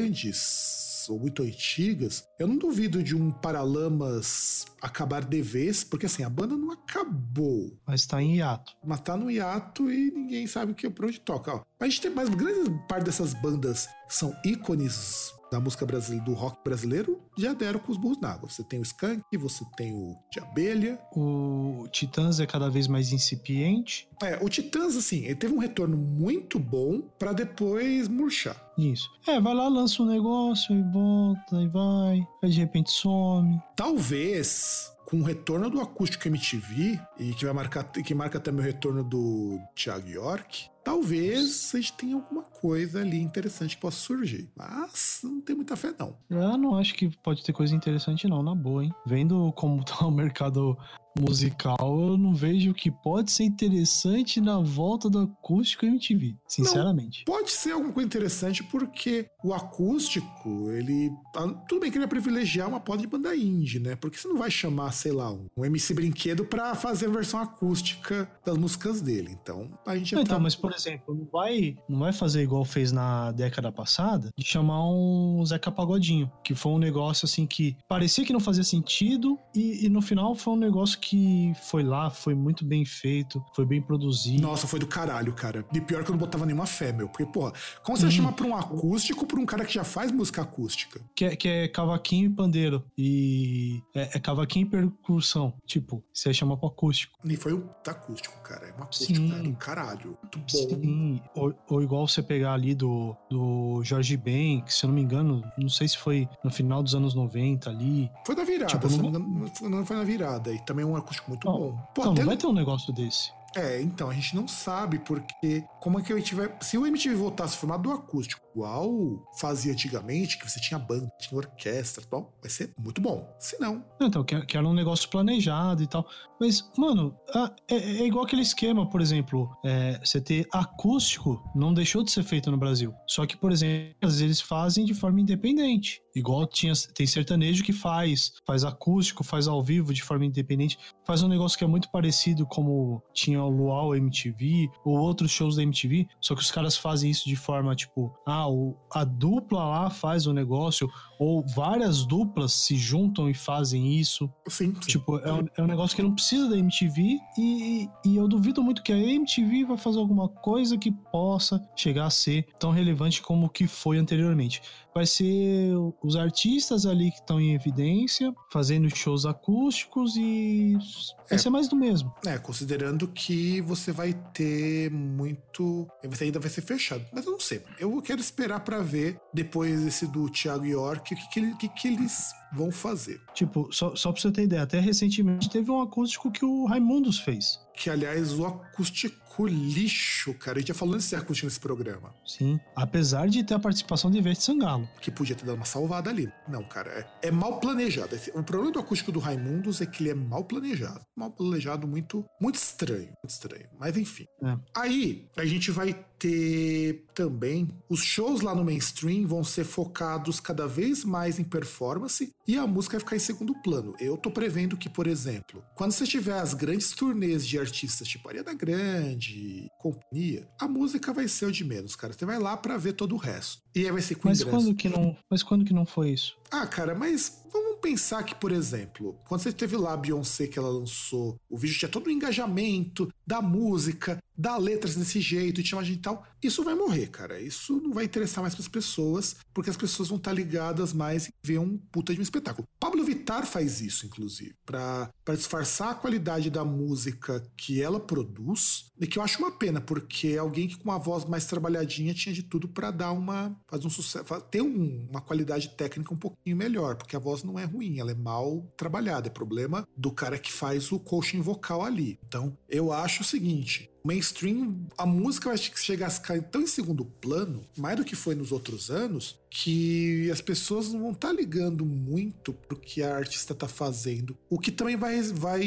grandes ou muito antigas, eu não duvido de um Paralamas acabar de vez, porque assim, a banda não acabou. Mas tá em hiato. Mas tá no hiato e ninguém sabe o que, por onde toca. Ó, a gente tem mais grande parte dessas bandas são ícones da música brasileira, do rock brasileiro, já deram com os burros na água. Você tem o Skank, você tem o de Abelha. O Titãs é cada vez mais incipiente. É, o Titãs, assim, ele teve um retorno muito bom pra depois murchar. Isso. É, vai lá, lança um negócio e volta e vai. Aí de repente some. Talvez, com o retorno do acústico M T V, e que vai marcar, que marca também o retorno do Thiago York, talvez a gente tenha alguma coisa ali interessante que possa surgir. Mas não tem muita fé, não. Eu não acho que pode ter coisa interessante, não, na boa, hein? Vendo como tá o mercado musical, eu não vejo que pode ser interessante na volta do acústico M T V, sinceramente. Não, pode ser alguma coisa interessante porque o acústico, ele... Tudo bem que ele vai privilegiar uma poda de banda indie, né? Porque você não vai chamar, sei lá, um M C Brinquedo pra fazer a versão acústica das músicas dele. Então, a gente já não, tá... Então, mas, por exemplo, não vai, não vai fazer igual fez na década passada, de chamar um Zeca Pagodinho, que foi um negócio, assim, que parecia que não fazia sentido e, e no final foi um negócio que que foi lá, foi muito bem feito, foi bem produzido. Nossa, foi do caralho, cara. E pior que eu não botava nenhuma fé, meu. Porque, porra, como você hum. vai chamar pra um acústico pra um cara que já faz música acústica? Que é, que é cavaquinho e pandeiro. E é, é cavaquinho e percussão. Tipo, você chama pro acústico. E foi o acústico, cara. É um acústico cara, do caralho. Muito bom. Sim. Ou, ou igual você pegar ali do, do Jorge Ben, que se eu não me engano, não sei se foi no final dos anos noventa ali. Foi na virada, tipo, se não... não me engano, não foi na virada. E também é um acústico muito não, bom. Pô, não, até... não vai ter um negócio desse. É, então, a gente não sabe porque como é que a gente vai... Se o M T V voltasse a formar do acústico igual fazia antigamente, que você tinha banda, tinha orquestra e tal, vai ser muito bom. Se não... Então, que, que era um negócio planejado e tal. Mas, mano, é, é igual aquele esquema, por exemplo, é, você ter acústico não deixou de ser feito no Brasil. Só que, por exemplo, às vezes eles fazem de forma independente. Igual tinha, tem sertanejo que faz, faz acústico, faz ao vivo de forma independente, faz um negócio que é muito parecido como tinha o Luau M T V ou outros shows da M T V, só que os caras fazem isso de forma tipo, ah, o, a dupla lá faz o negócio, ou várias duplas se juntam e fazem isso. Sim, sim. Tipo, é um, é um negócio que não precisa da M T V e, e eu duvido muito que a M T V vai fazer alguma coisa que possa chegar a ser tão relevante como o que foi anteriormente. Vai ser os artistas ali que estão em evidência, fazendo shows acústicos e vai é, ser mais do mesmo. É, considerando que você vai ter muito... Você ainda vai ser fechado. Mas eu não sei. Eu quero esperar pra ver, depois desse do Thiago York, o que, que, ele, que, que eles vão fazer. Tipo, só, só pra você ter ideia, até recentemente teve um acústico que o Raimundos fez. Que, aliás, o acústico lixo, cara. A gente já falou desse acústico nesse programa. Sim, apesar de ter a participação de Ivete Sangalo. Que podia ter dado uma salvada ali. Não, cara, é, é mal planejado. O problema do acústico do Raimundos é que ele é mal planejado. Mal planejado, muito, muito estranho. Muito estranho. Mas, enfim. É. Aí, a gente vai ter também... Os shows lá no mainstream vão ser focados cada vez mais em performance e a música vai ficar em segundo plano. Eu tô prevendo que, por exemplo, quando você tiver as grandes turnês de artistas tipo Ariana Grande, companhia, a música vai ser o de menos, cara. Você vai lá pra ver todo o resto. E aí vai ser com mas ingresso. Quando que não, mas quando que não foi isso? Ah, cara, mas vamos pensar que, por exemplo, quando você teve lá a Beyoncé que ela lançou, o vídeo tinha todo o engajamento da música, da letras desse jeito, de imagem e tal, isso vai morrer, cara. Isso não vai interessar mais pras pessoas, porque as pessoas vão estar ligadas mais em ver um puta de um espetáculo. Pablo Vittar faz isso, inclusive, pra, pra disfarçar a qualidade da música que ela produz, e que eu acho uma pena, porque é alguém que com uma voz mais trabalhadinha tinha de tudo pra dar uma, fazer um sucesso, ter um, uma qualidade técnica um pouquinho melhor, porque a voz não é ruim, ela é mal trabalhada, é problema do cara que faz o coaching vocal ali. Então, eu acho o seguinte, mainstream, a música vai chegar a ficar tão em segundo plano, mais do que foi nos outros anos, que as pessoas não vão estar ligando muito pro que a artista tá fazendo, o que também vai,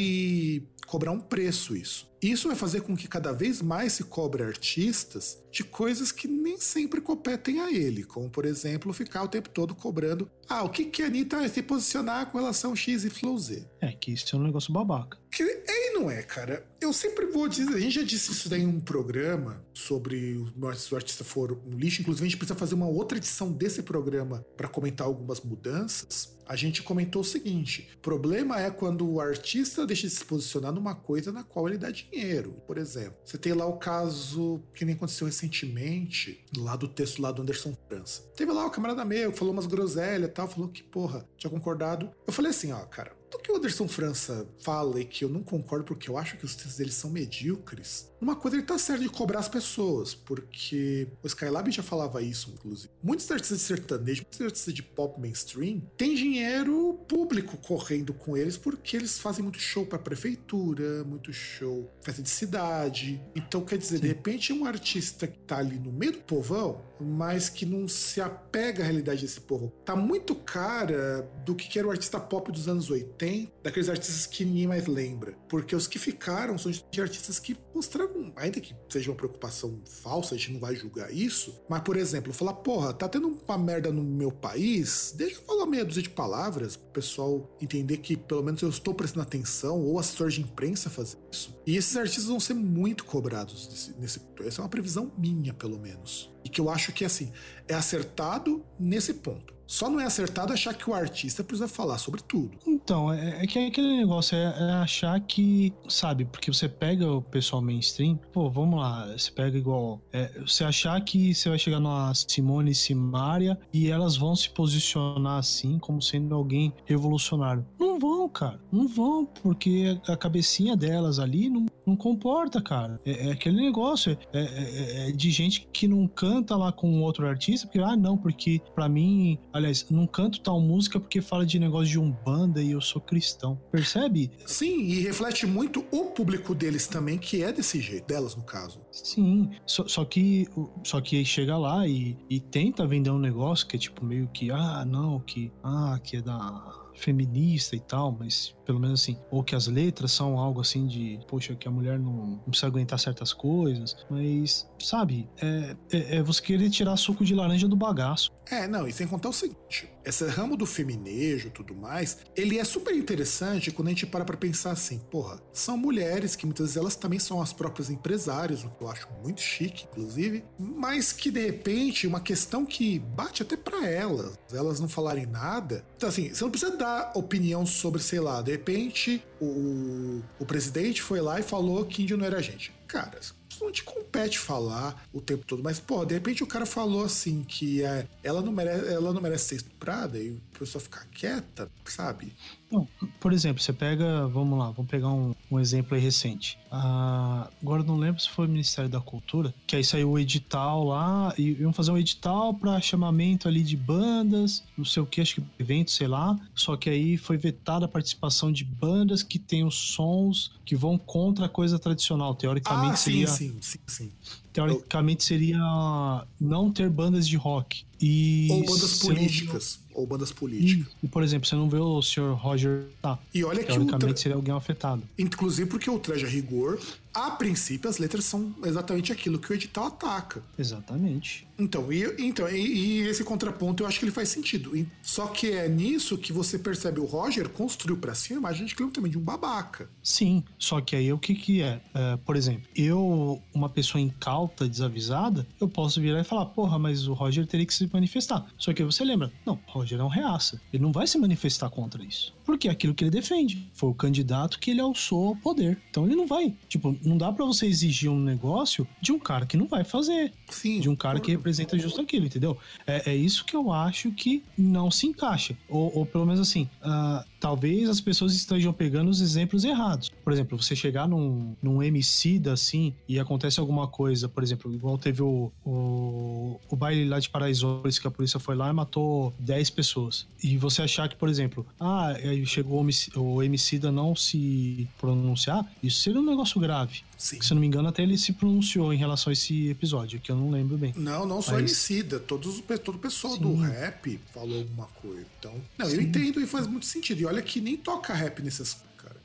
vai cobrar um preço isso. Isso vai fazer com que cada vez mais se cobre artistas de coisas que nem sempre competem a ele, como, por exemplo, ficar o tempo todo cobrando ah, o que, que a Anitta vai se posicionar com relação X Y Z. É, que isso é um negócio babaca. Que é não é, cara. Eu sempre vou dizer, a gente já disse isso daí em um programa sobre o, se o artista for um lixo, inclusive a gente precisa fazer uma outra edição desse programa para comentar algumas mudanças. A gente comentou o seguinte: o problema é quando o artista deixa de se posicionar numa coisa na qual ele dá dinheiro. Por exemplo, você tem lá o caso que nem aconteceu recentemente, lá do texto lá do Anderson França. Teve lá o camarada meu que falou umas groselhas e tal, falou que, porra, tinha concordado. Eu falei assim, ó, cara, do que o Anderson França fala e que eu não concordo porque eu acho que os textos dele são medíocres, uma coisa ele tá certo de cobrar as pessoas, porque o Skylab já falava isso, inclusive. Muitos artistas de sertanejo, muitos artistas de pop mainstream têm dinheiro público correndo com eles porque eles fazem muito show pra prefeitura, muito show, festa de cidade. Então, quer dizer, Sim. de repente um artista que tá ali no meio do povão, mas que não se apega à realidade desse povão, tá muito cara do que era o artista pop dos anos oitenta, daqueles artistas que ninguém mais lembra. Porque os que ficaram são de artistas que mostraram, ainda que seja uma preocupação falsa, a gente não vai julgar isso, mas, por exemplo, falar, porra, tá tendo uma merda no meu país, deixa eu falar meia dúzia de palavras pro pessoal entender que pelo menos eu estou prestando atenção, ou assessor de imprensa fazer isso. E esses artistas vão ser muito cobrados nesse, nesse essa é uma previsão minha, pelo menos. E que eu acho que, assim, é acertado nesse ponto. Só não é acertado achar que o artista precisa falar sobre tudo. Então, é, é que aquele negócio é, é achar que, sabe, porque você pega o pessoal mainstream, pô, vamos lá, você pega igual, é, você achar que você vai chegar numa Simone e Simaria e elas vão se posicionar assim, como sendo alguém revolucionário. Não vão, cara, não vão, porque a cabecinha delas ali não, não comporta, cara. É, é aquele negócio, é, é, é de gente que não canta lá com outro artista, porque, ah, não, porque pra mim... Aliás, não canto tal música porque fala de negócio de umbanda e eu sou cristão. Percebe? Sim, e reflete muito o público deles também, que é desse jeito, delas no caso. Sim, só, só que só que chega lá e, e tenta vender um negócio que é tipo meio que, ah, não, que, ah, que é da... feminista e tal, mas pelo menos assim, ou que as letras são algo assim de, poxa, que a mulher não, não precisa aguentar certas coisas, mas, sabe, é, é, é você querer tirar suco de laranja do bagaço. É, não, e sem contar o seguinte, esse ramo do feminejo e tudo mais, ele é super interessante quando a gente para pra pensar assim, porra, são mulheres que muitas vezes elas também são as próprias empresárias, o que eu acho muito chique, inclusive, mas que de repente, uma questão que bate até pra elas, elas não falarem nada, então assim, você não precisa dar opinião sobre, sei lá, de repente o, o presidente foi lá e falou que índio não era gente. Cara, não te compete falar o tempo todo, mas, pô, de repente o cara falou assim que é, ela, não merece, ela não merece ser estuprada e a pessoa ficar quieta, sabe? Não, por exemplo, você pega, vamos lá, vamos pegar um, um exemplo aí recente. Ah, agora eu não lembro se foi o Ministério da Cultura, que aí saiu o edital lá, e iam fazer um edital para chamamento ali de bandas, não sei o que, acho que evento, sei lá, só que aí foi vetada a participação de bandas que tenham sons que vão contra a coisa tradicional, teoricamente ah, seria... sim, sim, sim, sim. Teoricamente seria não ter bandas de rock. E ou bandas políticas. Viu... Ou bandas políticas. E, e, por exemplo, você não vê o senhor Roger... Tá. E olha que teoricamente o tra... seria alguém afetado. Inclusive porque o Traje a Rigor, a princípio, as letras são exatamente aquilo que o edital ataca. Exatamente. Então, e, então e, e esse contraponto eu acho que ele faz sentido. E, só que é nisso que você percebe o Roger construiu pra si a imagem de que ele é também de um babaca. Sim, só que aí o que que é? é? Por exemplo, eu, uma pessoa incauta, desavisada, eu posso virar e falar, porra, mas o Roger teria que se manifestar. Só que você lembra, não, o Roger é um reaça. Ele não vai se manifestar contra isso. Porque é aquilo que ele defende. Foi o candidato que ele alçou ao poder. Então ele não vai. Tipo, não dá pra você exigir um negócio de um cara que não vai fazer. Sim. De um cara que representa justo aquilo, entendeu? É, é isso que eu acho que não se encaixa. Ou, ou pelo menos assim, uh, talvez as pessoas estejam pegando os exemplos errados. Por exemplo, você chegar num, num Emicida, assim, e acontece alguma coisa, por exemplo, igual teve o, o, o baile lá de Paraisópolis, que a polícia foi lá e matou dez pessoas. E você achar que, por exemplo, ah, aí chegou o Emicida não se pronunciar, isso seria um negócio grave. Sim. Se eu não me engano, até ele se pronunciou em relação a esse episódio, que eu não lembro bem. Não, não só Mas... Emicida, todos, todo o pessoal Sim. do rap falou alguma coisa. Então, não, Sim. eu entendo e faz muito sentido. E olha que nem toca rap nesses, cara.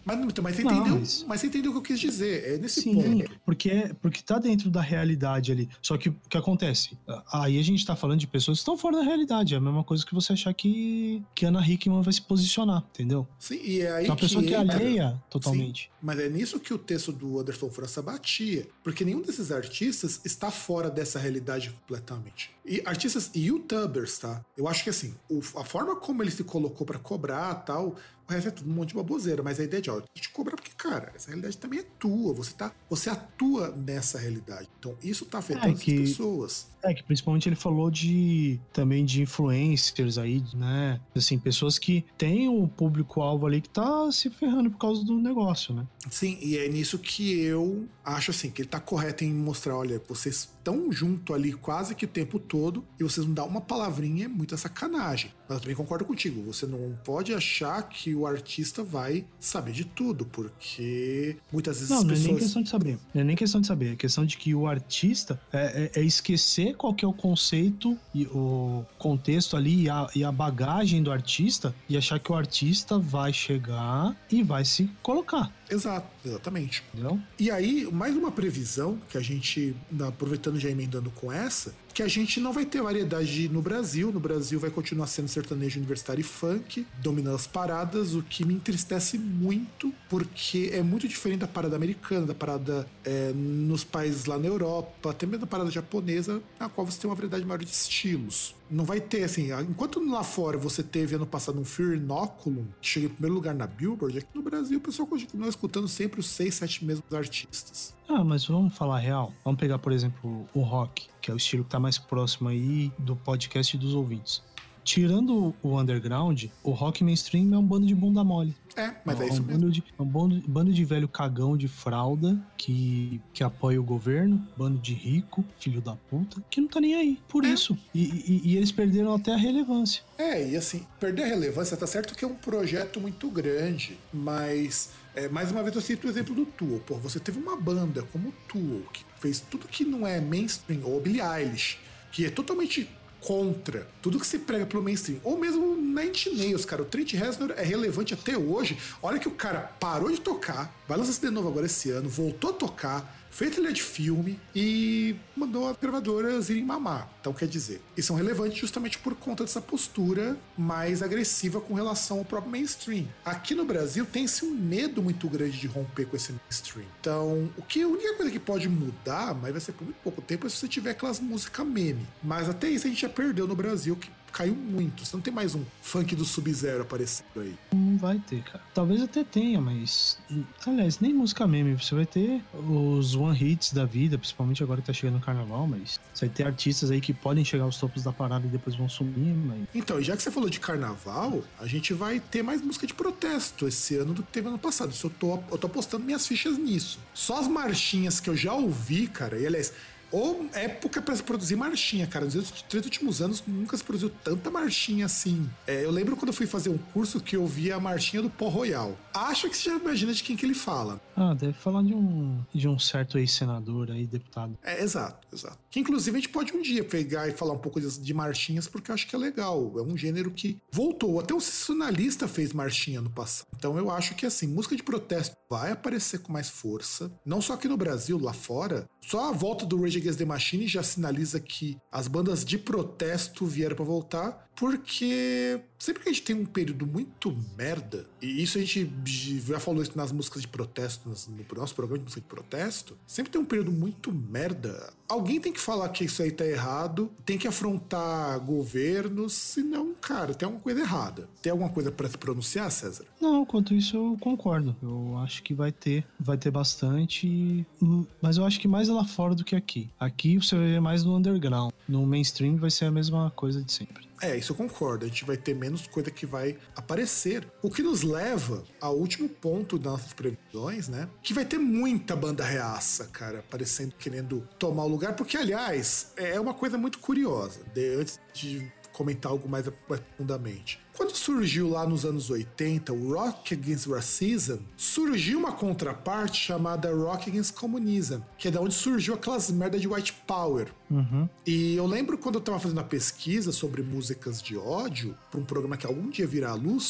Mas, então, mas, você Não, entendeu, mas- mas você entendeu o que eu quis dizer. É nesse Sim, ponto. porque, porque tá dentro da realidade ali. Só que o que acontece? Aí a gente tá falando de pessoas que estão fora da realidade. É a mesma coisa que você achar que, que Ana Hickman vai se posicionar, entendeu? Sim, e é aí Que é uma que pessoa que é entra- alheia totalmente. Sim, mas é nisso que o texto do Anderson França batia, porque nenhum desses artistas está fora dessa realidade completamente. E artistas e youtubers, tá? Eu acho que assim, o- a forma como ele se colocou pra cobrar tal, o resto é tudo um monte de baboseira, mas a ideia de, ó, te cobrar porque, cara, essa realidade também é tua, você tá, você atua nessa realidade. Então isso tá afetando É essas que- pessoas. É que principalmente ele falou de também de influencers aí, né? Assim, pessoas que têm o público-alvo ali que tá se ferrando por causa do negócio, né? Sim, e é nisso que eu acho assim, que ele tá correto em mostrar, olha, vocês estão junto ali quase que o tempo todo e vocês não dão uma palavrinha, é muita sacanagem. Mas eu também concordo contigo, você não pode achar que o artista vai saber de tudo, porque muitas vezes Não, as não é nem pessoas... questão de saber. Não é nem questão de saber. É questão de que o artista é, é- é esquecer qual que é o conceito e o contexto ali e a, e a bagagem do artista e achar que o artista vai chegar e vai se colocar, Exato, exatamente. entendeu? E aí, mais uma previsão que a gente, aproveitando já emendando com essa, que a gente não vai ter variedade no Brasil. No Brasil vai continuar sendo sertanejo universitário e funk, dominando as paradas, o que me entristece muito, porque é muito diferente da parada americana, da parada é, nos países lá na Europa, até mesmo da parada japonesa, na qual você tem uma variedade maior de estilos. Não vai ter, assim, enquanto lá fora você teve ano passado um Fear Inoculum, que chegou em primeiro lugar na Billboard, aqui no Brasil o pessoal continua escutando sempre os seis, sete mesmos artistas. Ah, mas vamos falar real. Vamos pegar, por exemplo, o rock, que é o estilo que tá mais próximo aí do podcast e dos ouvintes. Tirando o underground, o rock mainstream é um bando de bunda mole. É, mas é, é isso um mesmo. bando de, é um bando, bando de velho cagão de fralda que, que apoia o governo, bando de rico, filho da puta, que não tá nem aí. Por É. isso. E, e- e eles perderam até a relevância. É, e assim, perder a relevância, tá certo que é um projeto muito grande, mas é, mais uma vez eu cito o exemplo do Tool. Pô, você teve uma banda como o Tool, que fez tudo que não é mainstream, ou Billie Eilish, que é totalmente contra tudo que se prega pelo mainstream, ou mesmo Nine Nails, cara, o Trent Reznor é relevante até hoje. Olha que o cara parou de tocar, vai lançar de novo agora esse ano, voltou a tocar, fez trilha de filme e mandou as gravadoras irem mamar. Então, quer dizer, eles são relevantes justamente por conta dessa postura mais agressiva com relação ao próprio mainstream. Aqui no Brasil tem-se um medo muito grande de romper com esse mainstream. Então, o que a única coisa que pode mudar, mas vai ser por muito pouco tempo, é se você tiver aquelas músicas meme. Mas até isso a gente já perdeu no Brasil, que caiu muito. Você não tem mais um funk do Sub-Zero aparecendo aí. Não vai ter, cara. Talvez até tenha, mas. Aliás, nem música meme. Você vai ter os one hits da vida, principalmente agora que tá chegando o carnaval, mas você vai ter artistas aí que podem chegar aos topos da parada e depois vão sumir, mas. Então, já que você falou de carnaval, a gente vai ter mais música de protesto esse ano do que teve ano passado. Isso eu tô, eu tô apostando minhas fichas nisso. Só as marchinhas que eu já ouvi, cara, e aliás, ou época pra se produzir marchinha, cara. Nos três últimos anos nunca se produziu tanta marchinha assim. É, eu lembro quando eu fui fazer um curso que eu via a marchinha do Pó Royal. Acho que você já imagina de quem que ele fala. Ah, deve falar de um, de um certo ex-senador aí, deputado. É, exato, exato. Que inclusive a gente pode um dia pegar e falar um pouco de, de marchinhas, porque eu acho que é legal. É um gênero que voltou. Até o sensacionalista fez marchinha no passado. Então eu acho que assim, música de protesto vai aparecer com mais força. Não só aqui no Brasil, lá fora. Só a volta do Rage Against the Machine já sinaliza que as bandas de protesto vieram pra voltar. Porque sempre que a gente tem um período muito merda, e isso a gente já falou isso nas músicas de protesto, no nosso programa de música de protesto, sempre tem um período muito merda. Alguém tem que falar que isso aí tá errado, tem que afrontar governos, senão, cara, tem alguma coisa errada. Tem alguma coisa pra se pronunciar, César? Não, quanto isso eu concordo. Eu acho que vai ter, vai ter bastante, mas eu acho que mais lá fora do que aqui. Aqui você vai ver mais no underground. No mainstream vai ser a mesma coisa de sempre. É, isso eu concordo. A gente vai ter menos coisa que vai aparecer. O que nos leva ao último ponto das nossas previsões, né? Que vai ter muita banda reaça, cara, aparecendo, querendo tomar o lugar. Porque, aliás, é uma coisa muito curiosa. De, antes de comentar algo mais profundamente. Quando surgiu lá nos anos oitenta o Rock Against Racism, surgiu uma contraparte chamada Rock Against Communism, que é da onde surgiu aquelas merda de White Power. Uhum. E eu lembro quando eu tava fazendo a pesquisa sobre músicas de ódio, para um programa que algum dia virá à luz,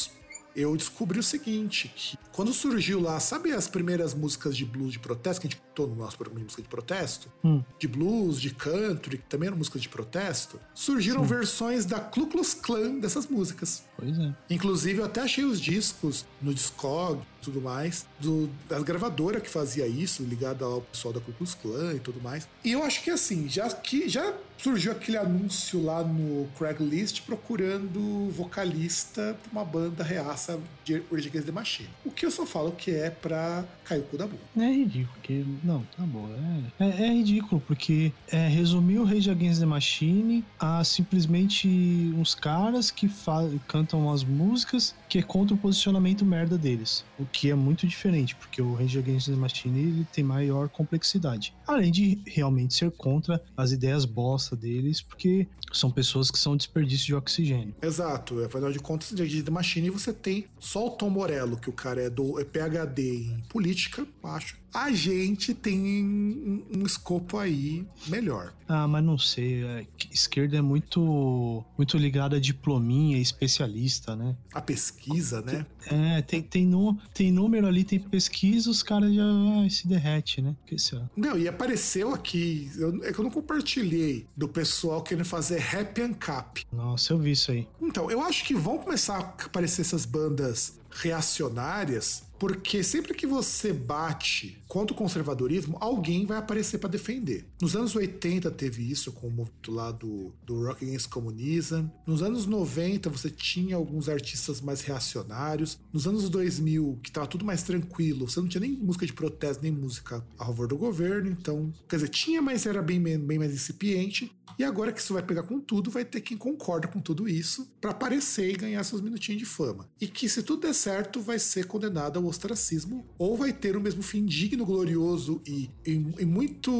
eu descobri o seguinte, que quando surgiu lá, sabe as primeiras músicas de blues de protesto, que a gente contou no nosso programa de música de protesto? Hum. De blues, de country, que também eram músicas de protesto, surgiram Sim. versões da Ku Klux Klan dessas músicas. Pois é. Inclusive, eu até achei os discos no Discog e tudo mais, do, da gravadora que fazia isso, ligada ao pessoal da Ku Klux Klan e tudo mais. E eu acho que assim, já, que, já surgiu aquele anúncio lá no Craigslist procurando vocalista pra uma banda reaça de Rage Against the Machine. O que eu só falo que é pra cair o cu da bunda. É ridículo, porque... Não, tá bom. É, é, é ridículo, porque é, resumir o Rage Against the Machine a simplesmente uns caras que cantam umas músicas que é contra o posicionamento merda deles. O que é muito diferente, porque o Rage Against the Machine ele tem maior complexidade. Além de realmente ser contra as ideias bosta deles, porque são pessoas que são desperdício de oxigênio. Exato. Afinal de contas, de Rage the Machine você tem só o Tom Morello, que o cara é, do, é P H D em política, acho. A gente tem um, um escopo aí melhor. Ah, mas não sei. A esquerda é muito, muito ligada a diplominha, especialista, né? A pesquisa, né? É, tem, tem, no, tem número ali, tem pesquisa, os caras já ah, se derrete, né? Que isso é? Não, e apareceu aqui, eu, é que eu não compartilhei, do pessoal querendo fazer Happy Ancap. Nossa, eu vi isso aí. Então, eu acho que vão começar a aparecer essas bandas reacionárias, porque sempre que você bate contra o conservadorismo, alguém vai aparecer para defender. Nos anos oitenta teve isso com o movimento lá do, do Rock Against Communism. Nos anos noventa você tinha alguns artistas mais reacionários. Nos anos dois mil, que tava tudo mais tranquilo, você não tinha nem música de protesto, nem música a favor do governo. Então, quer dizer, tinha, mas era bem, bem mais incipiente. E agora que isso vai pegar com tudo, vai ter quem concorda com tudo isso para aparecer e ganhar seus minutinhos de fama. E que se tudo der certo, vai ser condenado ao ostracismo, ou vai ter o mesmo fim digno, glorioso e, e, e muito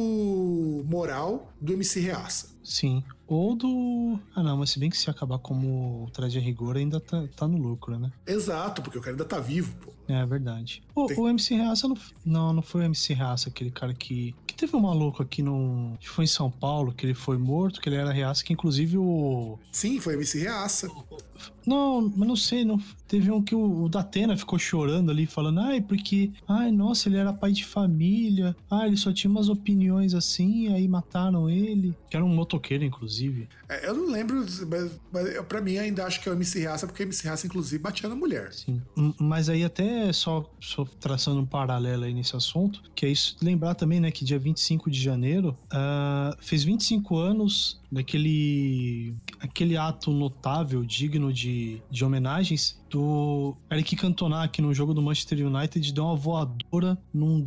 moral do M C Reaça. Sim. Ou do... Ah, não, mas se bem que se acabar como traje a rigor, ainda tá, tá no lucro, né? Exato, porque o cara ainda tá vivo, pô. É verdade. O, Tem... o M C Reaça não... Não, não foi o M C Reaça, aquele cara que... Que teve um maluco aqui no... Que foi em São Paulo, que ele foi morto, que ele era Reaça, que inclusive o... Sim, foi o M C Reaça. Não, mas não sei, não... Teve um que o, o Datena ficou chorando ali, falando, ai, porque... Ai, nossa, ele era pai de família. Ah, ele só tinha umas opiniões assim, aí mataram ele. Que era um motoqueiro, inclusive. É, eu não lembro, mas, mas eu, pra mim ainda acho que é o M C Reaça, porque o M C Reaça, inclusive, batia na mulher. Sim, mas aí até só, só traçando um paralelo aí nesse assunto, que é isso, lembrar também, né, que dia vinte e cinco de janeiro uh, fez vinte e cinco anos daquele aquele ato notável, digno de, de homenagens do Eric Cantona, que no jogo do Manchester United deu uma voadora num,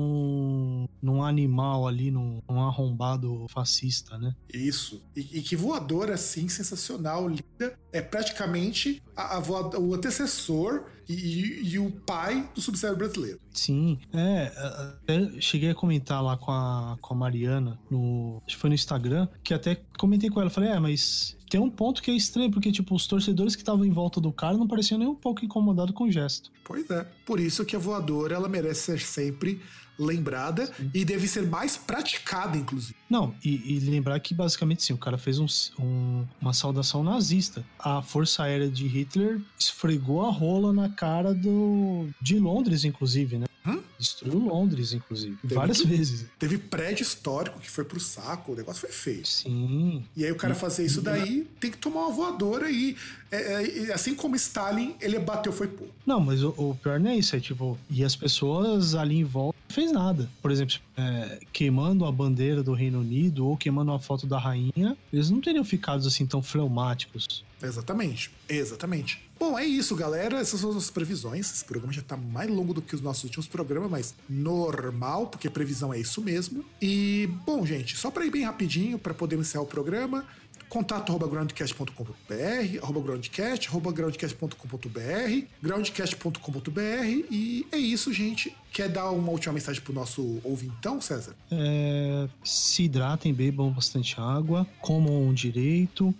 num, num animal ali, num, num arrombado fascista, né? Isso. E, e que voadora, assim, sensacional, linda. É praticamente a, a voadora, o antecessor e, e, e o pai do Sub-Zero brasileiro. Sim, é. Até cheguei a comentar lá com a, com a Mariana, no, acho que foi no Instagram, que até comentei com ela, falei, é, mas tem um ponto que é estranho, porque, tipo, os torcedores que estavam em volta do cara não pareciam nem um pouco incomodados com o gesto. Pois é. Por isso que a voadora, ela merece ser sempre lembrada. Sim. E deve ser mais praticada, inclusive. Não, e, e lembrar que, basicamente, sim, o cara fez um, um, uma saudação nazista. A Força Aérea de Hitler esfregou a rola na cara do, de Londres, inclusive, né? Hum? Destruiu Londres, inclusive. Teve várias que, vezes. Teve prédio histórico que foi pro saco, o negócio foi feio. Sim. E aí o cara fazer isso daí, tem que tomar uma voadora e, é, é, assim como Stalin, ele bateu, foi pouco. Não, mas o, o pior não é isso, é tipo, e as pessoas ali em volta não fez nada. Por exemplo, é, queimando a bandeira do Reino Unido ou queimando uma foto da rainha, eles não teriam ficado assim tão fleumáticos. Exatamente, exatamente. Bom, é isso, galera. Essas são as nossas previsões. Esse programa já tá mais longo do que os nossos últimos programas, mas normal, porque previsão é isso mesmo. E, bom, gente, só pra ir bem rapidinho, pra poder encerrar o programa, contato arroba groundcast ponto com ponto b r, arroba groundcast, arroba groundcast ponto com ponto b r, groundcast ponto com ponto b r, e é isso, gente. Quer dar uma última mensagem pro nosso ouvintão, César? É, se hidratem, bebam bastante água, comam direito,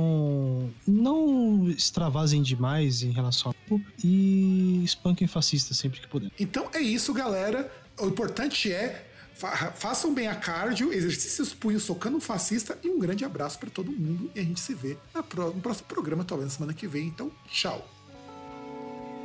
não, não extravasem demais em relação ao e espanquem fascistas sempre que puder. Então é isso, galera. O importante é Fa- façam bem a cardio, exercícios os punhos socando um fascista, e um grande abraço pra todo mundo, e a gente se vê na pro- no próximo programa, talvez na semana que vem. Então, tchau.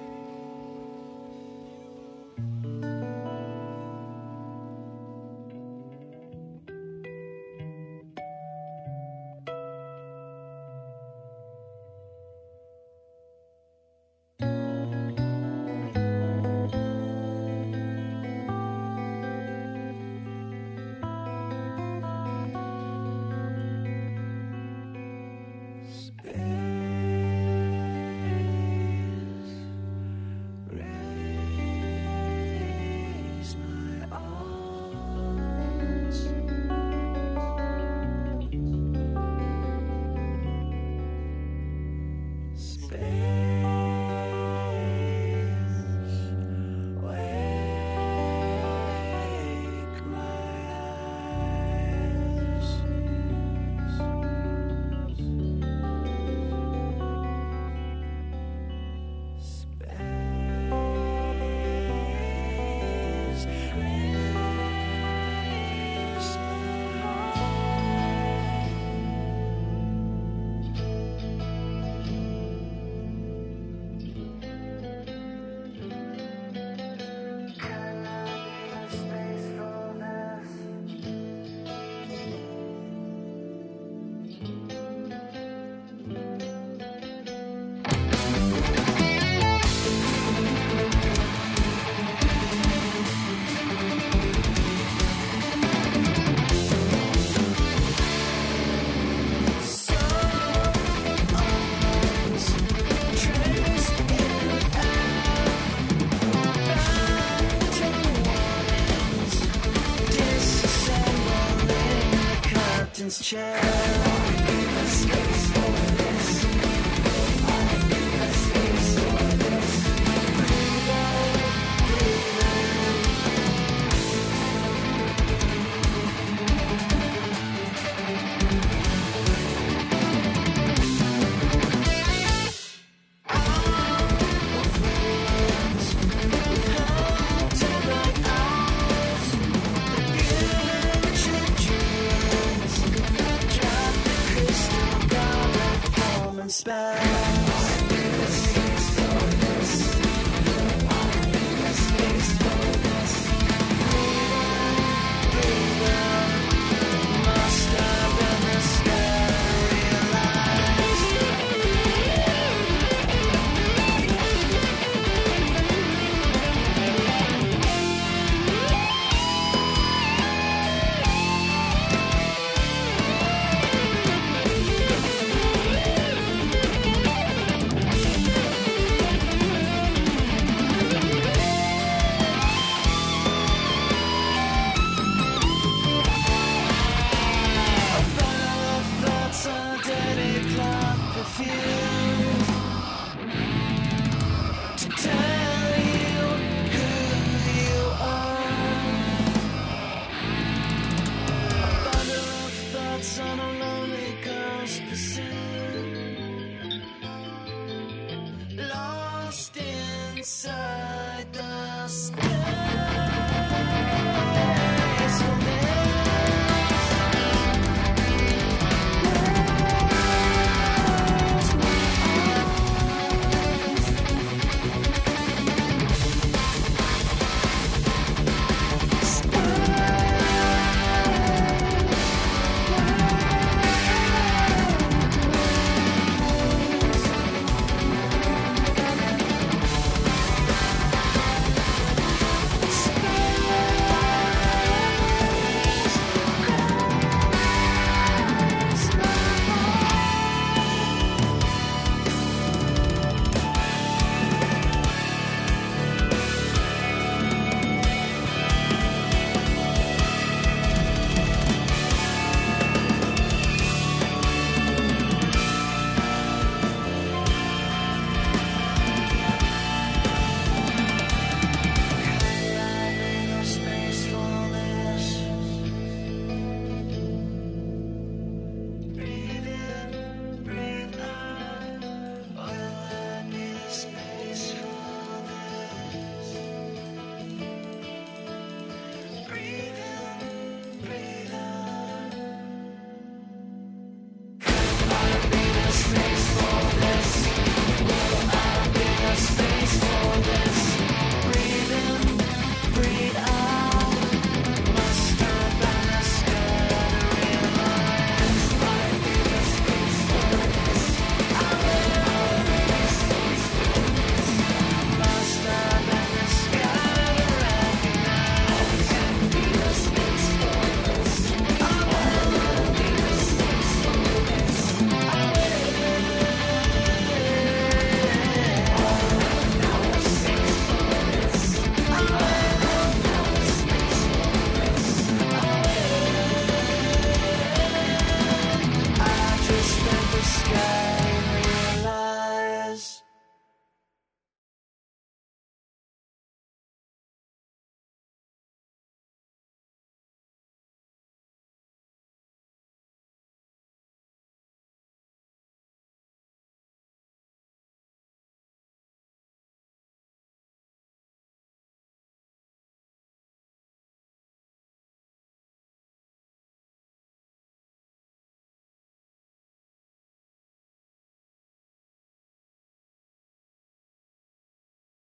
Chance.